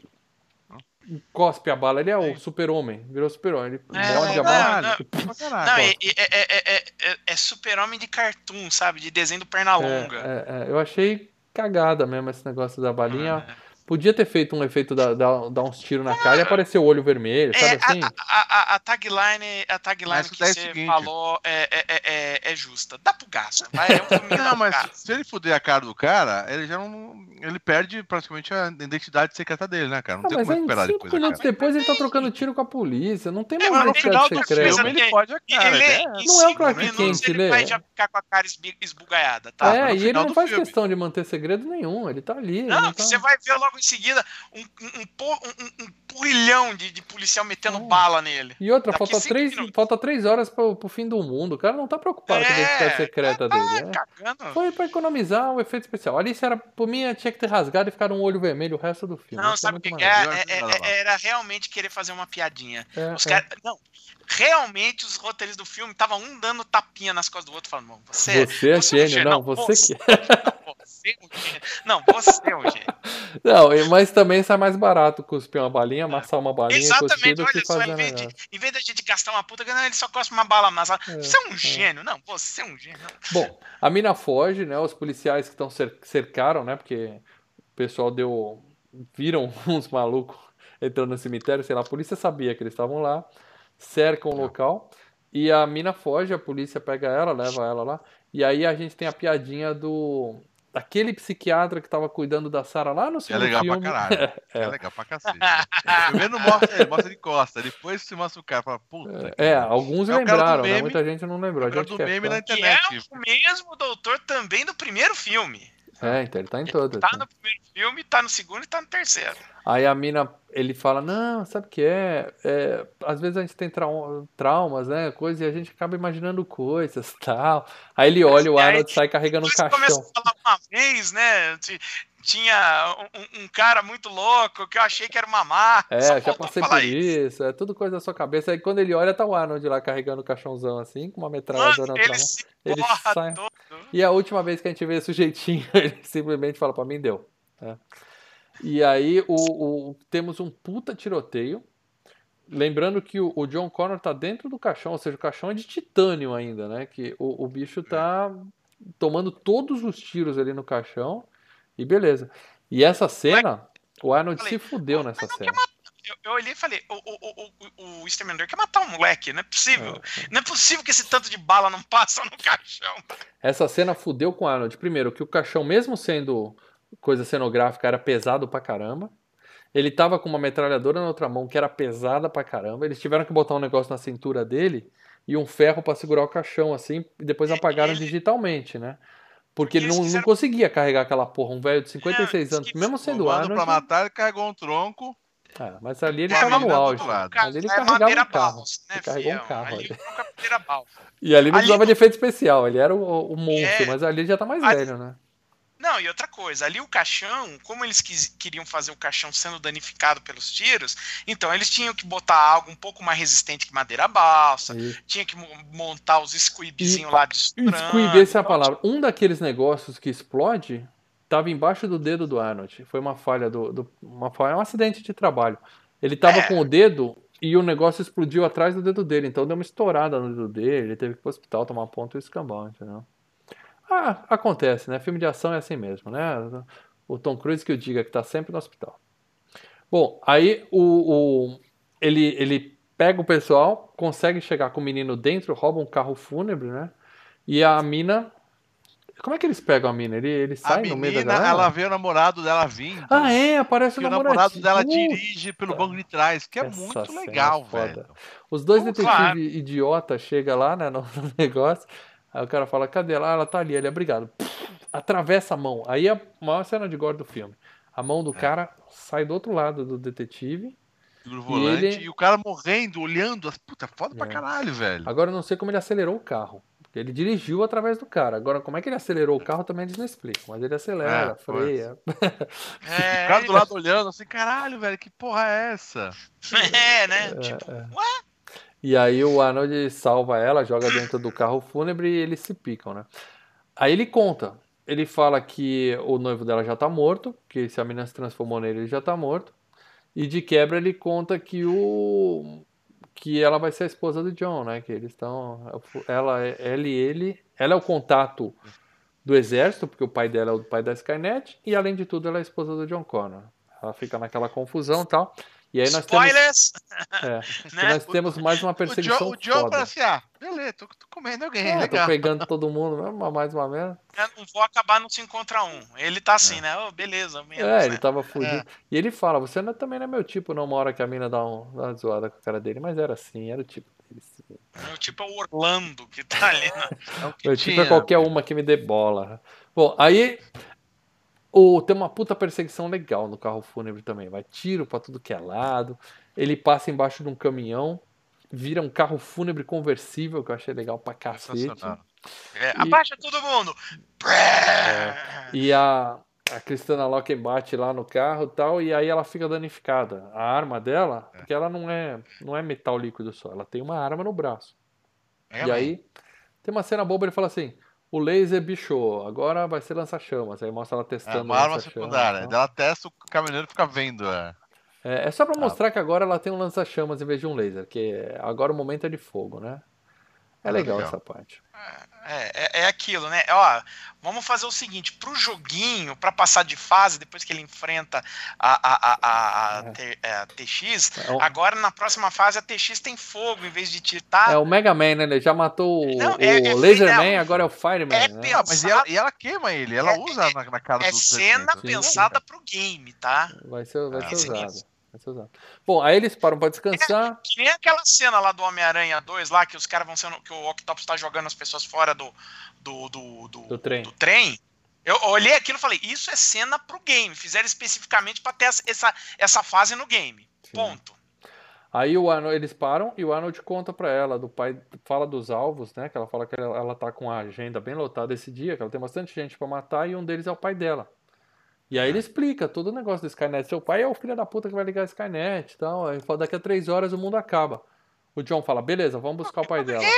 cospe a bala. Ele é o Sim. super-homem, virou super-homem. Ele É, morde a pra bala. caralho, não, pra caralho. Não, é, Gosto. é, é, é, é, é super-homem de cartoon, sabe? De desenho do Pernalonga. É, é, é, eu achei cagada mesmo esse negócio da balinha. Ah, Podia ter feito um efeito da, da- dar uns tiros na cara e aparecer o olho vermelho, É, sabe a, assim? a, a, a tagline, a tagline Mas que daí é o você seguinte. falou é, é, é, é- é justa. Dá pro gasto, vai. É um filme que dá Não, pro mas gasto. se ele fuder a cara do cara, ele já não. Ele perde praticamente a identidade secreta dele, né, cara? Não Ah, tem mas como aí recuperar cinco depois a minutos cara. depois ele tá trocando tiro com a polícia. Não tem É, mais Mas no mas final identidade do secreta. filme ele pode a cara. Ele, a ideia é em Não é um cinco Clark minutos Kent, ele Lê. vai já ficar com a cara esbi- esbugalhada, tá? É, mas no e ele final não do faz filme. questão de manter segredo nenhum. Ele tá ali. ele Não, não que tá... você vai ver logo em seguida um, um, um, por- um- um porrilhão de, de policial metendo É. bala nele. E outra, Daqui falta cinco três, minutos. falta três horas pro, pro fim do mundo. O cara não tá preocupado com a identidade É, secreta tá dele. É. cagando. Foi pra economizar o efeito especial. Ali, se era, por mim, tinha que ter rasgado e ficar um olho vermelho o resto do filme. Não, Isso é sabe o muito que, que maneiro. é? Eu É- acho que é- nada lá. é- Era realmente querer fazer uma piadinha. É, Os é. caras. Não, realmente os roteiristas do filme estavam um dando tapinha nas costas do outro, falando, "Não, você, Você é um gênio, não, você você, que- não, você é um gênio. Não, você é um gênio. Não, e- mas também sai mais barato cuspir uma balinha, amassar uma balinha e cuspir Exatamente, do que olha só, fazer em vez, de, negócio. em vez da gente gastar uma puta, não, ele só cospe uma bala massa. É, Você é um é. gênio, não, você é um gênio. Bom, a mina foge, né? Os policiais que estão cer- cercaram, né? Porque o pessoal deu. Viram uns malucos entrando no cemitério, sei lá, a polícia sabia que eles estavam lá, cercam o local e a mina foge, a polícia pega ela, leva ela lá. E aí a gente tem a piadinha do. Daquele psiquiatra que tava cuidando da Sarah lá no Que é segundo legal filme. pra caralho. Que é legal pra cacete. Primeiro não mostra ele, mostra de costa. Depois se mostra o cara. Fala, puta. que É, merda. alguns É o cara do lembraram, né? meme, Muita gente não lembrou. É A o cara gente do que é meme fã. na Que é internet. o mesmo doutor também do primeiro filme. É, então ele tá em todas. Tá né? no primeiro filme, tá no segundo e tá no terceiro. Aí a mina, ele fala, não, sabe o que é? É, às vezes a gente tem trau- traumas, né, coisa, e a gente acaba imaginando coisas, tal. Aí ele olha, o E aí, Arnold sai carregando um Depois começa caixão. a falar uma vez, né? ti- Tinha um, um cara muito louco que eu achei que era uma marca. É, só já faltou passei falar por isso, é tudo coisa da sua cabeça. Aí quando ele olha, tá o Arnold lá carregando o caixãozão assim, com uma metralhadora Mano, na outra ele mão. se Ele porra sai. todo. E a última vez que a gente vê esse sujeitinho, ele simplesmente fala pra mim, deu. É. E aí o, o- temos um puta tiroteio. Lembrando que o, o John Connor tá dentro do caixão, ou seja, o caixão é de titânio ainda, né? Que o, o bicho tá tomando todos os tiros ali no caixão e beleza. E essa cena, o Arnold Falei, se fudeu "Pô, nessa mas não cena. quer matar." Eu, eu olhei e falei, o, o, o, o, o Exterminador quer matar o moleque, não é possível. Não é possível que esse tanto de bala não passa no caixão. Essa cena fudeu com o Arnold. Primeiro, que o caixão, mesmo sendo coisa cenográfica, era pesado pra caramba. Ele tava com uma metralhadora na outra mão que era pesada pra caramba. Eles tiveram que botar um negócio na cintura dele e um ferro pra segurar o caixão, assim, e depois apagaram ele- digitalmente, né? Porque ele eles não, não quiseram- conseguia carregar aquela porra. Um velho de cinquenta e seis É, anos, que- mesmo sendo Comando Arnold. pra matar, ele carregou um tronco. Ah, mas ali ele Com a tava mina no do auge. outro lado. Ali ele é carregava madeira um carro. baus, né, Ele carregou um fião? carro. Ali Ali. ele coloca madeira baus. E ali não Ali- precisava de efeito especial. Ele era o, o monstro, É. mas ali ele já tá mais Ali- velho, né? Não, e outra coisa, ali o caixão, como eles quis- queriam fazer o caixão sendo danificado pelos tiros, então eles tinham que botar algo um pouco mais resistente que madeira balsa, Aí. tinha que mo- montar os squibzinhos E- lá de estrando. Squib, essa é a palavra. Um daqueles negócios que explode tava embaixo do dedo do Arnold. Foi uma falha do. do- uma falha, um acidente de trabalho. Ele tava É. com o dedo e o negócio explodiu atrás do dedo dele. Então deu uma estourada no dedo dele. Ele teve que ir pro hospital tomar ponto e escambau, entendeu? Ah, acontece, né? Filme de ação é assim mesmo, né? O Tom Cruise que eu diga que tá sempre no hospital. Bom, aí o, o- ele, ele pega o pessoal, consegue chegar com o menino dentro, rouba um carro fúnebre, né? E a mina. Como é que eles pegam a mina? Ele, ele A sai no meio da menina, ela galera? vê o namorado dela Ah, vindo. é, aparece o Que o namorado namoradinho. dela Puta, dirige pelo banco de trás, que é essa muito cena é legal, foda. velho. Os dois Puta, claro. detetives idiota chegam lá, né, no, no negócio. Aí o cara fala, cadê ela? Ah, ela tá ali. Ele, obrigado. Atravessa a mão. Aí é a maior cena de gore do filme. A mão do É. cara sai do outro lado do detetive. segura o E volante ele- e o cara morrendo, olhando. as- Puta, foda pra É. caralho, velho. Agora eu não sei como ele acelerou o carro. Porque ele dirigiu através do cara. Agora, como é que ele acelerou o carro também eles não explicam. Mas ele acelera, É, freia. O cara do lado olhando assim, caralho, velho, que porra é essa? É, né? Tipo, E aí o Arnold salva ela, joga dentro do carro fúnebre e eles se picam, né? Aí ele conta. Ele fala que o noivo dela já tá morto, que se a menina se transformou nele, ele já tá morto. E de quebra ele conta que o que ela vai ser a esposa do John, né? Que eles estão, ela, ela e ele, ela é o contato do exército, porque o pai dela é o pai da Skynet e além de tudo ela é a esposa do John Connor. Ela fica naquela confusão e tal. E aí nós temos, spoilers! é, e Né? nós temos mais uma O John, perseguição o John fala foda. assim, ah, beleza, tô, tô comendo alguém, É, tô legal. pegando todo mundo, mesmo, mais uma merda. Eu não vou acabar no cinco contra um. Ele tá assim, né? Oh, beleza, menos, É, ele né? tava fugido. E ele fala, você não, também não é meu tipo, não. Uma hora que a mina dá, um, dá uma zoada com a cara dele, mas era assim, era o tipo dele. Sim. Meu tipo é o Orlando que tá ali. Na... É o que Meu tipo tinha. é qualquer uma que me dê bola. Bom, aí o, tem uma puta perseguição legal no carro fúnebre também. Vai tiro pra tudo que é lado. Ele passa embaixo de um caminhão, vira um carro fúnebre conversível, que eu achei legal pra cacete. Sensacional. É, E- abaixa todo mundo! E a, a Cristana Loken bate lá no carro e tal, e aí ela fica danificada. A arma dela, porque ela não é, não é metal líquido só, ela tem uma arma no braço. É, E aí tem uma cena boba, ele fala assim, o laser bichou, agora vai ser lança-chamas. Aí mostra ela é testando uma o arma lança-chamas e secundária. tal. Ela testa, o caminhoneiro fica vendo. É. É, é só pra mostrar que agora ela tem um lança-chamas em vez de um laser, que é- agora o momento é de fogo, né? É Ah, legal, legal. essa parte. É, é, é aquilo, né? Ó, vamos fazer o seguinte: pro joguinho, pra passar de fase, depois que ele enfrenta a, a, a, a, a, T- é, a T X, É um- agora na próxima fase a T X tem fogo em vez de tirar. É o Mega Man, né? Ele já matou o, Não, é- é o Laserman, feio, agora é o Fireman, é né? pensado- Ah, mas e ela, e ela queima ele, ela É- usa na, na cara É do cena do- pensada pro game, tá? Vai ser, vai Ah, ser sim. usado. Vai ser usado. Bom, aí eles param pra descansar. Que nem aquela cena lá do Homem-Aranha dois, lá, que os caras vão sendo. Que o Octopus tá jogando as pessoas fora do. Do, do, do, Do trem. do trem. Eu olhei aquilo e falei, isso é cena pro game. Fizeram especificamente pra ter essa- essa, essa fase no game. Sim. Ponto. Aí o Arnold, eles param e o Arnold conta pra ela, do pai, fala dos alvos, né? Que ela fala que ela, ela tá com a agenda bem lotada esse dia, que ela tem bastante gente pra matar e um deles é o pai dela. E aí ele explica todo o negócio do Skynet. Seu pai é o filho da puta que vai ligar a Skynet e tal. Aí fala, daqui a três horas o mundo acaba. O John fala, beleza, vamos buscar o pai dela.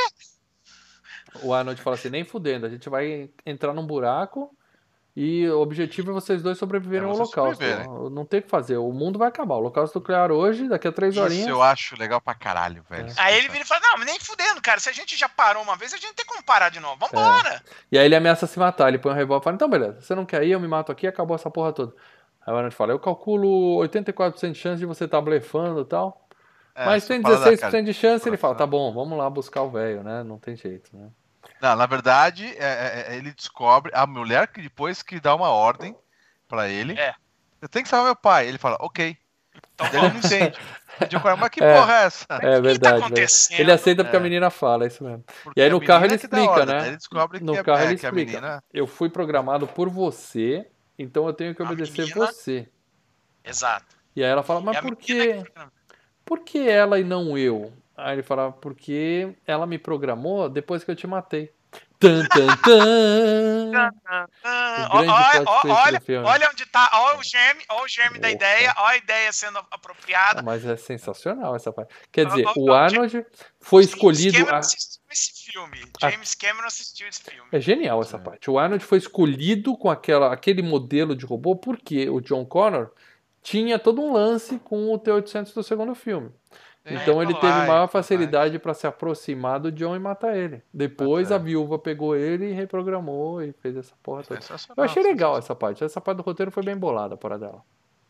O Arnold fala assim, nem fudendo, a gente vai entrar num buraco e o objetivo é vocês dois sobreviverem É ao vocês holocausto. sobreviverem. Não tem o que fazer, o mundo vai acabar. O holocausto nuclear hoje, daqui a três Isso horinhas. eu acho legal pra caralho, velho. É. Aí ele vira e fala, não, mas nem fudendo, cara. Se a gente já parou uma vez, a gente tem como parar de novo. Vambora! E aí ele ameaça se matar, ele põe um revólver e fala, então beleza, você não quer ir, eu me mato aqui e acabou essa porra toda. Aí o Arnold fala, eu calculo oitenta e quatro por cento de chance de você estar blefando e tal. É, Mas essa tem parada, dezesseis por cara, cento de chance, ele fala, coração. tá bom, vamos lá buscar o velho, né? Não tem jeito, né? Não, na verdade, é- é- ele descobre a mulher que depois que dá uma ordem pra ele. É. Você tem que salvar meu pai. Ele fala, ok. Então Ele não entende. O John Connor, mas que É. porra é essa? É que tá verdade, verdade. acontecendo? Ele aceita porque É. a menina fala, é isso mesmo. Porque E aí a no carro menina ele que dá explica, ordem, né? daí ele descobre No que, é- carro é, ele que a explica. menina. Eu fui programado por você, então eu tenho que A obedecer menina- você. Exato. E aí ela fala, E mas a por menina que, por que ela e não eu? Aí ele fala, porque ela me programou depois que eu te matei. Tan, tan, tan. Ah, O grande ó, ó, plot ó, twist olha, do filme. olha onde tá, olha o germe, olha o germe da Opa. ideia, olha a ideia sendo apropriada. Ah, mas é sensacional essa parte. Quer dizer, Ó, ó, o ó, Arnold foi James escolhido... Cameron a- assistiu esse filme. a- James Cameron assistiu esse filme. É genial essa parte. O Arnold foi escolhido com aquela, aquele modelo de robô porque o John Connor tinha todo um lance com o T oitocentos do segundo filme. É, Então ele falou, teve ai, maior papai. facilidade para se aproximar do John e matar ele. Depois Matar a ele. viúva pegou ele e reprogramou e fez essa porra toda. Sensacional, Eu achei legal sensacional. essa parte. Essa parte do roteiro foi bem bolada, para dela.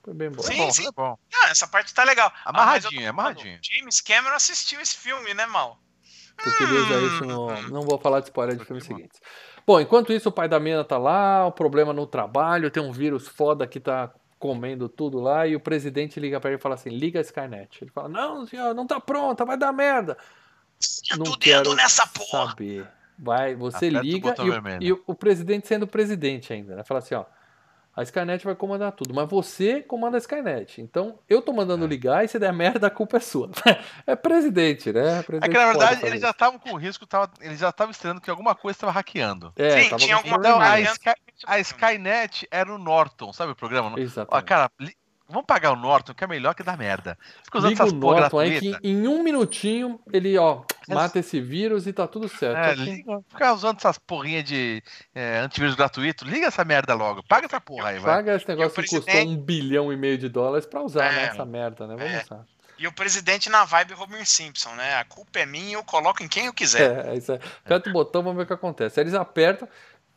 Foi bem bom. Sim, é bom, sim. é bom. Ah, essa parte tá legal. Amarradinho, Ah, é amarradinho. James Cameron assistiu esse filme, né, Mal? Tu queria usar isso no... Hum. Não vou falar de spoiler de Isso filmes aqui, mano. seguintes. Bom, enquanto isso, o pai da mina tá lá, o problema no trabalho, tem um vírus foda que tá comendo tudo lá, e o presidente liga pra ele e fala assim, liga a Skynet. Ele fala, não, senhor, não tá pronta, vai dar merda. Tinha Não o dedo quero nessa porra. saber. Vai, você Aperta o liga botão e o, vermelho. e o- o presidente sendo presidente ainda, né? Fala assim, ó, a Skynet vai comandar tudo, mas você comanda a Skynet. Então, eu tô mandando É. ligar e se der merda, a culpa é sua. É presidente, né? O É presidente que na pode verdade fazer eles já isso. estavam com risco, tava, eles já estavam estranhando que alguma coisa estava hackeando. É, Sim, tava tinha com alguma Então a, probleminha. variante. Sky- a Skynet era o Norton, sabe o programa? Ó, Exatamente. cara, li- vamos pagar o Norton, que é melhor que dá merda. Fica usando Liga o essas porra Norton aí que gratuita. em um minutinho ele, ó, mata esse vírus e tá tudo certo. É, Só que- liga, fica usando essas porrinhas de é, antivírus gratuito. Liga essa merda logo. Paga essa porra aí, vai. Paga esse negócio que custou presidente- um bilhão e meio de dólares pra usar, É, né? Essa merda, né? Vamos é. usar. E o presidente na vibe Homer Simpson, né? A culpa é minha, eu coloco em quem eu quiser. É, isso é. Aperta o botão, vamos ver o que acontece. Aí eles apertam,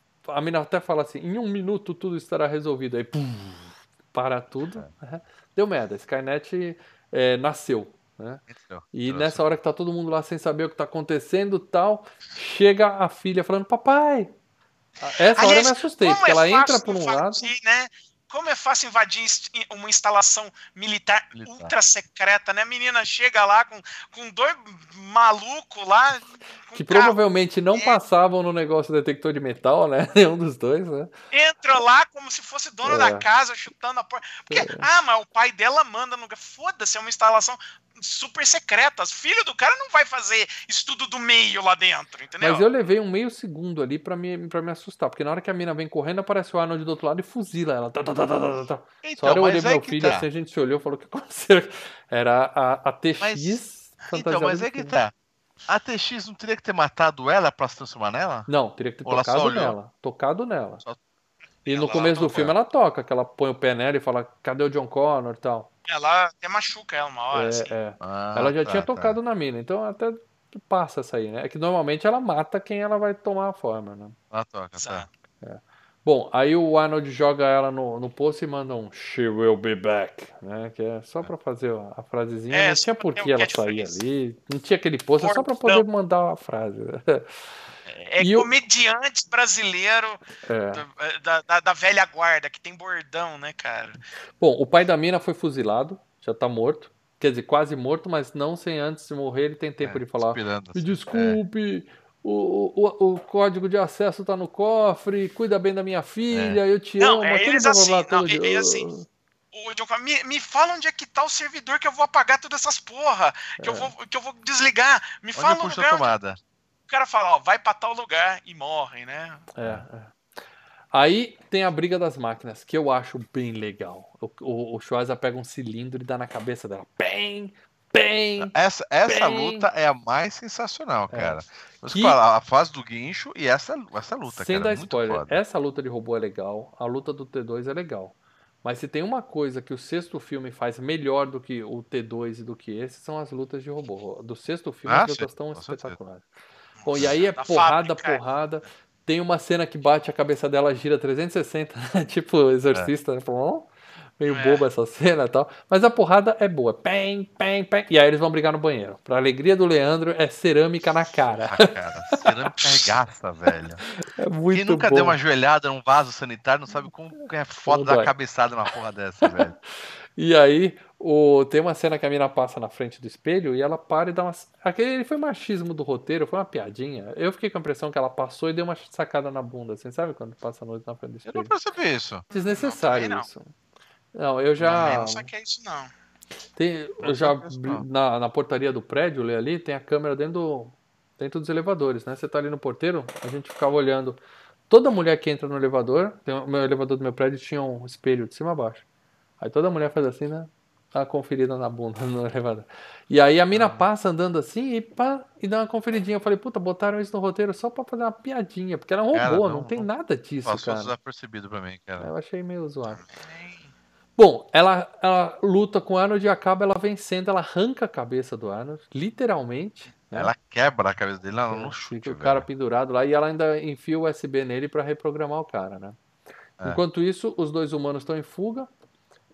a mina até fala assim, em um minuto tudo estará resolvido. Aí, pum, para tudo. né? Deu merda, a Skynet é, nasceu, né? Então, E então, nessa assim, hora que tá todo mundo lá sem saber o que tá acontecendo tal, chega a filha falando, papai! Essa hora eu me assustei, como porque é ela entra fácil por um lado. invadir, né? Como é fácil invadir inst- uma instalação militar, Militar. ultra secreta, né? A menina chega lá com, com dois malucos lá. Com Que carro, provavelmente não É. passavam no negócio detector de metal, né? Nenhum dos dois, né? entra lá como se fosse dono É. da casa, chutando a porta. Porque, ah, mas o pai dela manda no lugar. Foda-se, é uma instalação super secreta. O filho do cara não vai fazer estudo do meio lá dentro, entendeu? Mas eu levei um meio segundo ali pra me, pra me assustar, porque na hora que a mina vem correndo, aparece o Arnold do outro lado e fuzila ela. Tá, tá, tá, tá, tá, tá. Só Então, hora eu olhei mas pro aí meu que filho tá. assim, a gente se olhou e falou o que aconteceu. Era a, a T X Mas- fantasiada Então, mas de é que filme. tá. A T X não teria que ter matado ela pra se transformar nela? Não, teria que ter Ou ela só tocado olhou? nela. Tocado nela. Só- E no Ela começo do toca. filme ela toca, que ela põe o pé nela e fala, cadê o John Connor e tal. Ela até machuca ela uma hora, É, assim. é. Ah, Ela já tá, tinha tá. tocado na mina, então até passa essa aí, né? É que normalmente ela mata quem ela vai tomar a forma, né? Ah, toca, tá. Exato. Bom, aí o Arnold joga ela no, no poço e manda um She will be back, né? Que é só pra fazer a, a frasezinha. É, não só tinha pra por ter que o ela sair catchphrase. ali. Não tinha aquele poço, é só pra Bordão. poder mandar a frase. É E eu- comediante brasileiro É. da, da, da velha guarda, que tem bordão, né, cara? Bom, o pai da mina foi fuzilado, já tá morto. Quer dizer, quase morto, mas não sem antes de morrer ele tem tempo É, de falar. inspirando, Me assim. desculpe, o, o, o código de acesso tá no cofre, cuida bem da minha filha, eu te Não, amo. é aquele eles blá, blá, blá assim, não, todo de- é- é assim. O John fala, me, me fala onde é que tá o servidor que eu vou apagar todas essas porra, que, eu, vou, que eu vou desligar. Me Onde fala eu o puxo a lugar onde... tomada? O cara fala, ó, vai pra tal lugar e morre, né? É, é. Aí tem a briga das máquinas, que eu acho bem legal. O, o, o Schwarza pega um cilindro e dá na cabeça dela. Bem, bem. Essa, essa Bem. luta é a mais sensacional, cara. Você Que- fala, a fase do guincho e essa, essa luta, Sem cara. dar muito spoiler, foda. essa luta de robô é legal, a luta do T dois é legal. Mas se tem uma coisa que o sexto filme faz melhor do que o T dois e do que esse, são as lutas de robô. Do sexto filme, Ah, as lutas sim, estão com certeza. espetaculares. Bom, e aí é Da porrada, fábrica. porrada. Tem uma cena que bate, a cabeça dela gira trezentos e sessenta, tipo exorcista, né? Pô, meio É. boba essa cena e tal. Mas a porrada é boa. Pem, pem, pem. E aí eles vão brigar no banheiro. Pra alegria do Leandro, é cerâmica na cara. Ah, cara, cerâmica arregaça, velho. É muito Quem nunca bom. deu uma joelhada num vaso sanitário não sabe como é foda Como dar dói. cabeçada numa porra dessa, velho. E aí, o... tem uma cena que a mina passa na frente do espelho e ela para e dá uma. Aquele foi machismo do roteiro, foi uma piadinha. Eu fiquei com a impressão que ela passou e deu uma sacada na bunda, assim, sabe? Quando passa a noite na frente do Eu não espelho. percebi isso. Desnecessário Não, também não. isso. Não, eu Também já. não saquei isso, não. Tem, eu já Presta bri- atenção. na, na portaria do prédio, ali, ali, tem a câmera dentro, do- dentro dos elevadores, né? Você tá ali no porteiro, a gente ficava olhando. Toda mulher que entra no elevador, tem, o meu elevador do meu prédio tinha um espelho de cima a baixo. Aí toda mulher faz assim, né? Dá uma conferida na bunda no elevador. E aí a mina passa andando assim e, pá, e dá uma conferidinha. Eu falei, puta, botaram isso no roteiro só pra fazer uma piadinha, porque ela é um robô, Cara, não, não- tem não nada disso, Passou cara. desapercebido pra mim, cara. Eu achei meio zoado. Também. Bom, ela, ela luta com o Arnold e acaba ela vencendo, ela arranca a cabeça do Arnold, literalmente. Né? Ela quebra a cabeça dele lá É, no chute, fica o velho. cara pendurado lá e ela ainda enfia o U S B nele pra reprogramar o cara, né? É. Enquanto isso, os dois humanos estão em fuga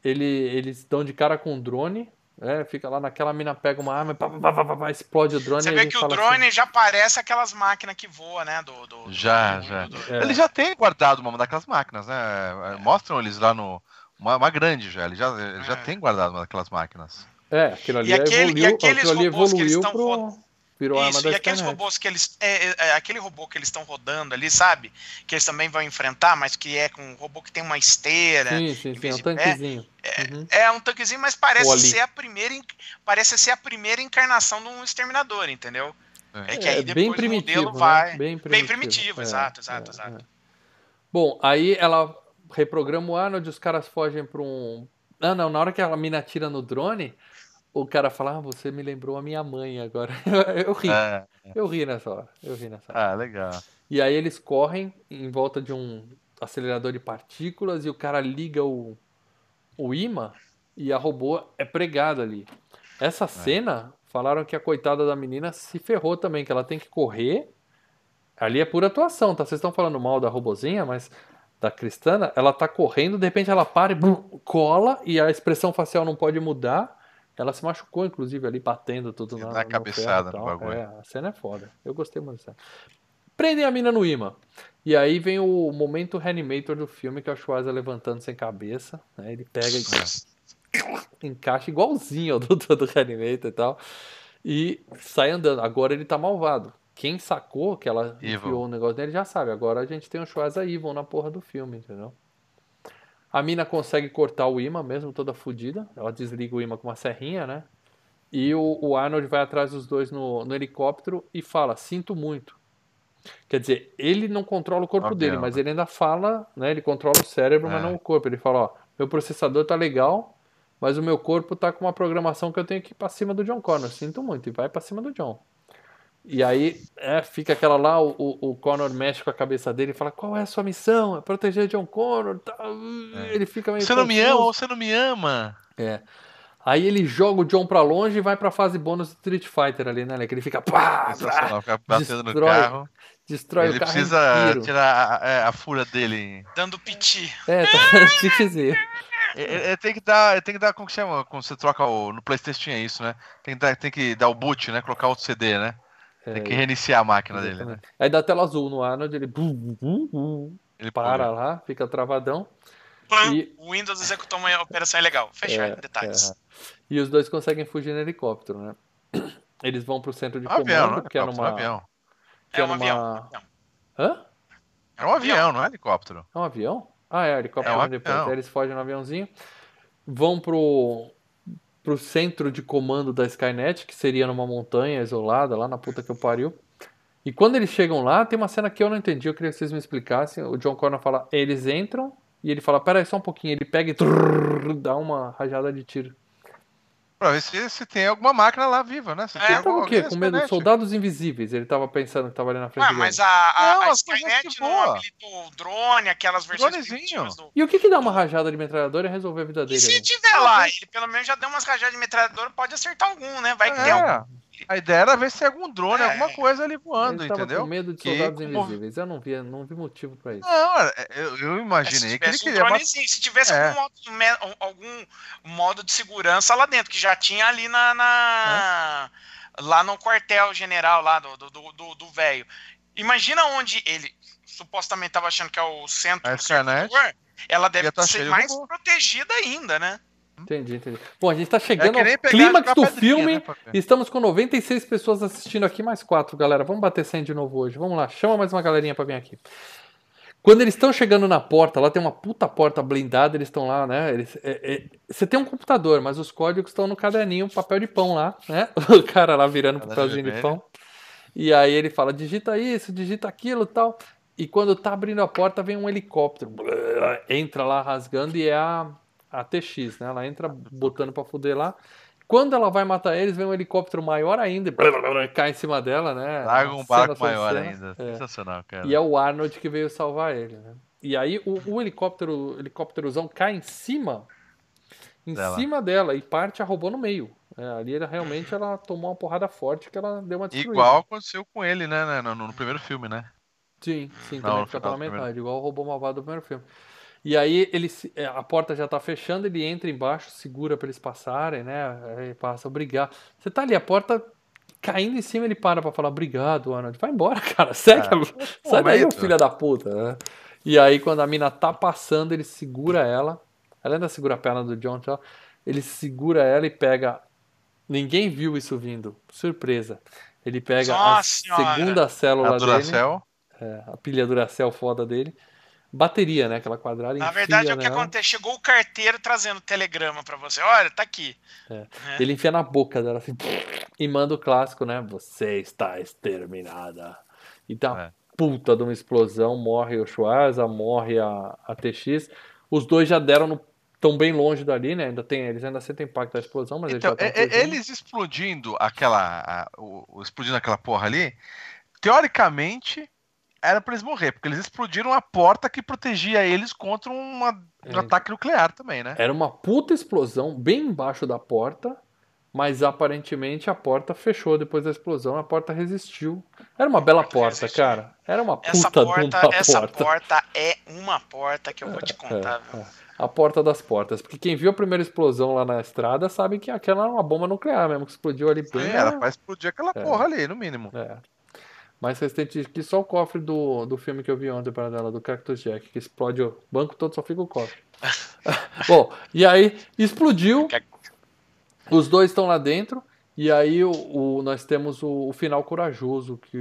ele, eles dão de cara com um drone, né? Fica lá naquela, a mina pega uma arma, pá, pá, pá, pá, pá, explode o drone. Você e vê ele que o fala drone assim, já parece aquelas máquinas que voam, né? Do, do, do- Já, do- já. do- do- É. Ele já tem guardado uma daquelas máquinas, né? Mostram eles lá no. Uma, uma grande já. Ele já, ele já É. tem guardado uma daquelas máquinas. É, aquilo ali E aquele- e evoluiu, aqueles aquilo ali robôs que eles evoluiu tão pro... Virou a arma Isso, da e aqueles Skynet. robôs que eles. É, é, é, aquele robô que eles estão rodando ali, sabe? Que eles também vão enfrentar, mas que é com um robô que tem uma esteira. Sim, sim, em sim, é vez um de pé. tanquezinho. Uhum. É um tanquezinho, mas parece Ou ali. ser a primeira. en- Parece ser a primeira encarnação de um exterminador, entendeu? É, que É, aí bem depois o primitivo, modelo né? vai. Bem Bem primitivo. primitivo, É, exato, exato, é, exato. é. Bom, aí ela reprograma o Arnold, os caras fogem pra um... Ah, não, na hora que a mina atira no drone, o cara fala, ah, você me lembrou a minha mãe agora. Eu ri, É. eu ri nessa hora, eu ri nessa hora. Ah, legal. E aí eles correm em volta de um acelerador de partículas e o cara liga o, o imã e a robô é pregada ali. Essa cena, falaram que a coitada da menina se ferrou também, que ela tem que correr. Ali é pura atuação, tá? Vocês estão falando mal da robozinha, mas da Cristana, ela tá correndo, de repente ela para e bum, cola e a expressão facial não pode mudar. Ela se machucou, inclusive, ali batendo tudo Dá na, uma no cabeçada ferro e no tal. bagulho. É, a cena é foda. Eu gostei muito dessa cena. Prendem a mina no imã. E aí vem o momento reanimator do filme, que é o Schwarza levantando sem cabeça. Né? Ele pega e encaixa igualzinho ao do, do reanimator e tal. E sai andando. Agora ele tá malvado. Quem sacou que ela Evil. enfiou o negócio dele já sabe. Agora a gente tem o Schwarza Evil na porra do filme, entendeu? A mina consegue cortar o imã mesmo, toda fodida. Ela desliga o imã com uma serrinha, né? E o, o Arnold vai atrás dos dois no, no helicóptero e fala, sinto muito. Quer dizer, ele não controla o corpo Avião, dele, mas né? ele ainda fala, né? Ele controla o cérebro, mas É. não o corpo. Ele fala, ó, meu processador tá legal, mas o meu corpo tá com uma programação que eu tenho que ir pra cima do John Connor. Sinto muito. E vai pra cima do John. E aí, é, fica aquela lá, o, o, o Connor mexe com a cabeça dele e fala, qual é a sua missão? É proteger John Connor, tá? É. Ele fica meio Você não me confuso. ama ou você não me ama? É. Aí ele joga o John pra longe e vai pra fase bônus do Street Fighter ali, né? Que ele fica pá, Sensacional, ficar pá, batendo no destrói, carro. destrói Ele o carro precisa inteiro. tirar a, é, a fúria dele. Dando piti. É, tá pitizinho. Ele, ele tem que dar, ele tem que dar, como que chama? Quando você troca o. No PlayStation tinha isso, né? Tem que dar, tem que dar o boot, né? Colocar outro C D, né? Tem que reiniciar a máquina dele, né? Exatamente. Aí dá tela azul no Arnold, ele, bum, bum, bum, Ele para pula. lá, fica travadão. Pã, E- O Windows executou uma operação ilegal. Fechar É, detalhes. E os dois conseguem fugir no helicóptero, né? Eles vão pro centro de É um avião, não comando, é que é helicóptero, é um numa... avião. que É é um numa... avião. Não. Hã? É um avião, não é helicóptero. É um avião? Ah, é, helicóptero É um vem depois. avião. Aí eles fogem no aviãozinho, vão pro, pro centro de comando da Skynet, que seria numa montanha isolada, lá na puta que eu pariu. E quando eles chegam lá, tem uma cena que eu não entendi, eu queria que vocês me explicassem. O John Connor fala, eles entram, e ele fala, pera aí só um pouquinho. Ele pega e trrr, dá uma rajada de tiro. Pra ver se, se tem alguma máquina lá viva, né? Se É. tem Ele algum, tava o quê? alguém Com medo de Skynet. soldados invisíveis. Ele tava pensando que tava ali na frente Ah, dele. mas a, a, Não, a as coisas Skynet de não boa. habilitou o drone, aquelas versões Dronezinho. primitivas do... E o que que dá uma rajada de metralhadora e resolver a vida E dele? se ali? tiver lá, ele pelo menos já deu umas rajadas de metralhadora, pode acertar algum, né? Vai que tem algum. É, a ideia era ver se tem algum drone, É. alguma coisa ali voando, Ele tava entendeu? com medo de Que soldados como- invisíveis. Eu não vi, não vi motivo pra isso. Não, é, eu, eu É, se imaginei que ele tivesse um queria matar. dronezinho, se tivesse É. algum, modo, me- algum modo de segurança lá dentro, que já tinha ali na. na- lá no quartel-general lá do velho. Do, do, do velho. Imagina onde ele supostamente estava achando que é o centro A do Skynet servidor, ela deve ia tá ser cheio de mais robô. protegida ainda, né? Entendi, entendi. Bom, a gente tá É chegando que nem ao pegar clímax jogar do pedrinha, filme. né, pra ver. Estamos com noventa e seis pessoas assistindo aqui, mais quatro, galera. Vamos bater cem de novo hoje. Vamos lá, chama mais uma galerinha pra vir aqui. Quando eles estão chegando na porta, lá tem uma puta porta blindada, eles estão lá, né? Eles, é, é, você tem um computador, mas os códigos estão no caderninho, papel de pão lá, né? O cara lá virando Caderno papelzinho de vermelho. pão. E aí ele fala, digita isso, digita aquilo e tal. E quando tá abrindo a porta, vem um helicóptero. Entra lá rasgando e é a, a T X, né? Ela entra botando pra fuder lá. Quando ela vai matar eles, vem um helicóptero maior ainda e cai em cima dela, né? Traga Uma um cena barco sobre maior cena. ainda. É. Sensacional, cara. E é o Arnold que veio salvar ele, né? E aí o, o helicóptero, o helicópterozão cai em cima, em Dela. cima dela e parte a robô no meio. É, ali ela, realmente ela tomou uma porrada forte que ela deu uma destruída. Igual aconteceu com ele, né? No, no- no primeiro filme, né? Sim, sim, Não, também no fica final pela do primeiro. metade, igual o robô malvado do primeiro filme. E aí ele, se- é, a porta já tá fechando, ele entra embaixo, segura pra eles passarem, né? Aí passa, obrigado. Você tá ali, a porta caindo em cima, ele para pra falar, obrigado, Arnold. Vai embora, cara. Segue, É, a- sai daí, ô momento. filho da puta, né? E aí, quando a mina tá passando, ele segura ela. Ela ainda segura a perna do John, tal. Ele segura ela e pega. Ninguém viu isso vindo. Surpresa. Ele pega a Nossa senhora. segunda A célula dele, Duracell. é, a pilha Duracell foda dele. Bateria, né? Aquela quadrada, Na enfia verdade, é o que nela. acontece. Chegou o carteiro trazendo telegrama pra você. Olha, tá aqui. É. É. Ele enfia na boca dela assim e manda o clássico, né? Você está exterminada. E dá uma É. puta de uma explosão, morre o Schwarza, morre a, a T X. Os dois já deram no. Estão bem longe dali, né? Ainda tem, eles ainda sentem impacto da explosão, mas Então, eles já é- estão é- fugindo. eles explodindo aquela. a- o, o- explodindo aquela porra ali, teoricamente era pra eles morrer, porque eles explodiram a porta que protegia eles contra uma- um É. ataque nuclear também, né? Era uma puta explosão bem embaixo da porta, mas aparentemente a porta fechou depois da explosão, a porta resistiu. Era uma bela porta porta, resistiu. cara. Era uma Essa puta de porta, uma essa porta. porta é uma porta que eu vou te contar, É, viu? é. A porta das portas. Porque quem viu a primeira explosão lá na estrada sabe que aquela era uma bomba nuclear mesmo, que explodiu ali bem. É, era na- pra explodir aquela porra ali, no mínimo. É. Mais recente que só o cofre do, do filme que eu vi ontem para dela, do Cactus Jack, que explode o banco todo, só fica o cofre. Bom, e aí explodiu, os dois estão lá dentro, e aí o, o- nós temos o, o final corajoso que.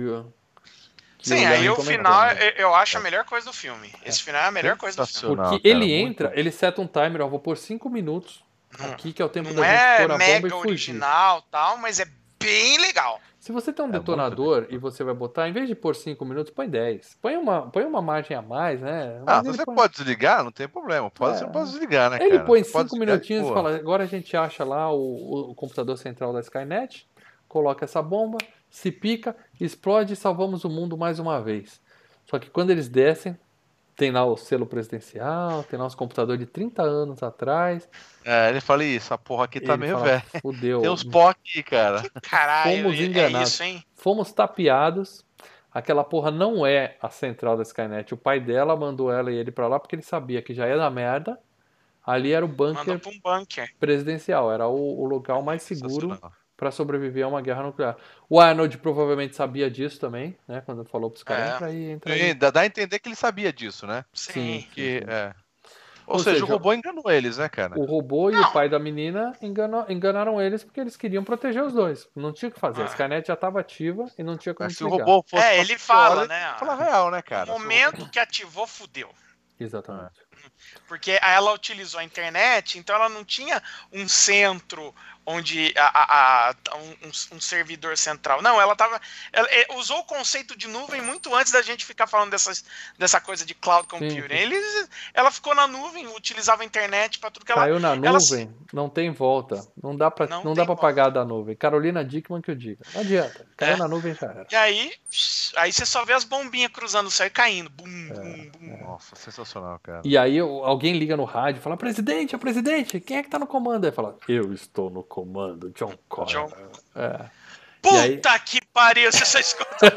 que Sim, o aí Larry o comentou, final né? eu, eu acho a melhor coisa do filme. Esse final é a melhor coisa do filme. Sensacional. Porque Não, cara, ele muito- entra, ele seta um timer, ó, vou pôr cinco minutos Não- aqui, que é o tempo Não da gente é pôr a bomba e mega fugir. original tal, mas é bem legal. Se você tem um muito detonador e você vai botar, em vez de pôr cinco minutos, põe dez. Põe uma, põe uma margem a mais, né? Ah, Mas se ele você põe- pode desligar, não tem problema. Pode, É. Você não pode desligar, né, Ele cara? põe Você pode cinco desligar de minutinhos e boa. fala, agora a gente acha lá o, o computador central da Skynet, coloca essa bomba, se pica, explode e salvamos o mundo mais uma vez. Só que quando eles descem, tem lá o selo presidencial, tem lá os computadores de trinta anos atrás. É, ele fala, "Ih, essa porra aqui tá Ele meio fala, velha. fudeu. Tem uns pó aqui, cara. Caralho, Fomos é enganados. isso, hein? Fomos tapeados. Aquela porra não é a central da Skynet. O pai dela mandou ela e ele pra lá porque ele sabia que já ia dar merda. Ali era o Mandou bunker pra um bunker. presidencial. Era o, o local mais seguro Sensacional. pra sobreviver a uma guerra nuclear. O Arnold provavelmente sabia disso também, né? Quando falou pros caras, É. entra aí, entra E aí. Dá, dá a entender que ele sabia disso, né? Sim. Que, é. Ou, Ou seja, seja, o robô enganou eles, né, cara? O robô e Não. o pai da menina enganou- enganaram eles porque eles queriam proteger os dois. Não tinha o que fazer. A Ah. Skynet já estava ativa e não tinha como Mas se o desligar. robô fosse. É, uma ele fala, pistola, né? ele Fala a real, né, cara? No momento que ativou, fudeu. Exatamente. Porque ela utilizou a internet, então ela não tinha um centro onde a, a- a- um, um- um servidor central. Não, ela tava. Ela é, usou o conceito de nuvem muito antes da gente ficar falando dessas, dessa coisa de cloud computing. sim. Eles, ela ficou na nuvem, utilizava a internet para tudo que ela. Caiu na ela nuvem, não tem volta. Não dá pra, Não não dá tem pra pagar da nuvem. Carolina Dickman que eu diga. Não adianta. Caiu É. na nuvem já era. E aí, aí você só vê as bombinhas cruzando o céu e caindo. Bum, É, bum, bum. Nossa, sensacional, cara. E aí o- alguém liga no rádio e fala: Presidente, é o presidente, quem é que tá no comando? Aí fala: Eu estou no comando, John Connor. John- É. Puta aí- que pariu, você só escuta.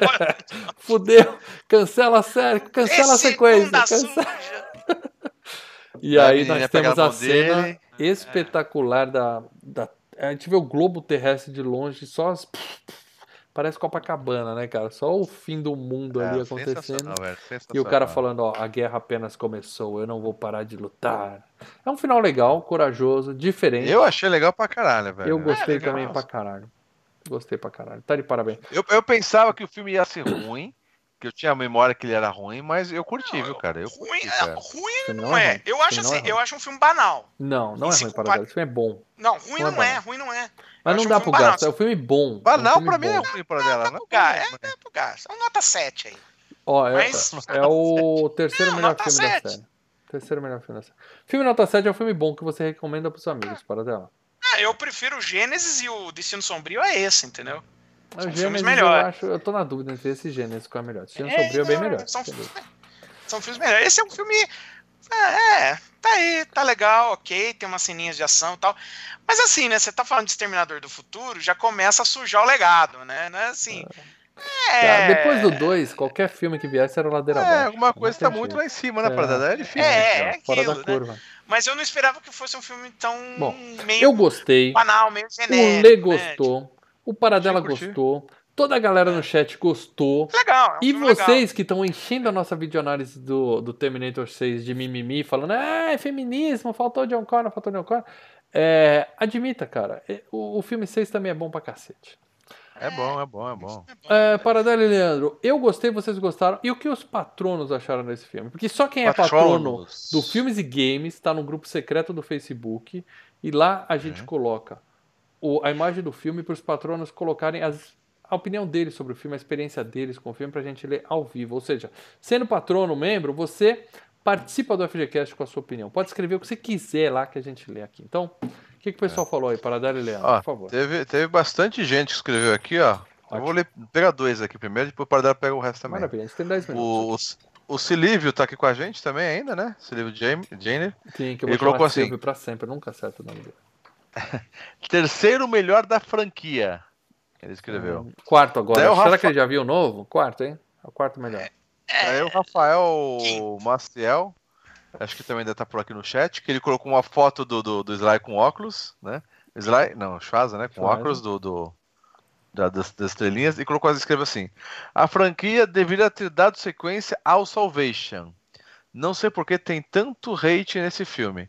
Fudeu, cancela a série, cancela a Esse sequência. bunda cancela- suja. E A aí menininha nós pega temos a a mão cena dele. espetacular da, da. A gente vê o globo terrestre de longe, só as. Parece Copacabana, né, cara? Só o fim do mundo ali É, acontecendo. sensacional, velho, E o sensacional. cara falando, ó, a guerra apenas começou, eu não vou parar de lutar. É um final legal, corajoso, diferente. Eu achei legal pra caralho, velho. Eu gostei É, legal. também pra caralho. Gostei pra caralho. Tá de parabéns. Eu, eu pensava que o filme ia ser ruim, que eu tinha a memória que ele era ruim, mas eu curti, viu, cara? Eu Ruim, curti, é, cara. ruim filme não, não é é. ruim. Eu O acho filme não é assim, eu ruim. acho um filme banal. Não, não é E se ruim culpar- para o filme é bom. Não, ruim Não é não é, banal. ruim não é. Mas Eu não acho dá um pro filme gasto, é um filme bom. Banal é um filme pra mim é bom. ruim pra dela, né? Pro gasto, é, é pro gasto. É um nota sete aí. Ó, é, Mas- é o terceiro Não, melhor nota filme da sete. série. Terceiro melhor filme da série. Filme nota sete é um filme bom que você recomenda pros amigos, para dela. Ah, eu prefiro o Gênesis e o Destino Sombrio é esse, entendeu? O São filmes Gênesis eu melhores. acho, eu tô na dúvida entre esse e Gênesis qual é melhor. Destino É, Sombrio é bem não, melhor. São, beleza. são filmes melhores. Esse é um filme. É, é, tá aí, tá legal, ok, tem umas ceninhas de ação e tal. Mas assim, né? Você tá falando de Exterminador do Futuro, já começa a sujar o legado, né? Não é assim. É, Depois do dois, qualquer filme que viesse era ladeira É, abaixo. alguma coisa Não tá tem muito jeito. lá em cima, né, É. Parada? É difícil. É, cara. é Fora aquilo, da né? curva. Mas eu não esperava que fosse um filme tão Bom, meio Eu gostei. banal, meio O genérico. Lê né? gostou. O Paradela Curti, curti. gostou. Toda a galera É. no chat gostou. Tipo, legal, é um E filme vocês legal. que estão enchendo a nossa videoanálise do, do Terminator seis de mimimi, falando, ah, é feminismo, faltou John Connor, faltou John Connor. É, admita, cara, é, o, o filme seis também é bom pra cacete. É bom, é bom, é bom. É bom. É, Paradela e Leandro, eu gostei, vocês gostaram. E o que os patronos acharam desse filme? Porque só quem é patrono Patronos. do Filmes e Games está no grupo secreto do Facebook. E lá a gente Uhum. coloca o, a imagem do filme para os patronos colocarem as, a opinião deles sobre o filme, a experiência deles com o filme, para a gente ler ao vivo. Ou seja, sendo patrono, membro, você participa do F G Cast com a sua opinião. Pode escrever o que você quiser lá que a gente lê aqui. Então, o que, que o pessoal falou aí, Paradela e Leandro, Ó, por favor? teve, teve bastante gente que escreveu aqui, ó. Eu vou Ótimo. ler, pegar dois aqui primeiro, depois o Paradela pega o resto também. Maravilha, a gente tem dez minutos. O, o Silívio tá aqui com a gente também ainda, né? Silívio Janer. Sim, que eu Ele vou colocou chamar assim, Silvio pra sempre, eu nunca acerto o nome dele. terceiro melhor da franquia. Ele escreveu. Quarto agora. Daí o Será Rafa- que ele já viu o novo? Quarto, hein? É o quarto melhor. Aí o Rafael Maciel, acho que também deve estar por aqui no chat, que ele colocou uma foto do, do, do Sly com óculos, né? Sly, não, Schwarza, né? Com Schwarza. óculos do, do, da- das, das estrelinhas, e colocou, escreveu assim, a franquia deveria ter dado sequência ao Salvation. Não sei por que tem tanto hate nesse filme.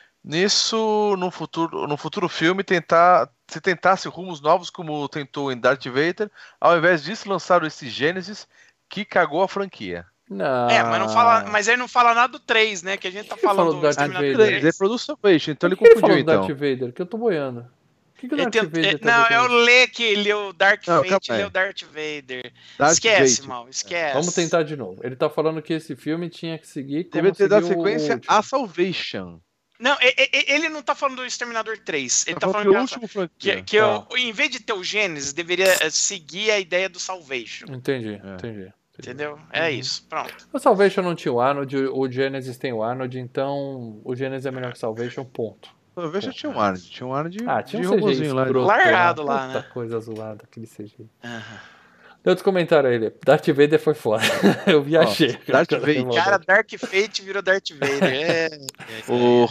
Nisso, no futuro, no futuro filme, tentar, se tentasse rumos novos como tentou em Darth Vader, ao invés disso lançaram esse Gênesis que cagou a franquia. Não. É, mas, não fala, mas ele não fala nada do três, né? Que a gente tá que ele falou falando do do Darth Exterminador Vader? três. Ele produz Salvation, então Por ele que ele confundiu falou do então. Darth Vader? Que eu tô boiando. O que, que o Ele Darth tent- Vader é, tá não, a ver é com o isso? Lê que leu Dark Não, Fate calma e aí. leu Darth Vader. Darth esquece, Vader. mal, esquece. Vamos tentar de novo. Ele tá falando que esse filme tinha que seguir como Deveria ter dado seguiu o sequência último. a Salvation. Não, e- e- ele não tá falando do Exterminador três. Ele Tá tá falando falando que é o que, último que, franquia. que Tá. eu, em vez de ter o Gênesis, deveria eh, seguir a ideia do Salvation. Entendi, É. entendi. entendi. Entendeu? É Uhum. isso, pronto. O Salvation não tinha o Arnold, o Genesis tem o Arnold, então o Genesis é melhor que o Salvation, ponto. Salvation tinha um Arnold, tinha um Arnold de, Ah, tinha de um C G I robozinho lá. escroto Largado lá, Puta né? coisa zoada, aquele C G I. Aham. Tem outro comentário aí, Lê. Darth Vader foi foda. Eu viajei. Ó, Darth Cara, Vader. Cara, Dark Fate virou Darth Vader. É. O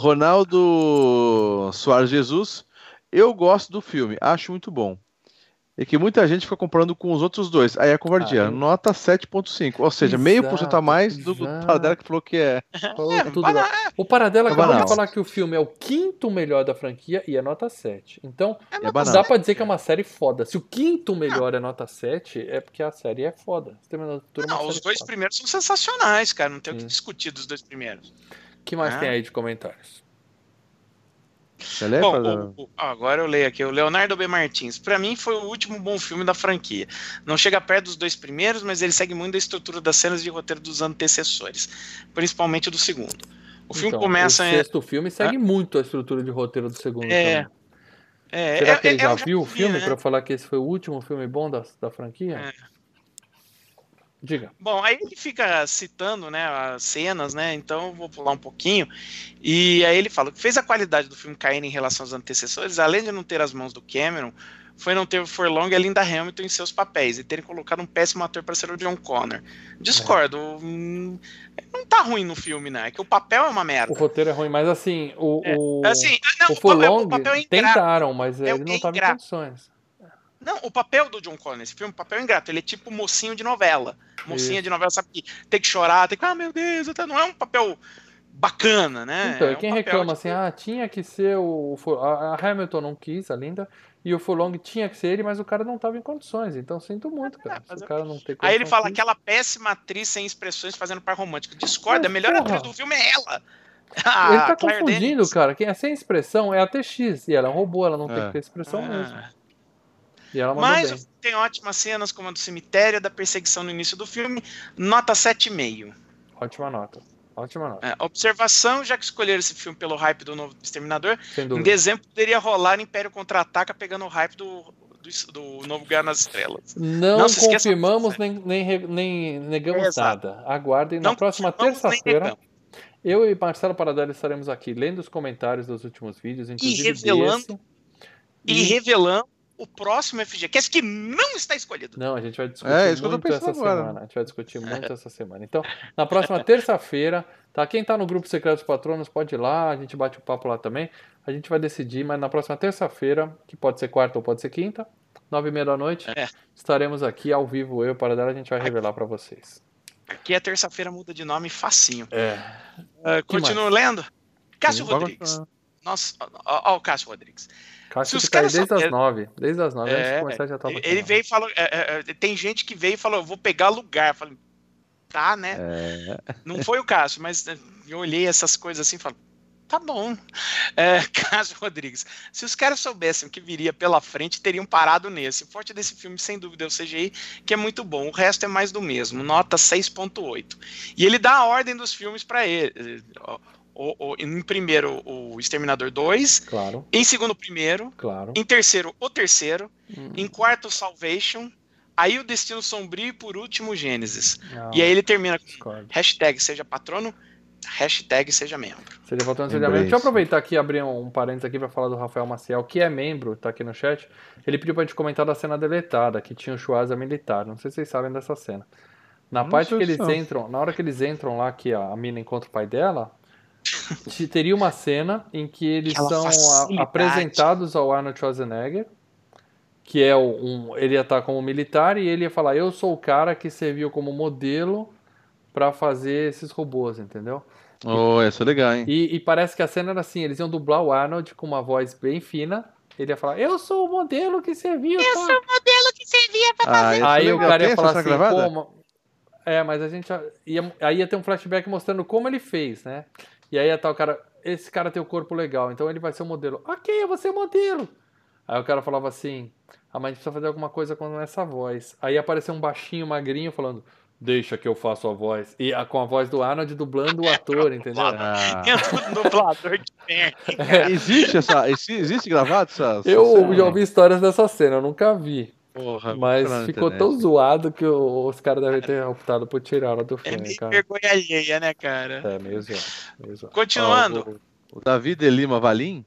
Ronaldo Soares Jesus, eu gosto do filme, acho muito bom. E que muita gente fica comparando com os outros dois. Aí é covardia. Ah, eu- Nota sete ponto cinco. Ou seja, meio por cento a mais do do exato. Paradela que falou que é. Falou É, tudo banal, igual. O Paradela É acabou banal. de falar que o filme é o quinto melhor da franquia e é nota sete. Então, É banal. dá pra dizer que é uma série foda. Se o quinto melhor é nota sete, é porque a série é foda. Exterminador do Futuro é uma Não, os série dois foda. primeiros são sensacionais, cara. Não tem o que Sim. discutir dos dois primeiros. O que mais Ah. tem aí de comentários? Você lê, Bom, Paradela? o- o- agora eu leio aqui. O Leonardo B. Martins. Pra mim foi o último bom filme da franquia. Não chega perto dos dois primeiros, mas ele segue muito a estrutura das cenas de roteiro dos antecessores, principalmente do segundo. O filme Então, começa O em. sexto filme segue muito a estrutura de roteiro do segundo É, também. É, Será é- que ele é já um viu o vi, filme né? pra falar que esse foi o último filme bom da, da franquia? É. Diga. Bom, aí ele fica citando, né, as cenas, né, então eu vou pular um pouquinho, e aí ele fala, o que fez a qualidade do filme cair em relação aos antecessores, além de não ter as mãos do Cameron, foi não ter o Furlong e a Linda Hamilton em seus papéis, e terem colocado um péssimo ator para ser o John Connor. Discordo, hum, não tá ruim no filme, né, é que o papel é uma merda. O roteiro é ruim, mas assim, o, É, o, assim, não, o o, papel, Furlong o papel é ingrato. tentaram, mas É ele não estava em ingrato. condições. Não, o papel do John Connor nesse filme, o papel é ingrato, ele é tipo mocinho de novela. Mocinha Isso. de novela, sabe que tem que chorar, tem que, ah, meu Deus, até não é um papel bacana, né? Então, é e um quem papel, reclama tipo, assim, ah, tinha que ser o... Fur- A a Hamilton não quis, a Linda, e o Furlong tinha que ser ele, mas o cara não estava em condições. Então, sinto muito, cara. mas Se o eu- cara não tem Aí ele condição fala física- aquela péssima atriz sem expressões fazendo par romântico. Discorda, Mas, a melhor porra. atriz do filme é ela. Ele Ah, tá Claire confundindo, Denis. cara. Quem é sem expressão é a T X. E ela é um robô, ela não tem É. que ter expressão mesmo. Ah. E ela mandou Mas bem. tem ótimas cenas, como a do cemitério, da perseguição no início do filme. Nota sete vírgula cinco. Ótima nota. Ótima nota. É, observação, já que escolheram esse filme pelo hype do novo Exterminador, Sem em dúvida. dezembro poderia rolar Império Contra-Ataca pegando o hype do, do, do novo Guerra nas Estrelas. Não, Não se esqueça- confirmamos nem, nem, re- nem negamos Exato. nada. Aguardem. Na Não próxima confirmamos nem terça-feira, negamos. eu e Marcelo Paradela estaremos aqui lendo os comentários dos últimos vídeos, inclusive revelando- desse. E revelando o próximo F G Cast que não está escolhido. Não, a gente vai discutir É, isso que eu tô muito essa pensando agora. semana. A gente vai discutir muito essa semana. Então, na próxima terça-feira, tá? Quem tá no grupo Secreto dos Patronos pode ir lá, a gente bate o papo lá também. A gente vai decidir, mas na próxima terça-feira, que pode ser quarta ou pode ser quinta, nove e meia da noite, É. estaremos aqui ao vivo, eu e o Paradela, a gente vai revelar pra vocês. Aqui a terça-feira muda de nome facinho. É. Uh, continuo lendo. Cássio Sim, Rodrigues. pode Nossa, ó, ó o Cássio Rodrigues. Cássio Se os que tá aí caras desde as souberem- nove. Desde as nove, antes de É, começar já tava ele, aqui, ele ó. veio e falou. é, é, é, tem gente que veio e falou: eu vou pegar lugar. Eu falei, tá, né? É. Não foi o Cássio, mas é, eu olhei essas coisas assim e falei, tá bom. É, Cássio Rodrigues. Se os caras soubessem o que viria pela frente, teriam parado nesse. O forte desse filme, sem dúvida, é o C G I, que é muito bom. O resto é mais do mesmo. Nota seis ponto oito. E ele dá a ordem dos filmes pra ele. O, o, em primeiro, o Exterminador dois. Claro, Em segundo, o primeiro. claro. Em terceiro, o terceiro. Hum. Em quarto, o Salvation. Aí o Destino Sombrio e por último, o Gênesis. Não, E aí ele termina com discordo. hashtag seja patrono, hashtag seja membro. Seria voltando Lembrei seriamente. Deixa eu isso. aproveitar aqui e abrir um, um parênteses aqui pra falar do Rafael Maciel, que é membro, tá aqui no chat. Ele pediu pra gente comentar da cena deletada, que tinha o Schwarza militar. Não sei se vocês sabem dessa cena. Na Não parte sei que se eles não. entram, na hora que eles entram lá, que a, a mina encontra o pai dela, te- teria uma cena em que eles Aquela são a- facilidade. apresentados ao Arnold Schwarzenegger, que é o- um, ele ia estar como militar e ele ia falar, eu sou o cara que serviu como modelo pra fazer esses robôs, entendeu? Oh, essa é legal, hein? E, e parece que a cena era assim, eles iam dublar o Arnold com uma voz bem fina, ele ia falar, eu sou o modelo que serviu, eu modelo que servia pra Ah, essa é Aí o legal. cara Tem ia essa falar cena assim, gravada? pô, ma- é, mas a gente já- ia, aí ia ter um flashback mostrando como ele fez, né? E aí ia estar o cara, esse cara tem o corpo legal, então ele vai ser o modelo. Ok, eu vou ser o modelo. Aí o cara falava assim, ah, mas a gente precisa fazer alguma coisa com essa voz. Aí apareceu um baixinho, magrinho, falando, deixa que eu faço a voz. E a- com a voz do Arnold dublando o ator, entendeu? Ah. Dentro do dublador de merda. Existe essa. esse- Existe gravado essa. essa Eu cena? já ouvi histórias dessa cena, eu nunca vi. Porra, Mas vou procurar na ficou internet. tão zoado que o- os caras devem ter optado por tirar ela do É filme, meio cara. vergonha alheia, né, cara? É, meio zoado. Meio zoado. Continuando. Ó, o, o Davi de Lima Valim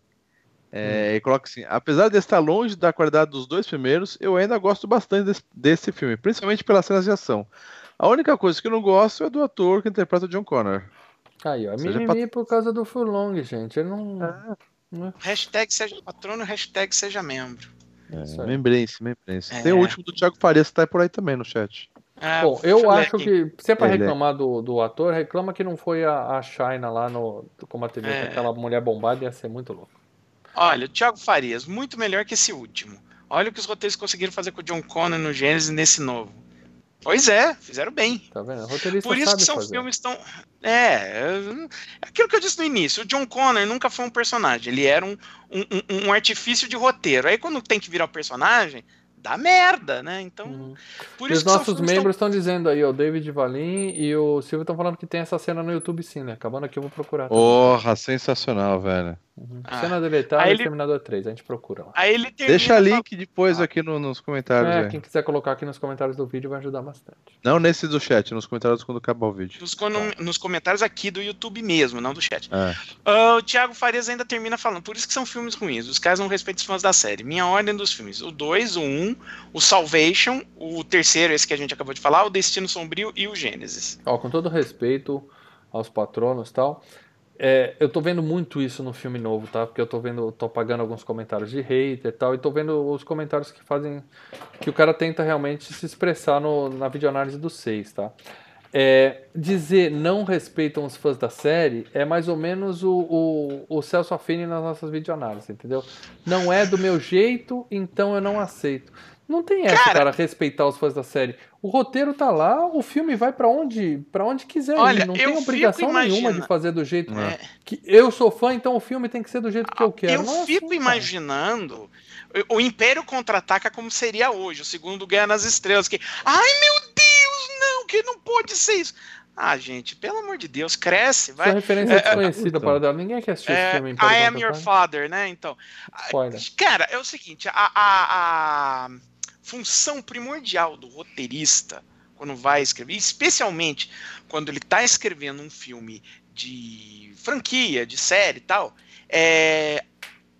é, ele coloca assim: apesar de estar longe da qualidade dos dois primeiros, eu ainda gosto bastante desse, desse filme, principalmente pelas cenas de ação. A única coisa que eu não gosto é do ator que interpreta o John Connor. Aí, ó, Seja mimimi por causa do Furlong, gente. Ele não. não Hashtag seja patrono, hashtag seja membro. é isso aí. Membrense, membrense. É. Tem o último do Thiago Farias que tá por aí também no chat. Ah, Bom, eu deixa ler acho aqui. que, se é pra Ele é- reclamar do, do ator, reclama que não foi a, a China lá no como a T V, É. que aquela mulher bombada ia ser muito louco. Olha, o Thiago Farias, muito melhor que esse último. Olha o que os roteiros conseguiram fazer com o John Connor no Gênesis nesse novo. Pois é, fizeram bem. Tá vendo? O roteirista Por isso sabe que são fazer. filmes tão. É, é, aquilo que eu disse no início, o John Connor nunca foi um personagem, ele era um, um, um- um artifício de roteiro. Aí quando tem que virar um personagem, dá merda, né? Então, Uhum. por E isso os que são nossos filmes tão- membros estão dizendo aí, ó, o David Valim e o Silvio estão falando que tem essa cena no YouTube sim, né? Acabando aqui eu vou procurar. também. Porra, sensacional, velho. Uhum. Ah. Cena deletada Aí e ele- Exterminador três, a gente procura lá. Aí ele termina Deixa falando- link depois aqui no- nos comentários. É, aí. quem quiser colocar aqui nos comentários do vídeo vai ajudar bastante. Não nesse do chat, nos comentários quando acabar o vídeo. nos, cono- nos comentários aqui do YouTube mesmo, não do chat. É. Ah, o Thiago Farias ainda termina falando, por isso que são filmes ruins, os caras não respeitam os fãs da série. Minha ordem dos filmes, o dois, o um, o Salvation, o terceiro, esse que a gente acabou de falar, o Destino Sombrio e o Gênesis. Ó, com todo respeito aos patronos e tal, é, eu tô vendo muito isso no filme novo, tá? Porque eu tô vendo, tô pagando alguns comentários de hater e tal, e tô vendo os comentários que fazem, que o cara tenta realmente se expressar no, na videoanálise do seis, tá? É, dizer não respeitam os fãs da série é mais ou menos o, o, o Celso Affini nas nossas videoanálises, entendeu? Não é do meu jeito, então eu não aceito. Não tem essa, Cara- cara, respeitar os fãs da série. O roteiro tá lá, o filme vai pra onde, pra onde quiser Olha, ir. Não eu tem fico obrigação nenhuma imagina- de fazer do jeito É. que eu sou fã, então o filme tem que ser do jeito que eu quero. Eu Não é fico assim, cara. imaginando o o Império Contra-Ataca como seria hoje, o segundo Guerra nas Estrelas, que, ai meu Deus, não, que não pode ser isso. Ah, gente, pelo amor de Deus, cresce, Essa vai. referência É, é, é, desconhecida então. para dela. Ninguém quer assistir esse É, filme I Império am your Contra-Ataque. father, né? Então, Spoiler. cara, é o seguinte, a, a- a função primordial do roteirista, quando vai escrever, especialmente quando ele está escrevendo um filme de franquia, de série e tal, é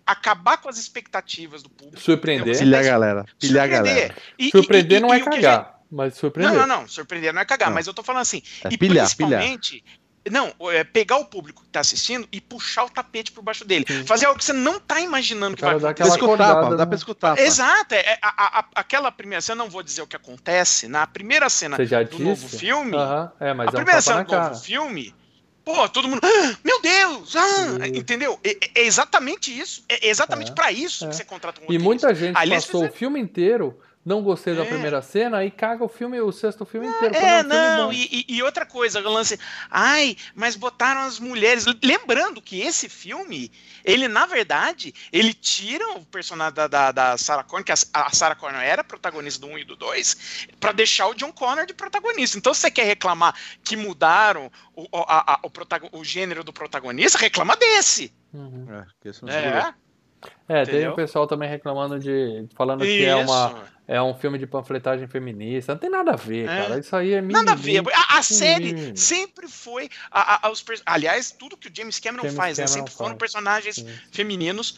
acabar com as expectativas do público. Surpreender. Você Pilhar a tá- galera. Pilhar a surpreender. galera. E- Surpreender e- não e- é e o que a cagar, mas Não, surpreender. não, não. Surpreender não é cagar, Não. mas eu tô falando assim. É e pilhar, principalmente. Não, é pegar o público que tá assistindo e puxar o tapete por baixo dele. Sim. Fazer algo que você não tá imaginando O que vai cara dá acontecer. Dá aquela pra escutar, acordada, pá. Dá né? pra escutar, pá. Exato, é, a- a- a- aquela primeira cena, eu não vou dizer o que acontece, na primeira cena Você já do disse? novo filme, Aham, é, mas a é um primeira tapa cena na do novo cara. filme, pô, todo mundo, "Ah, meu Deus, ah", Sim. entendeu? É, é exatamente isso, é exatamente É, pra isso é. que você contrata um E roteirista. muita gente Ali eles passou o fizeram- filme inteiro, não gostei da É. primeira cena, e caga o filme, o sexto filme inteiro. quando É, um filme não, bom. e, e- e outra coisa, o lance, ai, mas botaram as mulheres. Lembrando que esse filme, ele, na verdade, ele tira o personagem da, da, da Sarah Connor, que a, a Sarah Connor era protagonista do um e do dois, pra deixar o John Connor de protagonista. Então, se você quer reclamar que mudaram o, o, a- a- o, protago- o gênero do protagonista, reclama desse. Uhum. É, que isso não segurou. É, É, tem Entendeu? o pessoal também reclamando de. Falando que é, uma, é um filme de panfletagem feminista. Não tem nada a ver, É. cara. Isso aí é mimimi. Nada a ver. A, a série Mimimi. sempre foi. A, a, os, per- aliás, tudo que o James Cameron James faz, né? Cameron Sempre foram faz. personagens Sim. femininos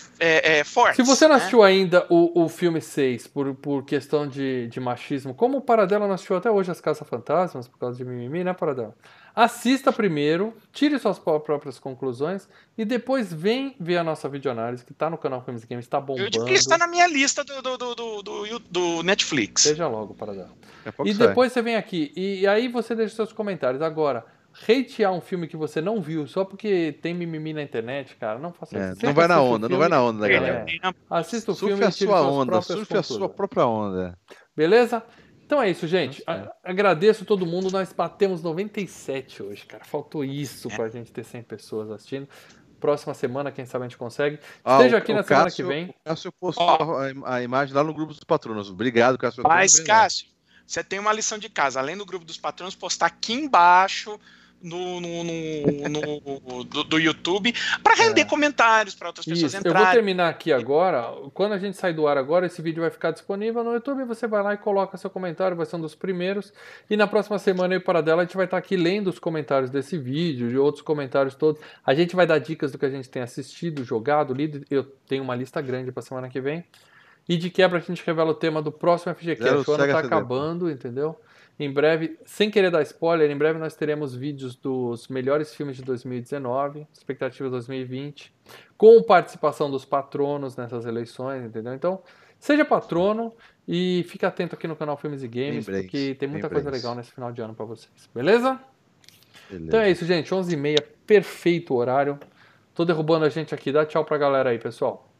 é, é, fortes. Se você não né? assistiu ainda o, o filme seis por, por questão de, de machismo, como o Paradela não assistiu até hoje As Caça-Fantasmas, por causa de mimimi, né, Paradela? Assista primeiro, tire suas pró- próprias conclusões e depois vem ver a nossa videoanálise, que tá no canal Filmes e Games, tá Eu bombando. digo que está na minha lista do, do, do, do, do, do Netflix. Seja logo, Paradela. Daqui a pouco E sai. depois você vem aqui, e aí você deixa seus comentários. Agora, hatear um filme que você não viu só porque tem mimimi na internet, cara, não faça É, isso. não Sempre vai na assista o onda, não filme, vai na onda da Perdeu galera. tempo. Assista o filme Surfe a e tire sua suas onda, próprias surfe a sua conclusões. própria onda. Beleza? Então é isso, gente. Nossa, A- agradeço todo mundo. Nós batemos noventa e sete hoje, cara. Faltou isso pra gente ter cem pessoas assistindo. Próxima semana, quem sabe a gente consegue. Ah, Esteja o- aqui o na semana Cássio- que vem. O Cássio postou a, im- a imagem lá no grupo dos patronos. Obrigado, Cássio. eu tô Mas, vendo. Cássio, você tem uma lição de casa. Além do grupo dos patrões, postar aqui embaixo no, no, no- no- do, do YouTube para render É. comentários para outras pessoas Isso. Eu vou entrarem. terminar aqui agora. Quando a gente sair do ar agora, esse vídeo vai ficar disponível no YouTube. Você vai lá e coloca seu comentário, vai ser um dos primeiros. E na próxima semana, eu e Paradela, a gente vai estar aqui lendo os comentários desse vídeo, de outros comentários todos. A gente vai dar dicas do que a gente tem assistido, jogado, lido. Eu tenho uma lista grande para semana que vem. E de quebra a gente revela o tema do próximo F G Zero Cast. O ano Sega tá C D. acabando, entendeu? Em breve, sem querer dar spoiler, em breve nós teremos vídeos dos melhores filmes de dois mil e dezenove, expectativa dois mil e vinte, com participação dos patronos nessas eleições, entendeu? Então, seja patrono e fique atento aqui no canal Filmes e Games, Lembrei, porque tem muita lembrei coisa isso. legal nesse final de ano pra vocês. Beleza? Beleza. Então é isso, gente. onze e meia, perfeito horário. Tô derrubando a gente aqui. Dá tchau pra galera aí, pessoal.